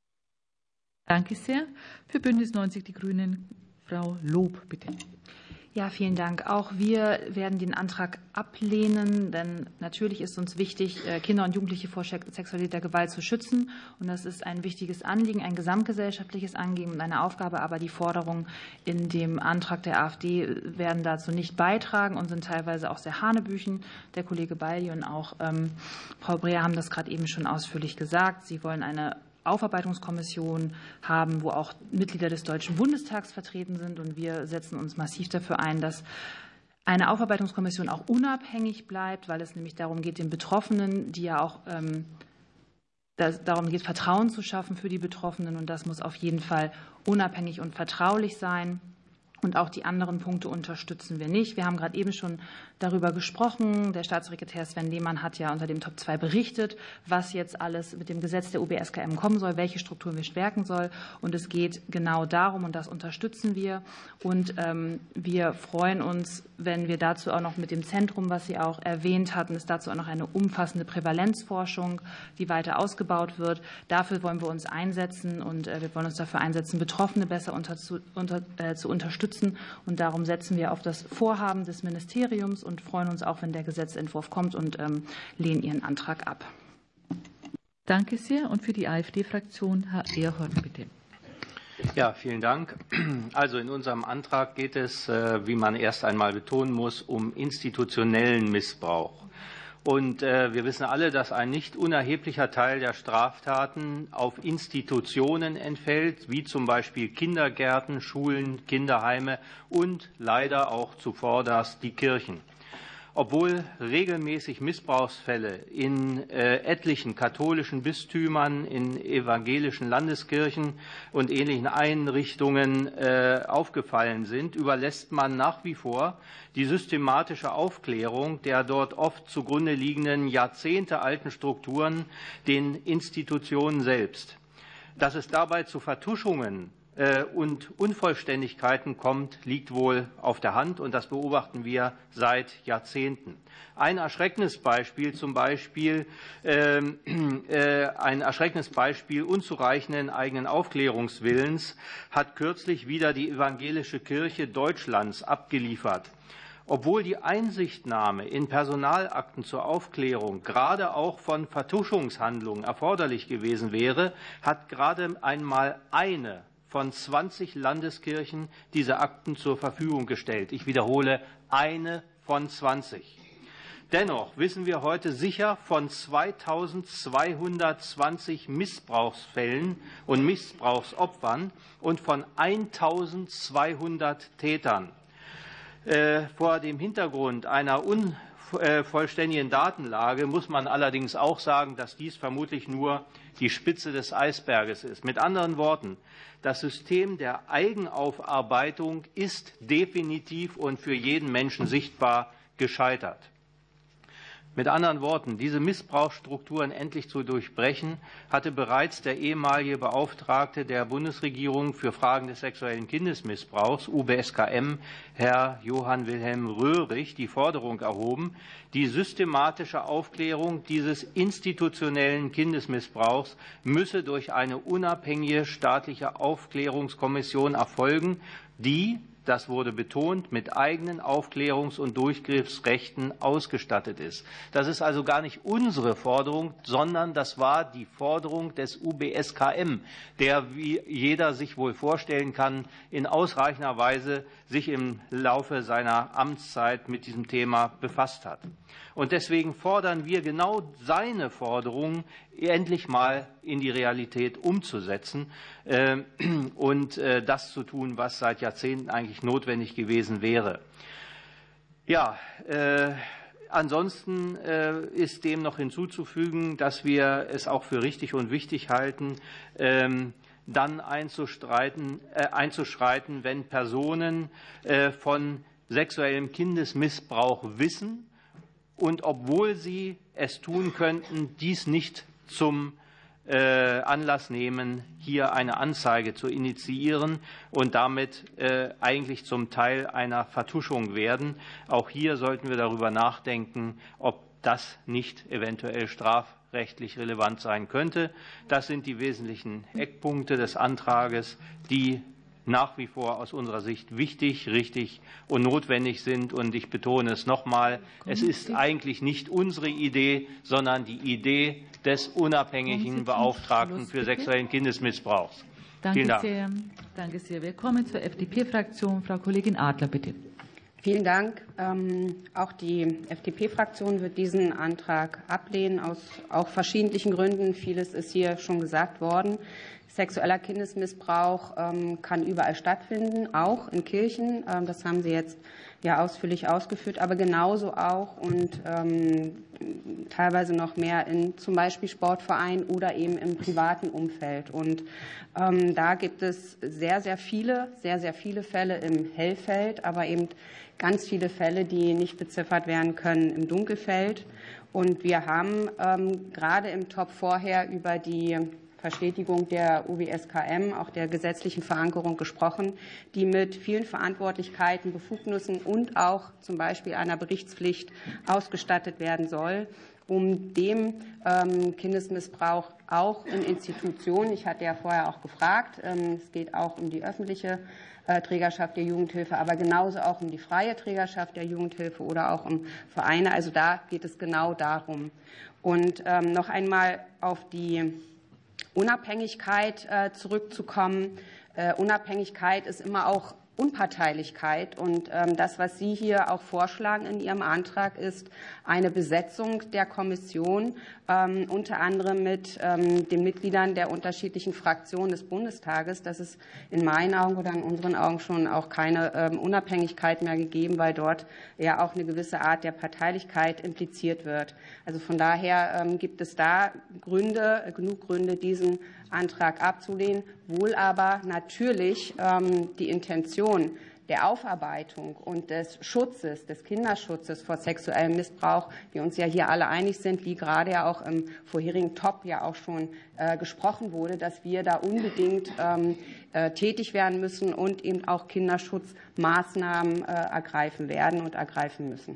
Danke sehr. Für Bündnis 90 Die Grünen, Frau Lob, bitte. Ja, vielen Dank. Auch wir werden den Antrag ablehnen, denn natürlich ist uns wichtig, Kinder und Jugendliche vor sexualisierter Gewalt zu schützen. Und das ist ein wichtiges Anliegen, ein gesamtgesellschaftliches Anliegen und eine Aufgabe. Aber die Forderungen in dem Antrag der AfD werden dazu nicht beitragen und sind teilweise auch sehr hanebüchen. Der Kollege Baldi und auch Frau Breher haben das gerade eben schon ausführlich gesagt. Sie wollen eine Aufarbeitungskommission haben, wo auch Mitglieder des Deutschen Bundestags vertreten sind. Und wir setzen uns massiv dafür ein, dass eine Aufarbeitungskommission auch unabhängig bleibt, weil es nämlich darum geht, den Betroffenen, die ja auch darum geht, Vertrauen zu schaffen für die Betroffenen. Und das muss auf jeden Fall unabhängig und vertraulich sein. Und auch die anderen Punkte unterstützen wir nicht. Wir haben gerade eben schon darüber gesprochen. Der Staatssekretär Sven Lehmann hat ja unter dem Top 2 berichtet, was jetzt alles mit dem Gesetz der UBSKM kommen soll, welche Strukturen wir stärken soll. Und es geht genau darum, und das unterstützen wir. Und wir freuen uns, wenn wir dazu auch noch mit dem Zentrum, was Sie auch erwähnt hatten, ist dazu auch noch eine umfassende Prävalenzforschung, die weiter ausgebaut wird. Dafür wollen wir uns einsetzen und wir wollen uns dafür einsetzen, Betroffene besser zu unterstützen. Und darum setzen wir auf das Vorhaben des Ministeriums und freuen uns auch, wenn der Gesetzentwurf kommt, und lehnen Ihren Antrag ab. Danke sehr. Und für die AfD-Fraktion Herr Erhardt, bitte. Ja, vielen Dank. Also in unserem Antrag geht es, wie man erst einmal betonen muss, um institutionellen Missbrauch. Und wir wissen alle, dass ein nicht unerheblicher Teil der Straftaten auf Institutionen entfällt, wie zum Beispiel Kindergärten, Schulen, Kinderheime und leider auch zuvorderst die Kirchen. Obwohl regelmäßig Missbrauchsfälle in etlichen katholischen Bistümern, in evangelischen Landeskirchen und ähnlichen Einrichtungen aufgefallen sind, überlässt man nach wie vor die systematische Aufklärung der dort oft zugrunde liegenden jahrzehntealten Strukturen den Institutionen selbst. Dass es dabei zu Vertuschungen und Unvollständigkeiten kommt, liegt wohl auf der Hand, und das beobachten wir seit Jahrzehnten. Ein erschreckendes Beispiel unzureichenden eigenen Aufklärungswillens hat kürzlich wieder die Evangelische Kirche Deutschlands abgeliefert. Obwohl die Einsichtnahme in Personalakten zur Aufklärung gerade auch von Vertuschungshandlungen erforderlich gewesen wäre, hat gerade einmal eine von 20 Landeskirchen diese Akten zur Verfügung gestellt. Ich wiederhole, eine von 20. Dennoch wissen wir heute sicher von 2220 Missbrauchsfällen und Missbrauchsopfern und von 1200 Tätern. Vor dem Hintergrund einer unvollständigen Datenlage muss man allerdings auch sagen, dass dies vermutlich nur die Spitze des Eisberges ist. Mit anderen Worten, das System der Eigenaufarbeitung ist definitiv und für jeden Menschen sichtbar gescheitert. Mit anderen Worten, diese Missbrauchsstrukturen endlich zu durchbrechen, hatte bereits der ehemalige Beauftragte der Bundesregierung für Fragen des sexuellen Kindesmissbrauchs, UBSKM, Herr Johann Wilhelm Röhrig, die Forderung erhoben, die systematische Aufklärung dieses institutionellen Kindesmissbrauchs müsse durch eine unabhängige staatliche Aufklärungskommission erfolgen, die, das wurde betont, mit eigenen Aufklärungs- und Durchgriffsrechten ausgestattet ist. Das ist also gar nicht unsere Forderung, sondern das war die Forderung des UBSKM, der, wie jeder sich wohl vorstellen kann, in ausreichender Weise sich im Laufe seiner Amtszeit mit diesem Thema befasst hat. Und deswegen fordern wir genau seine Forderungen endlich mal in die Realität umzusetzen und das zu tun, was seit Jahrzehnten eigentlich notwendig gewesen wäre. Ja, ansonsten ist dem noch hinzuzufügen, dass wir es auch für richtig und wichtig halten, dann einzuschreiten, wenn Personen von sexuellem Kindesmissbrauch wissen und obwohl sie es tun könnten, dies nicht zum Anlass nehmen, hier eine Anzeige zu initiieren und damit eigentlich zum Teil einer Vertuschung werden. Auch hier sollten wir darüber nachdenken, ob das nicht eventuell strafrechtlich relevant sein könnte. Das sind die wesentlichen Eckpunkte des Antrages, die nach wie vor aus unserer Sicht wichtig, richtig und notwendig sind. Und ich betone es nochmal, es ist eigentlich nicht unsere Idee, sondern die Idee des unabhängigen Beauftragten für sexuellen Kindesmissbrauch. Vielen Dank. Danke sehr. Wir kommen zur FDP-Fraktion. Frau Kollegin Adler, bitte. Vielen Dank. Auch die FDP-Fraktion wird diesen Antrag ablehnen, aus auch verschiedenen Gründen. Vieles ist hier schon gesagt worden. Sexueller Kindesmissbrauch kann überall stattfinden, auch in Kirchen. Das haben Sie jetzt ja ausführlich ausgeführt, aber genauso auch und teilweise noch mehr in zum Beispiel Sportvereinen oder eben im privaten Umfeld. Und da gibt es sehr, sehr viele Fälle im Hellfeld, aber eben ganz viele Fälle, die nicht beziffert werden können im Dunkelfeld. Und wir haben gerade im Top vorher über die Verstetigung der UWSKM, auch der gesetzlichen Verankerung gesprochen, die mit vielen Verantwortlichkeiten, Befugnissen und auch zum Beispiel einer Berichtspflicht ausgestattet werden soll, um dem Kindesmissbrauch auch in Institutionen, ich hatte ja vorher auch gefragt, es geht auch um die öffentliche Trägerschaft der Jugendhilfe, aber genauso auch um die freie Trägerschaft der Jugendhilfe oder auch um Vereine. Also da geht es genau darum. Und noch einmal auf die Unabhängigkeit zurückzukommen. Unabhängigkeit ist immer auch Unparteilichkeit. Und das, was Sie hier auch vorschlagen in Ihrem Antrag, ist eine Besetzung der Kommission, unter anderem mit den Mitgliedern der unterschiedlichen Fraktionen des Bundestages. Das ist in meinen Augen oder in unseren Augen schon auch keine Unabhängigkeit mehr gegeben, weil dort ja auch eine gewisse Art der Parteilichkeit impliziert wird. Also von daher gibt es da genug Gründe, diesen Antrag abzulehnen, wohl aber natürlich die Intention der Aufarbeitung und des Schutzes, des Kinderschutzes vor sexuellem Missbrauch, wir uns ja hier alle einig sind, wie gerade ja auch im vorherigen Top ja auch schon gesprochen wurde, dass wir da unbedingt tätig werden müssen und eben auch Kinderschutzmaßnahmen ergreifen werden und ergreifen müssen.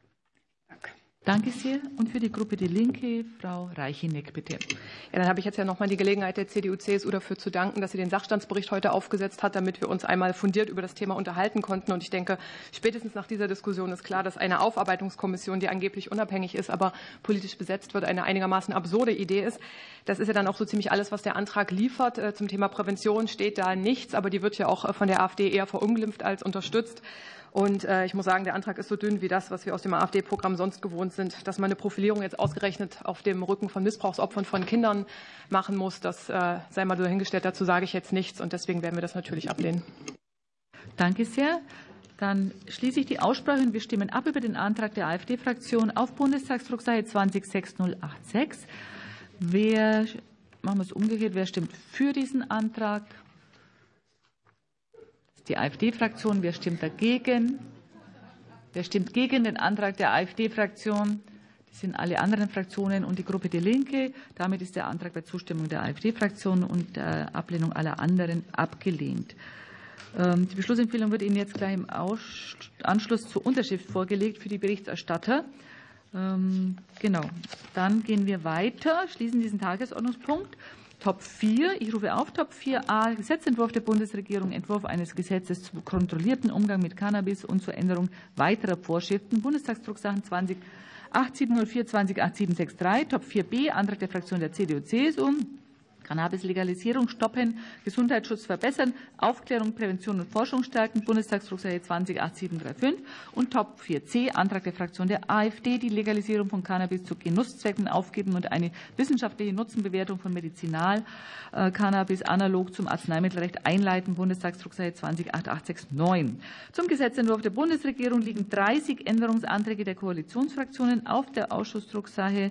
Danke sehr. Und für die Gruppe Die Linke, Frau Reicheneck, bitte. Ja, dann habe ich jetzt ja noch mal die Gelegenheit, der CDU-CSU dafür zu danken, dass sie den Sachstandsbericht heute aufgesetzt hat, damit wir uns einmal fundiert über das Thema unterhalten konnten. Und ich denke, spätestens nach dieser Diskussion ist klar, dass eine Aufarbeitungskommission, die angeblich unabhängig ist, aber politisch besetzt wird, eine einigermaßen absurde Idee ist. Das ist ja dann auch so ziemlich alles, was der Antrag liefert. Zum Thema Prävention steht da nichts, aber die wird ja auch von der AfD eher verunglimpft als unterstützt. Und ich muss sagen, der Antrag ist so dünn wie das, was wir aus dem AfD-Programm sonst gewohnt sind. Dass man eine Profilierung jetzt ausgerechnet auf dem Rücken von Missbrauchsopfern von Kindern machen muss, das sei mal so dahingestellt. Dazu sage ich jetzt nichts. Und deswegen werden wir das natürlich ablehnen. Danke sehr. Dann schließe ich die Aussprache und wir stimmen ab über den Antrag der AfD-Fraktion auf Bundestagsdrucksache 20-6086. Machen wir es umgekehrt, wer stimmt für diesen Antrag? Die AfD-Fraktion. Wer stimmt dagegen? Wer stimmt gegen den Antrag der AfD-Fraktion? Das sind alle anderen Fraktionen und die Gruppe Die Linke. Damit ist der Antrag bei Zustimmung der AfD-Fraktion und der Ablehnung aller anderen abgelehnt. Die Beschlussempfehlung wird Ihnen jetzt gleich im Anschluss zur Unterschrift vorgelegt für die Berichterstatter. Genau. Dann gehen wir weiter, schließen diesen Tagesordnungspunkt. Top 4. Ich rufe auf Top 4a. Gesetzentwurf der Bundesregierung. Entwurf eines Gesetzes zum kontrollierten Umgang mit Cannabis und zur Änderung weiterer Vorschriften. Bundestagsdrucksachen 20-8704, 20-8763. Top 4b. Antrag der Fraktion der CDU-CSU. Cannabis-Legalisierung stoppen, Gesundheitsschutz verbessern, Aufklärung, Prävention und Forschung stärken, Bundestagsdrucksache 20-8735 und Top 4c, Antrag der Fraktion der AfD, die Legalisierung von Cannabis zu Genusszwecken aufgeben und eine wissenschaftliche Nutzenbewertung von Medizinal-Cannabis analog zum Arzneimittelrecht einleiten, Bundestagsdrucksache 20-8869. Zum Gesetzentwurf der Bundesregierung liegen 30 Änderungsanträge der Koalitionsfraktionen auf der Ausschussdrucksache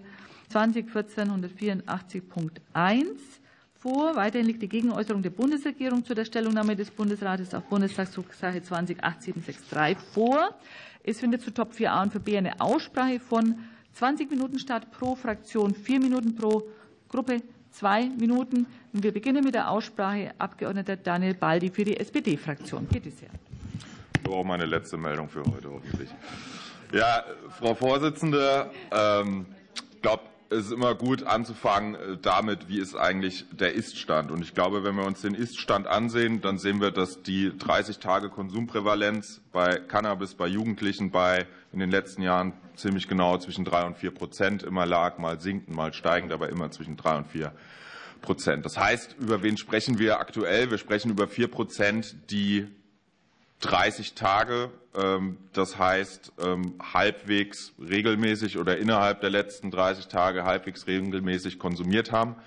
2014-184.1 vor. Weiterhin liegt die Gegenäußerung der Bundesregierung zu der Stellungnahme des Bundesrates auf Bundestagsdrucksache 20-8763 vor. Es findet zu Top 4a und 4b eine Aussprache von 20 Minuten statt pro Fraktion, 4 Minuten pro Gruppe, 2 Minuten. Und wir beginnen mit der Aussprache. Abgeordneter Daniel Baldi für die SPD-Fraktion. Bitte sehr. So auch meine letzte Meldung für heute hoffentlich. Ja, Frau Vorsitzende, ich glaube, es ist immer gut anzufangen damit, wie ist eigentlich der Ist-Stand. Und ich glaube, wenn wir uns den Ist-Stand ansehen, dann sehen wir, dass die 30-Tage-Konsumprävalenz bei Cannabis bei Jugendlichen in den letzten Jahren ziemlich genau zwischen 3 und 4% immer lag, mal sinkend, mal steigend, aber immer zwischen 3 und 4%. Das heißt, über wen sprechen wir aktuell? Wir sprechen über 4%, die 30 Tage, das heißt halbwegs regelmäßig oder innerhalb der letzten 30 Tage halbwegs regelmäßig konsumiert haben.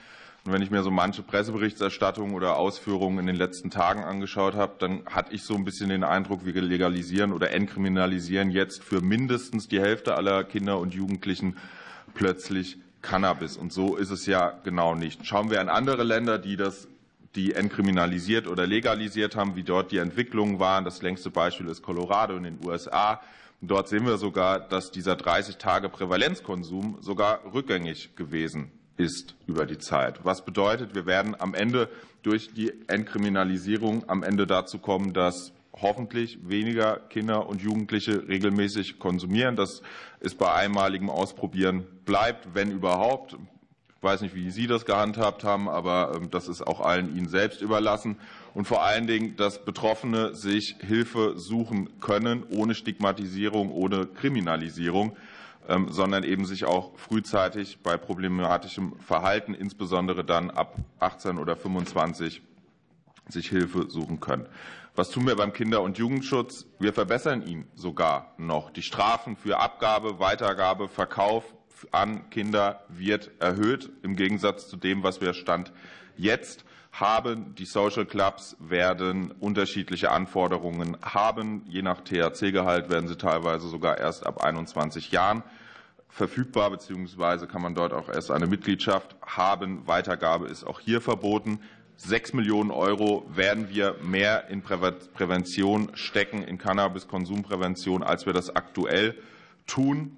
Und wenn ich mir so manche Presseberichterstattung oder Ausführungen in den letzten Tagen angeschaut habe, dann hatte ich so ein bisschen den Eindruck, wir legalisieren oder entkriminalisieren jetzt für mindestens die Hälfte aller Kinder und Jugendlichen plötzlich Cannabis. Und so ist es ja genau nicht. Schauen wir an andere Länder, die entkriminalisiert oder legalisiert haben, wie dort die Entwicklungen waren. Das längste Beispiel ist Colorado in den USA. Und dort sehen wir sogar, dass dieser 30-Tage-Prävalenzkonsum sogar rückgängig gewesen ist über die Zeit. Was bedeutet, wir werden am Ende durch die Entkriminalisierung am Ende dazu kommen, dass hoffentlich weniger Kinder und Jugendliche regelmäßig konsumieren. Das ist bei einmaligem Ausprobieren bleibt, wenn überhaupt. Ich weiß nicht, wie Sie das gehandhabt haben, aber das ist auch allen Ihnen selbst überlassen. Und vor allen Dingen, dass Betroffene sich Hilfe suchen können, ohne Stigmatisierung, ohne Kriminalisierung, sondern eben sich auch frühzeitig bei problematischem Verhalten, insbesondere dann ab 18 oder 25, sich Hilfe suchen können. Was tun wir beim Kinder- und Jugendschutz? Wir verbessern ihn sogar noch. Die Strafen für Abgabe, Weitergabe, Verkauf an Kinder wird erhöht, im Gegensatz zu dem, was wir Stand jetzt haben. Die Social Clubs werden unterschiedliche Anforderungen haben. Je nach THC-Gehalt werden sie teilweise sogar erst ab 21 Jahren verfügbar, beziehungsweise kann man dort auch erst eine Mitgliedschaft haben. Weitergabe ist auch hier verboten. 6 Millionen € werden wir mehr in Prävention stecken, in Cannabiskonsumprevention, als wir das aktuell tun.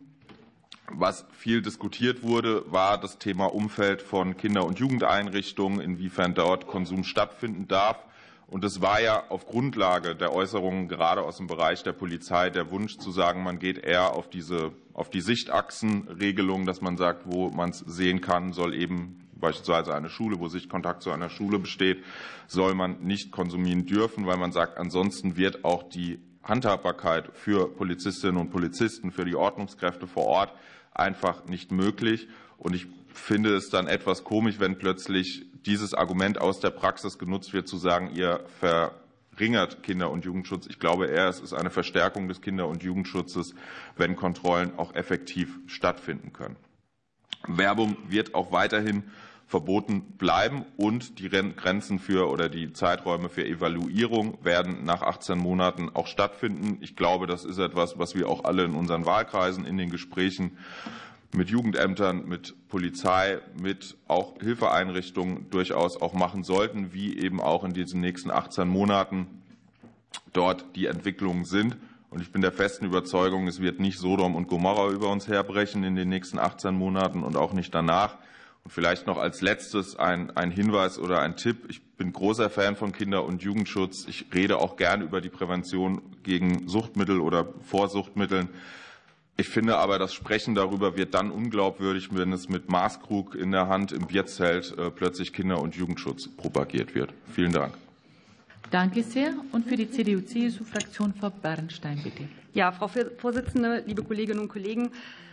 Was viel diskutiert wurde, war das Thema Umfeld von Kinder- und Jugendeinrichtungen, inwiefern dort Konsum stattfinden darf. Und es war ja auf Grundlage der Äußerungen gerade aus dem Bereich der Polizei der Wunsch zu sagen, man geht eher auf die Sichtachsenregelung, dass man sagt, wo man es sehen kann, soll eben beispielsweise eine Schule, wo Sichtkontakt zu einer Schule besteht, soll man nicht konsumieren dürfen, weil man sagt, ansonsten wird auch die Handhabbarkeit für Polizistinnen und Polizisten, für die Ordnungskräfte vor Ort einfach nicht möglich. Und ich finde es dann etwas komisch, wenn plötzlich dieses Argument aus der Praxis genutzt wird, zu sagen, ihr verringert Kinder- und Jugendschutz. Ich glaube eher, es ist eine Verstärkung des Kinder- und Jugendschutzes, wenn Kontrollen auch effektiv stattfinden können. Werbung wird auch weiterhin verboten bleiben und die Grenzen oder die Zeiträume für Evaluierung werden nach 18 Monaten auch stattfinden. Ich glaube, das ist etwas, was wir auch alle in unseren Wahlkreisen in den Gesprächen mit Jugendämtern, mit Polizei, mit auch Hilfeeinrichtungen durchaus auch machen sollten, wie eben auch in diesen nächsten 18 Monaten dort die Entwicklungen sind. Und ich bin der festen Überzeugung, es wird nicht Sodom und Gomorra über uns herbrechen in den nächsten 18 Monaten und auch nicht danach. Und vielleicht noch als letztes ein Hinweis oder ein Tipp. Ich bin großer Fan von Kinder- und Jugendschutz. Ich rede auch gern über die Prävention gegen Suchtmittel oder vor Suchtmitteln. Ich finde aber, das Sprechen darüber wird dann unglaubwürdig, wenn es mit Maßkrug in der Hand im Bierzelt plötzlich Kinder- und Jugendschutz propagiert wird. Vielen Dank. Danke sehr. Und für die CDU-CSU-Fraktion Frau Bernstein, bitte. Ja, Frau Vorsitzende, liebe Kolleginnen und Kollegen,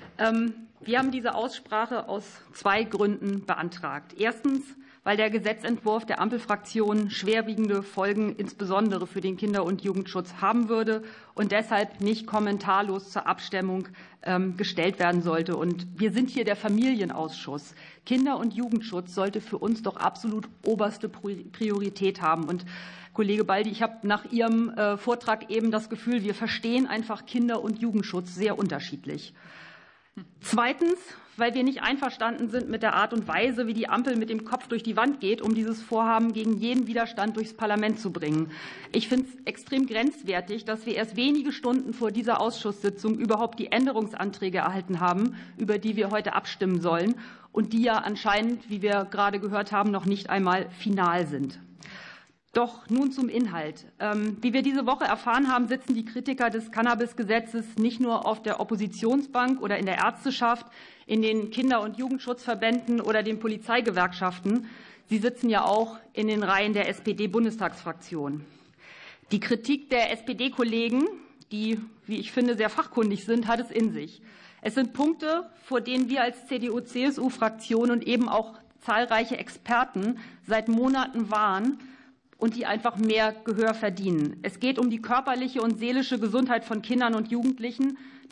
wir haben diese Aussprache aus 2 Gründen beantragt. Erstens, weil der Gesetzentwurf der Ampelfraktion schwerwiegende Folgen insbesondere für den Kinder- und Jugendschutz haben würde und deshalb nicht kommentarlos zur Abstimmung gestellt werden sollte. Und wir sind hier der Familienausschuss. Kinder- und Jugendschutz sollte für uns doch absolut oberste Priorität haben. Und Kollege Baldi, ich habe nach Ihrem Vortrag eben das Gefühl, wir verstehen einfach Kinder- und Jugendschutz sehr unterschiedlich. Zweitens, weil wir nicht einverstanden sind mit der Art und Weise, wie die Ampel mit dem Kopf durch die Wand geht, um dieses Vorhaben gegen jeden Widerstand durchs Parlament zu bringen. Ich finde es extrem grenzwertig, dass wir erst wenige Stunden vor dieser Ausschusssitzung überhaupt die Änderungsanträge erhalten haben, über die wir heute abstimmen sollen und die ja anscheinend, wie wir gerade gehört haben, noch nicht einmal final sind. Doch nun zum Inhalt. Wie wir diese Woche erfahren haben, sitzen die Kritiker des Cannabis-Gesetzes nicht nur auf der Oppositionsbank oder in der Ärzteschaft, in den Kinder- und Jugendschutzverbänden oder den Polizeigewerkschaften. Sie sitzen ja auch in den Reihen der SPD-Bundestagsfraktion. Die Kritik der SPD-Kollegen, die, wie ich finde, sehr fachkundig sind, hat es in sich. Es sind Punkte, vor denen wir als CDU-CSU-Fraktion und eben auch zahlreiche Experten seit Monaten warnen und die einfach mehr Gehör verdienen. Es geht um die körperliche und seelische Gesundheit von Kindern und Jugendlichen,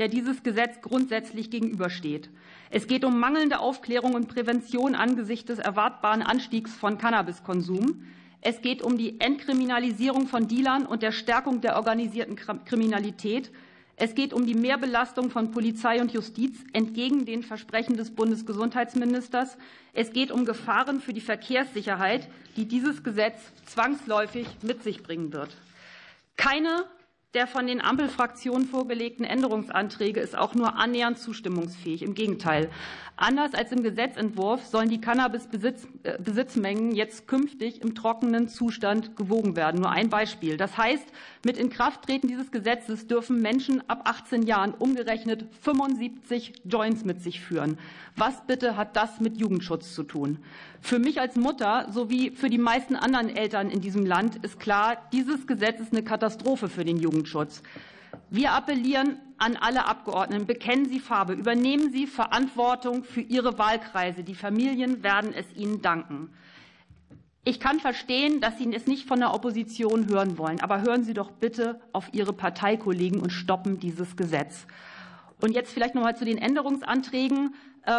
der dieses Gesetz grundsätzlich gegenübersteht. Es geht um mangelnde Aufklärung und Prävention angesichts des erwartbaren Anstiegs von Cannabiskonsum. Es geht um die Entkriminalisierung von Dealern und der Stärkung der organisierten Kriminalität. Es geht um die Mehrbelastung von Polizei und Justiz entgegen den Versprechen des Bundesgesundheitsministers. Es geht um Gefahren für die Verkehrssicherheit, die dieses Gesetz zwangsläufig mit sich bringen wird. Keine der von den Ampelfraktionen vorgelegten Änderungsanträge ist auch nur annähernd zustimmungsfähig. Im Gegenteil. Anders als im Gesetzentwurf sollen die Cannabis-Besitzmengen jetzt künftig im trockenen Zustand gewogen werden. Nur ein Beispiel. Das heißt, mit Inkrafttreten dieses Gesetzes dürfen Menschen ab 18 Jahren umgerechnet 75 Joints mit sich führen. Was bitte hat das mit Jugendschutz zu tun? Für mich als Mutter sowie für die meisten anderen Eltern in diesem Land ist klar, dieses Gesetz ist eine Katastrophe für den Jugendschutz. Wir appellieren an alle Abgeordneten, bekennen Sie Farbe, übernehmen Sie Verantwortung für Ihre Wahlkreise. Die Familien werden es Ihnen danken. Ich kann verstehen, dass Sie es nicht von der Opposition hören wollen, aber hören Sie doch bitte auf Ihre Parteikollegen und stoppen dieses Gesetz. Und jetzt vielleicht noch mal zu den Änderungsanträgen.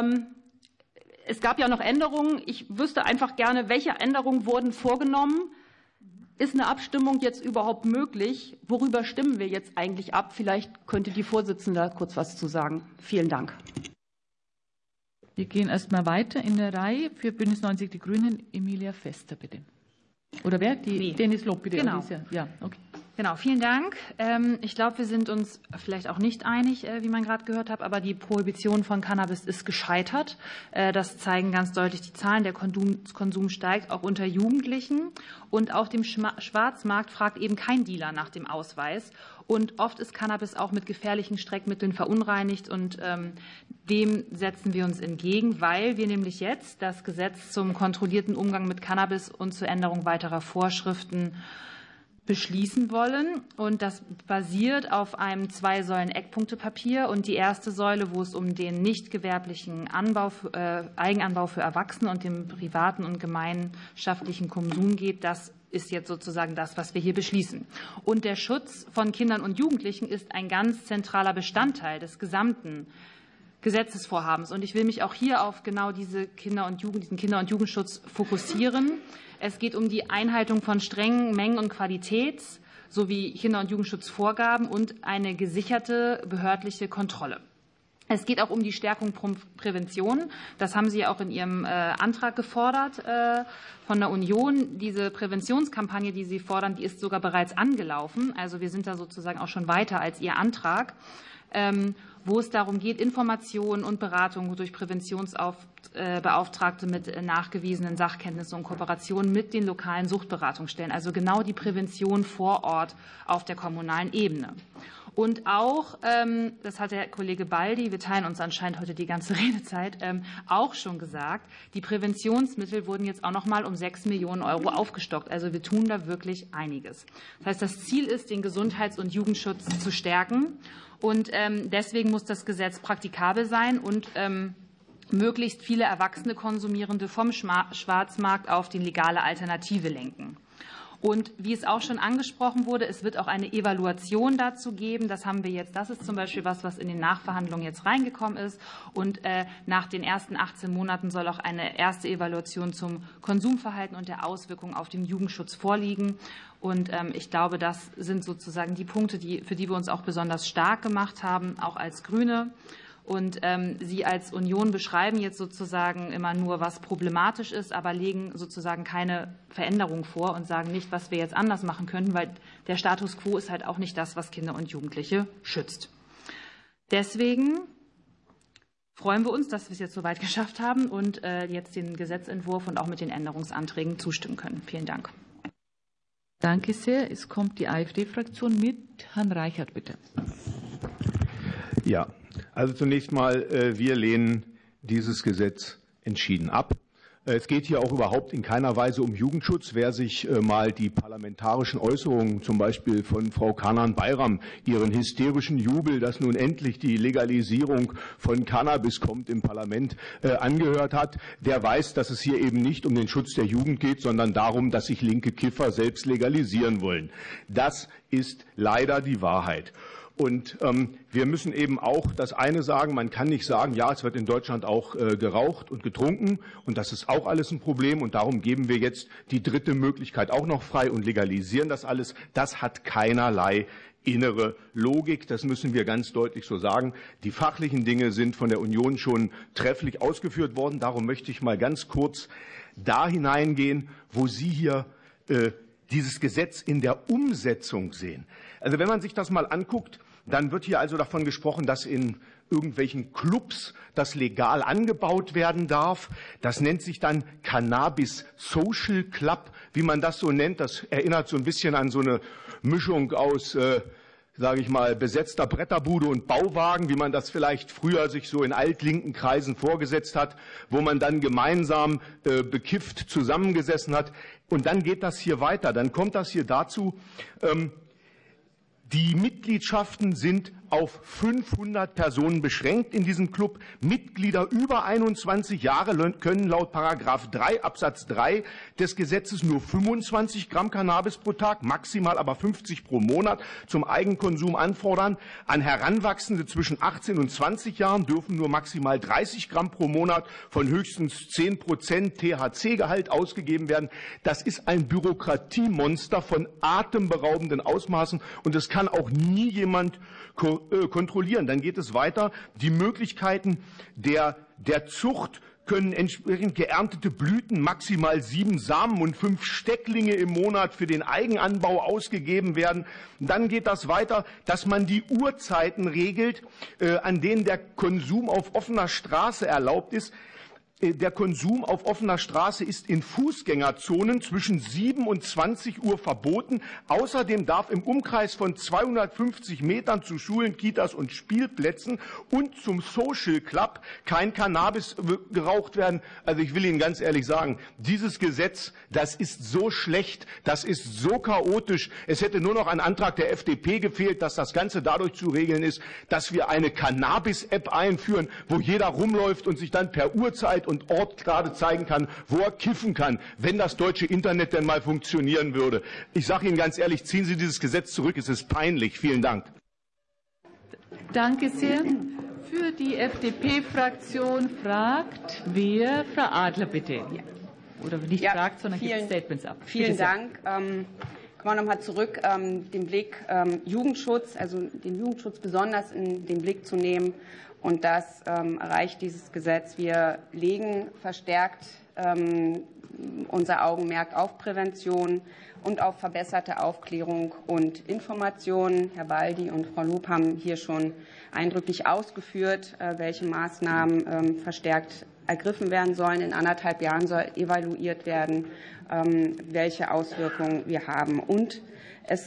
Es gab ja noch Änderungen. Ich wüsste einfach gerne, welche Änderungen wurden vorgenommen. Ist eine Abstimmung jetzt überhaupt möglich? Worüber stimmen wir jetzt eigentlich ab? Vielleicht könnte die Vorsitzende da kurz was zu sagen. Vielen Dank. Wir gehen erst mal weiter in der Reihe. Für Bündnis 90 Die Grünen, Emilia Vester, bitte. Oder wer? Dennis Lob, bitte. Genau. Ja, okay. Genau, vielen Dank. Ich glaube, wir sind uns vielleicht auch nicht einig, wie man gerade gehört hat, aber die Prohibition von Cannabis ist gescheitert. Das zeigen ganz deutlich die Zahlen. Der Konsum steigt auch unter Jugendlichen. Und auf dem Schwarzmarkt fragt eben kein Dealer nach dem Ausweis. Und oft ist Cannabis auch mit gefährlichen Streckmitteln verunreinigt. Und dem setzen wir uns entgegen, weil wir nämlich jetzt das Gesetz zum kontrollierten Umgang mit Cannabis und zur Änderung weiterer Vorschriften beschließen wollen. Und das basiert auf einem 2-Säulen-Eckpunktepapier. Und die erste Säule, wo es um den nicht gewerblichen Eigenanbau für Erwachsene und den privaten und gemeinschaftlichen Konsum geht, das ist jetzt sozusagen das, was wir hier beschließen. Und der Schutz von Kindern und Jugendlichen ist ein ganz zentraler Bestandteil des gesamten Gesetzesvorhabens. Und ich will mich auch hier auf genau diesen Kinder- und Jugendschutz fokussieren. Es geht um die Einhaltung von strengen Mengen- und Qualitäts- sowie Kinder- und Jugendschutzvorgaben und eine gesicherte behördliche Kontrolle. Es geht auch um die Stärkung von Prävention. Das haben Sie ja auch in Ihrem Antrag gefordert von der Union. Diese Präventionskampagne, die Sie fordern, die ist sogar bereits angelaufen. Also wir sind da sozusagen auch schon weiter als Ihr Antrag, wo es darum geht, Informationen und Beratung durch Präventionsbeauftragte mit nachgewiesenen Sachkenntnissen und Kooperationen mit den lokalen Suchtberatungsstellen. Also genau die Prävention vor Ort auf der kommunalen Ebene. Und auch, das hat der Kollege Baldi, wir teilen uns anscheinend heute die ganze Redezeit, auch schon gesagt, die Präventionsmittel wurden jetzt auch noch mal um 6 Millionen € aufgestockt. Also wir tun da wirklich einiges. Das heißt, das Ziel ist, den Gesundheits- und Jugendschutz zu stärken. Und deswegen muss das Gesetz praktikabel sein und möglichst viele erwachsene Konsumierende vom Schwarzmarkt auf die legale Alternative lenken. Und wie es auch schon angesprochen wurde, es wird auch eine Evaluation dazu geben. Das haben wir jetzt. Das ist zum Beispiel was in den Nachverhandlungen jetzt reingekommen ist. Und nach den ersten 18 Monaten soll auch eine erste Evaluation zum Konsumverhalten und der Auswirkungen auf den Jugendschutz vorliegen. Und ich glaube, das sind sozusagen die Punkte, für die wir uns auch besonders stark gemacht haben, auch als Grüne. Und Sie als Union beschreiben jetzt sozusagen immer nur, was problematisch ist, aber legen sozusagen keine Veränderung vor und sagen nicht, was wir jetzt anders machen könnten, weil der Status quo ist halt auch nicht das, was Kinder und Jugendliche schützt. Deswegen freuen wir uns, dass wir es jetzt so weit geschafft haben und jetzt den Gesetzentwurf und auch mit den Änderungsanträgen zustimmen können. Vielen Dank. Danke sehr. Es kommt die AfD-Fraktion mit Herrn Reichert, bitte. Ja. Also zunächst mal, wir lehnen dieses Gesetz entschieden ab. Es geht hier auch überhaupt in keiner Weise um Jugendschutz. Wer sich mal die parlamentarischen Äußerungen, zum Beispiel von Frau Canan Bayram, ihren hysterischen Jubel, dass nun endlich die Legalisierung von Cannabis kommt im Parlament, angehört hat, der weiß, dass es hier eben nicht um den Schutz der Jugend geht, sondern darum, dass sich linke Kiffer selbst legalisieren wollen. Das ist leider die Wahrheit. Und wir müssen eben auch das eine sagen, man kann nicht sagen, ja, es wird in Deutschland auch geraucht und getrunken und das ist auch alles ein Problem und darum geben wir jetzt die dritte Möglichkeit auch noch frei und legalisieren das alles. Das hat keinerlei innere Logik, das müssen wir ganz deutlich so sagen. Die fachlichen Dinge sind von der Union schon trefflich ausgeführt worden. Darum möchte ich mal ganz kurz da hineingehen, wo Sie hier dieses Gesetz in der Umsetzung sehen. Also wenn man sich das mal anguckt, dann wird hier also davon gesprochen, dass in irgendwelchen Clubs das legal angebaut werden darf. Das nennt sich dann Cannabis Social Club, wie man das so nennt. Das erinnert so ein bisschen an so eine Mischung aus, sage ich mal, besetzter Bretterbude und Bauwagen, wie man das vielleicht früher sich so in altlinken Kreisen vorgesetzt hat, wo man dann gemeinsam bekifft zusammengesessen hat. Und dann geht das hier weiter. Dann kommt das hier dazu, die Mitgliedschaften sind auf 500 Personen beschränkt in diesem Club. Mitglieder über 21 Jahre können laut Paragraph 3 Absatz 3 des Gesetzes nur 25 Gramm Cannabis pro Tag, maximal aber 50 pro Monat zum Eigenkonsum anfordern. An Heranwachsende zwischen 18 und 20 Jahren dürfen nur maximal 30 Gramm pro Monat von höchstens 10% THC-Gehalt ausgegeben werden. Das ist ein Bürokratiemonster von atemberaubenden Ausmaßen und es kann auch nie jemand kontrollieren. Dann geht es weiter. Die Möglichkeiten der Zucht können entsprechend geerntete Blüten maximal 7 Samen und 5 Stecklinge im Monat für den Eigenanbau ausgegeben werden. Dann geht das weiter, dass man die Uhrzeiten regelt, an denen der Konsum auf offener Straße erlaubt ist. Der Konsum auf offener Straße ist in Fußgängerzonen zwischen 7 und 20 Uhr verboten. Außerdem darf im Umkreis von 250 Metern zu Schulen, Kitas und Spielplätzen und zum Social Club kein Cannabis geraucht werden. Also ich will Ihnen ganz ehrlich sagen, dieses Gesetz, das ist so schlecht, das ist so chaotisch. Es hätte nur noch ein Antrag der FDP gefehlt, dass das Ganze dadurch zu regeln ist, dass wir eine Cannabis-App einführen, wo jeder rumläuft und sich dann per Uhrzeit und Ort gerade zeigen kann, wo er kiffen kann, wenn das deutsche Internet denn mal funktionieren würde. Ich sage Ihnen ganz ehrlich, ziehen Sie dieses Gesetz zurück, es ist peinlich. Vielen Dank. Danke sehr. Für die FDP-Fraktion fragt wer? Frau Adler, bitte. Oder nicht fragt, sondern gibt Statements ab. Vielen Dank. Kommen wir nochmal zurück, den Blick Jugendschutz, also den Jugendschutz besonders in den Blick zu nehmen. Und das erreicht dieses Gesetz. Wir legen verstärkt unser Augenmerk auf Prävention und auf verbesserte Aufklärung und Information. Herr Baldi und Frau Loop haben hier schon eindrücklich ausgeführt, welche Maßnahmen verstärkt ergriffen werden sollen. In 1,5 Jahren soll evaluiert werden, welche Auswirkungen wir haben. Und es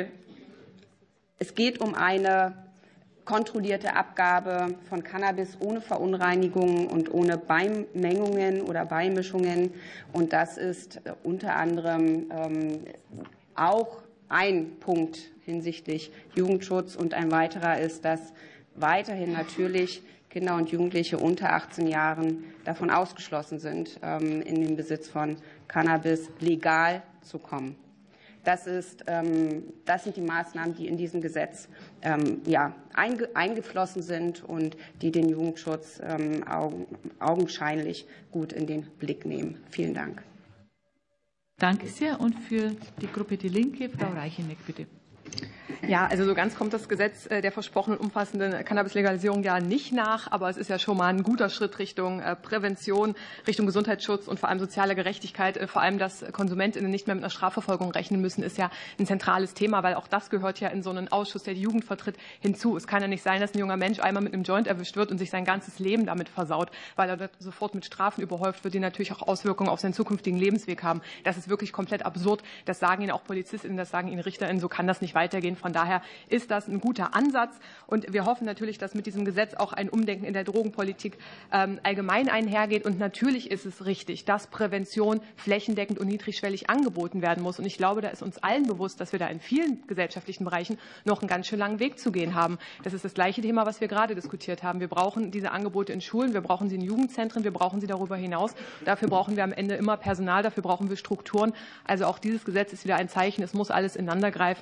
geht um eine kontrollierte Abgabe von Cannabis ohne Verunreinigungen und ohne Beimengungen oder Beimischungen. Und das ist unter anderem auch ein Punkt hinsichtlich Jugendschutz. Und ein weiterer ist, dass weiterhin natürlich Kinder und Jugendliche unter 18 Jahren davon ausgeschlossen sind, in den Besitz von Cannabis legal zu kommen. Das sind die Maßnahmen, die in diesem Gesetz eingeflossen sind und die den Jugendschutz augenscheinlich gut in den Blick nehmen. Vielen Dank. Danke sehr. Und für die Gruppe Die Linke, Frau Reicheneck, bitte. Ja, also so ganz kommt das Gesetz der versprochenen umfassenden Cannabis-Legalisierung ja nicht nach, aber es ist ja schon mal ein guter Schritt Richtung Prävention, Richtung Gesundheitsschutz und vor allem soziale Gerechtigkeit. Vor allem, dass KonsumentInnen nicht mehr mit einer Strafverfolgung rechnen müssen, ist ja ein zentrales Thema, weil auch das gehört ja in so einen Ausschuss, der die Jugend vertritt, hinzu. Es kann ja nicht sein, dass ein junger Mensch einmal mit einem Joint erwischt wird und sich sein ganzes Leben damit versaut, weil er dort sofort mit Strafen überhäuft wird, die natürlich auch Auswirkungen auf seinen zukünftigen Lebensweg haben. Das ist wirklich komplett absurd. Das sagen Ihnen auch PolizistInnen, das sagen Ihnen RichterInnen. So kann das nicht weitergehen. Von daher ist das ein guter Ansatz. Und wir hoffen natürlich, dass mit diesem Gesetz auch ein Umdenken in der Drogenpolitik allgemein einhergeht. Und natürlich ist es richtig, dass Prävention flächendeckend und niedrigschwellig angeboten werden muss. Und ich glaube, da ist uns allen bewusst, dass wir da in vielen gesellschaftlichen Bereichen noch einen ganz schön langen Weg zu gehen haben. Das ist das gleiche Thema, was wir gerade diskutiert haben. Wir brauchen diese Angebote in Schulen, wir brauchen sie in Jugendzentren, wir brauchen sie darüber hinaus. Dafür brauchen wir am Ende immer Personal, dafür brauchen wir Strukturen. Also auch dieses Gesetz ist wieder ein Zeichen, es muss alles ineinandergreifen. Von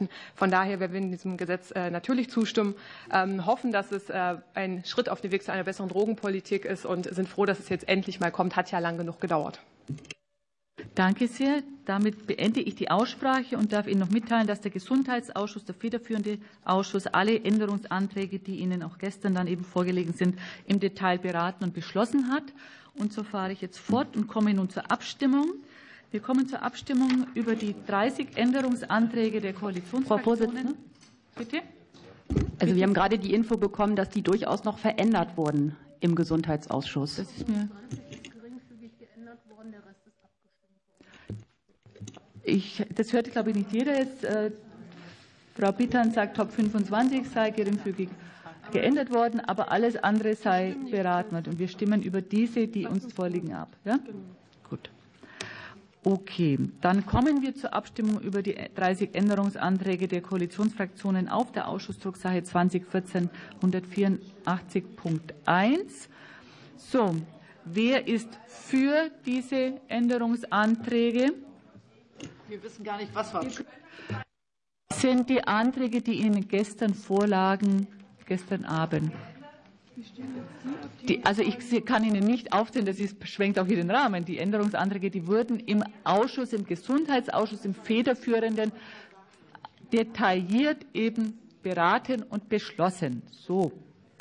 Von daher werden wir diesem Gesetz natürlich zustimmen, hoffen, dass es ein Schritt auf dem Weg zu einer besseren Drogenpolitik ist und sind froh, dass es jetzt endlich mal kommt. Hat ja lang genug gedauert. Danke sehr. Damit beende ich die Aussprache und darf Ihnen noch mitteilen, dass der Gesundheitsausschuss, der federführende Ausschuss, alle Änderungsanträge, die Ihnen auch gestern dann eben vorgelegen sind, im Detail beraten und beschlossen hat. Und so fahre ich jetzt fort und komme nun zur Abstimmung. Wir kommen zur Abstimmung über die 30 Änderungsanträge der Koalitionsfraktionen. Frau Vorsitzende? Bitte? Also wir haben gerade die Info bekommen, dass die durchaus noch verändert wurden im Gesundheitsausschuss. Das ist mir das hört, glaube ich, nicht jeder jetzt. Frau Bittern sagt, Top 25 sei geringfügig geändert worden, aber alles andere sei beraten worden. Und wir stimmen über diese, die uns vorliegen, ab. Ja? Gut. Okay, dann kommen wir zur Abstimmung über die 30 Änderungsanträge der Koalitionsfraktionen auf der Ausschussdrucksache 2014-184.1. So, wer ist für diese Änderungsanträge? Wir wissen gar nicht, was wir Sind die Anträge, die Ihnen gestern vorlagen, gestern Abend? Also ich kann Ihnen nicht aufzählen, das sprengt auch hier den Rahmen. Die Änderungsanträge, die wurden im Ausschuss, im Gesundheitsausschuss, im Federführenden detailliert eben beraten und beschlossen. So.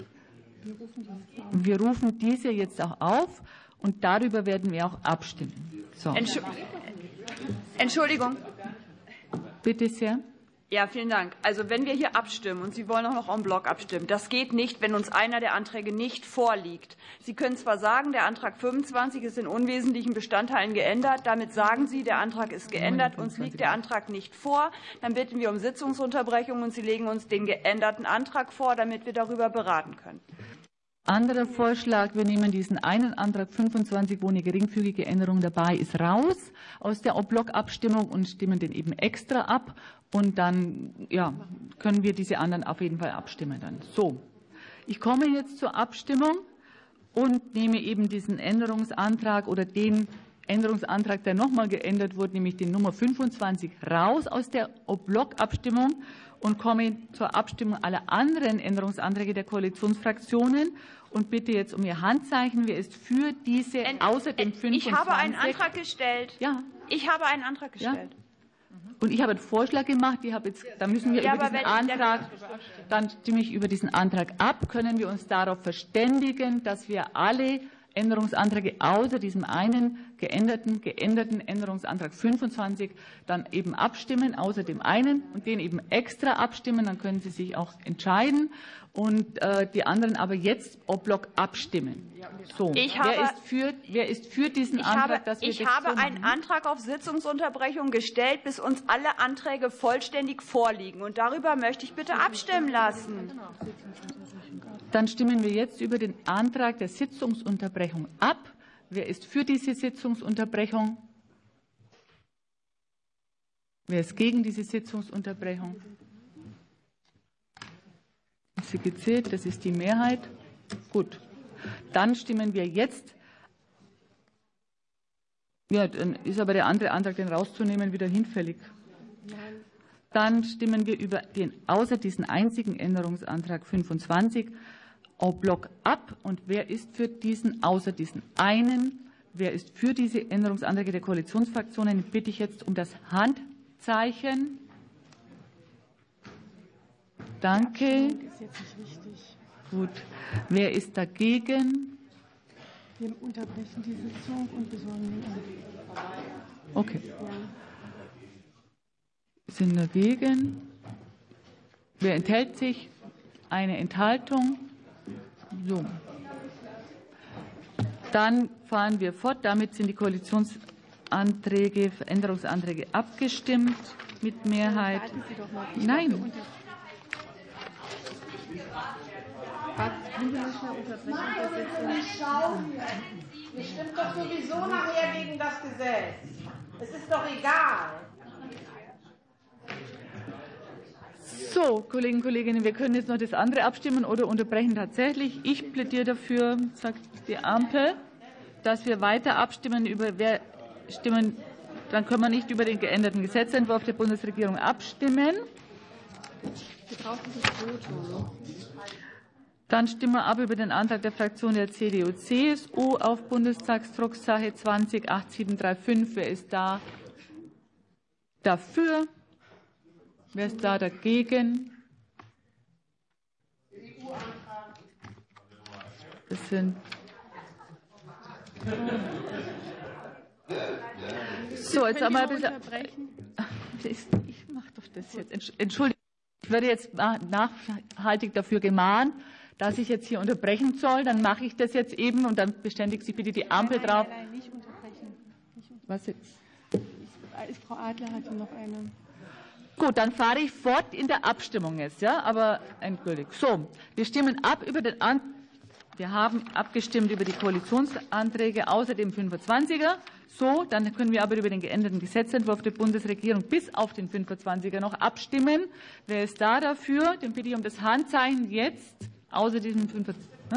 Wir rufen diese jetzt auch auf und darüber werden wir auch abstimmen. So. Entschuldigung. Bitte sehr. Ja, vielen Dank. Also wenn wir hier abstimmen und Sie wollen auch noch en bloc abstimmen, das geht nicht, wenn uns einer der Anträge nicht vorliegt. Sie können zwar sagen, der Antrag 25 ist in unwesentlichen Bestandteilen geändert. Damit sagen Sie, der Antrag ist geändert. Uns liegt der Antrag nicht vor. Dann bitten wir um Sitzungsunterbrechung und Sie legen uns den geänderten Antrag vor, damit wir darüber beraten können. Anderer Vorschlag, wir nehmen diesen einen Antrag 25, wo eine geringfügige Änderung dabei ist, raus aus der En-Bloc-Abstimmung und stimmen den eben extra ab. Und dann können wir diese anderen auf jeden Fall abstimmen. Dann. So, ich komme jetzt zur Abstimmung und nehme eben diesen Änderungsantrag oder den Änderungsantrag, der nochmal geändert wurde, nämlich den Nummer 25, raus aus der En-Bloc-Abstimmung und komme zur Abstimmung aller anderen Änderungsanträge der Koalitionsfraktionen und bitte jetzt um Ihr Handzeichen. Wer ist für diese außer dem 25? Ich habe einen Antrag gestellt. Ja. Ich habe einen Antrag gestellt. Ja. Und ich habe einen Vorschlag gemacht. Da müssen wir über diesen Antrag, dann stimme ich über diesen Antrag ab. Können wir uns darauf verständigen, dass wir alle Änderungsanträge außer diesem einen geänderten Änderungsantrag 25 dann eben abstimmen, außer dem einen und den eben extra abstimmen, dann können Sie sich auch entscheiden und die anderen aber jetzt en bloc abstimmen. So, wer ist für diesen Antrag, dass wir Ich habe einen Antrag auf Sitzungsunterbrechung gestellt, bis uns alle Anträge vollständig vorliegen und darüber möchte ich bitte abstimmen lassen. Dann stimmen wir jetzt über den Antrag der Sitzungsunterbrechung ab. Wer ist für diese Sitzungsunterbrechung? Wer ist gegen diese Sitzungsunterbrechung? Ist sie gezählt? Das ist die Mehrheit. Gut. Dann stimmen wir jetzt. Ja, dann ist aber der andere Antrag, den rauszunehmen, wieder hinfällig. Dann stimmen wir über den außer diesen einzigen Änderungsantrag 25 en bloc ab. Und wer ist für diesen außer diesen einen? Wer ist für diese Änderungsanträge der Koalitionsfraktionen? Bitte ich jetzt um das Handzeichen. Danke. Gut. Wer ist dagegen? Wir unterbrechen die Sitzung und besorgen den Antrag. Okay. Sind dagegen? Wer enthält sich? Eine Enthaltung. So. Dann fahren wir fort. Damit sind die Koalitionsanträge, Änderungsanträge abgestimmt mit Mehrheit. Nein. Ihr stimmt doch sowieso nachher gegen das Gesetz. Es ist doch egal. So, Kolleginnen und Kollegen, wir können jetzt noch das andere abstimmen oder unterbrechen tatsächlich. Ich plädiere dafür, sagt die Ampel, dass wir weiter abstimmen dann können wir nicht über den geänderten Gesetzentwurf der Bundesregierung abstimmen. Dann stimmen wir ab über den Antrag der Fraktion der CDU-CSU auf Bundestagsdrucksache 20-8735. Wer ist da dafür? Wer ist da dagegen? Das sind so, jetzt einmal bitte. Ich mache doch das jetzt. Entschuldigung, ich werde jetzt nachhaltig dafür gemahnt, dass ich jetzt hier unterbrechen soll. Dann mache ich das jetzt eben und dann beständigt sich bitte die Ampel drauf. Nein, nicht unterbrechen. Was jetzt? Frau Adler hatte noch eine. Gut, dann fahre ich fort in der Abstimmung jetzt, ja, aber endgültig. So, wir stimmen ab über den Wir haben abgestimmt über die Koalitionsanträge außer dem 25er. So, dann können wir aber über den geänderten Gesetzentwurf der Bundesregierung bis auf den 25er noch abstimmen. Wer ist da dafür? Den bitte ich um das Handzeichen jetzt, außer diesem 25er.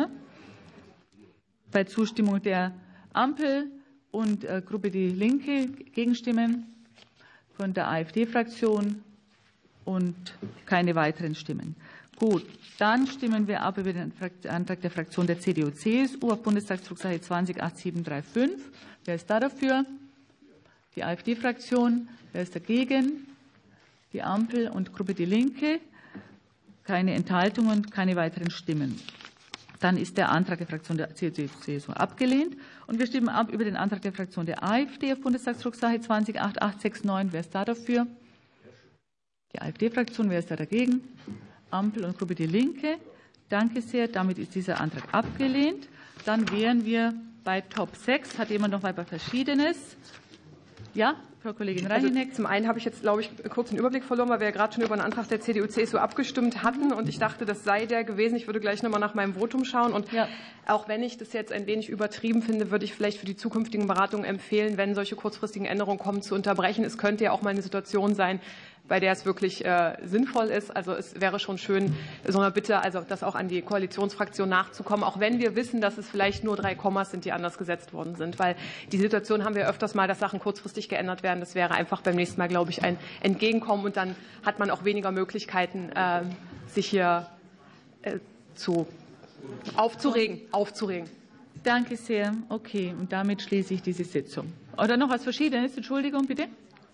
Bei Zustimmung der Ampel und Gruppe Die Linke Gegenstimmen von der AfD-Fraktion und keine weiteren Stimmen. Gut, dann stimmen wir ab über den Antrag der Fraktion der CDU-CSU auf Bundestagsdrucksache 20-8735. Wer ist da dafür? Die AfD-Fraktion. Wer ist dagegen? Die Ampel und Gruppe Die Linke. Keine Enthaltungen, keine weiteren Stimmen. Dann ist der Antrag der Fraktion der CDU-CSU abgelehnt. Und wir stimmen ab über den Antrag der Fraktion der AfD auf Bundestagsdrucksache 20-8869. Wer ist da dafür? Die AfD-Fraktion. Wer ist da dagegen? Ampel und Gruppe Die Linke. Danke sehr. Damit ist dieser Antrag abgelehnt. Dann wären wir bei Top 6. Hat jemand noch mal bei Verschiedenes? Ja, Frau Kollegin Reicheneck. Also zum einen habe ich jetzt, glaube ich, kurz den Überblick verloren, weil wir ja gerade schon über einen Antrag der CDU-CSU abgestimmt hatten. Und ich dachte, das sei der gewesen. Ich würde gleich noch mal nach meinem Votum schauen. Und auch wenn ich das jetzt ein wenig übertrieben finde, würde ich vielleicht für die zukünftigen Beratungen empfehlen, wenn solche kurzfristigen Änderungen kommen, zu unterbrechen. Es könnte ja auch mal eine Situation sein, bei der es wirklich sinnvoll ist. Also es wäre schon schön, so eine Bitte, also das auch an die Koalitionsfraktion nachzukommen, auch wenn wir wissen, dass es vielleicht nur 3 Kommas sind, die anders gesetzt worden sind. Weil die Situation haben wir öfters mal, dass Sachen kurzfristig geändert werden. Das wäre einfach beim nächsten Mal, glaube ich, ein Entgegenkommen. Und dann hat man auch weniger Möglichkeiten, sich hier aufzuregen. Danke sehr. Okay, und damit schließe ich diese Sitzung. Oder noch was Verschiedenes? Entschuldigung, bitte.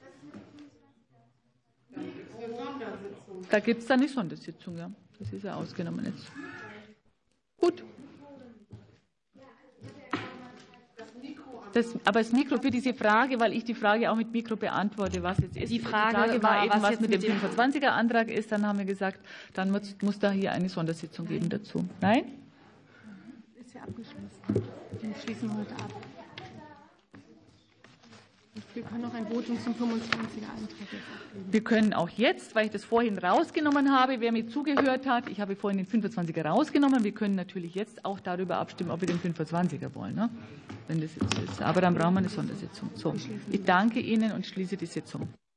Da gibt es dann eine Sondersitzung, ja. Das ist ja ausgenommen jetzt. Gut. Aber das Mikro für diese Frage, weil ich die Frage auch mit Mikro beantworte, was jetzt ist. Die Frage war eben, was mit dem 25er-Antrag ist. Dann haben wir gesagt, dann muss da hier eine Sondersitzung geben dazu. Nein? Ist ja abgeschlossen. Den schließen wir heute ab. Wir können noch ein Votum zum 25er-Antrag jetzt abgeben. Wir können auch jetzt, weil ich das vorhin rausgenommen habe, wer mir zugehört hat, ich habe vorhin den 25er rausgenommen, wir können natürlich jetzt auch darüber abstimmen, ob wir den 25er wollen, ne? Wenn das jetzt ist. Aber dann brauchen wir eine Sondersitzung. So, ich danke Ihnen und schließe die Sitzung.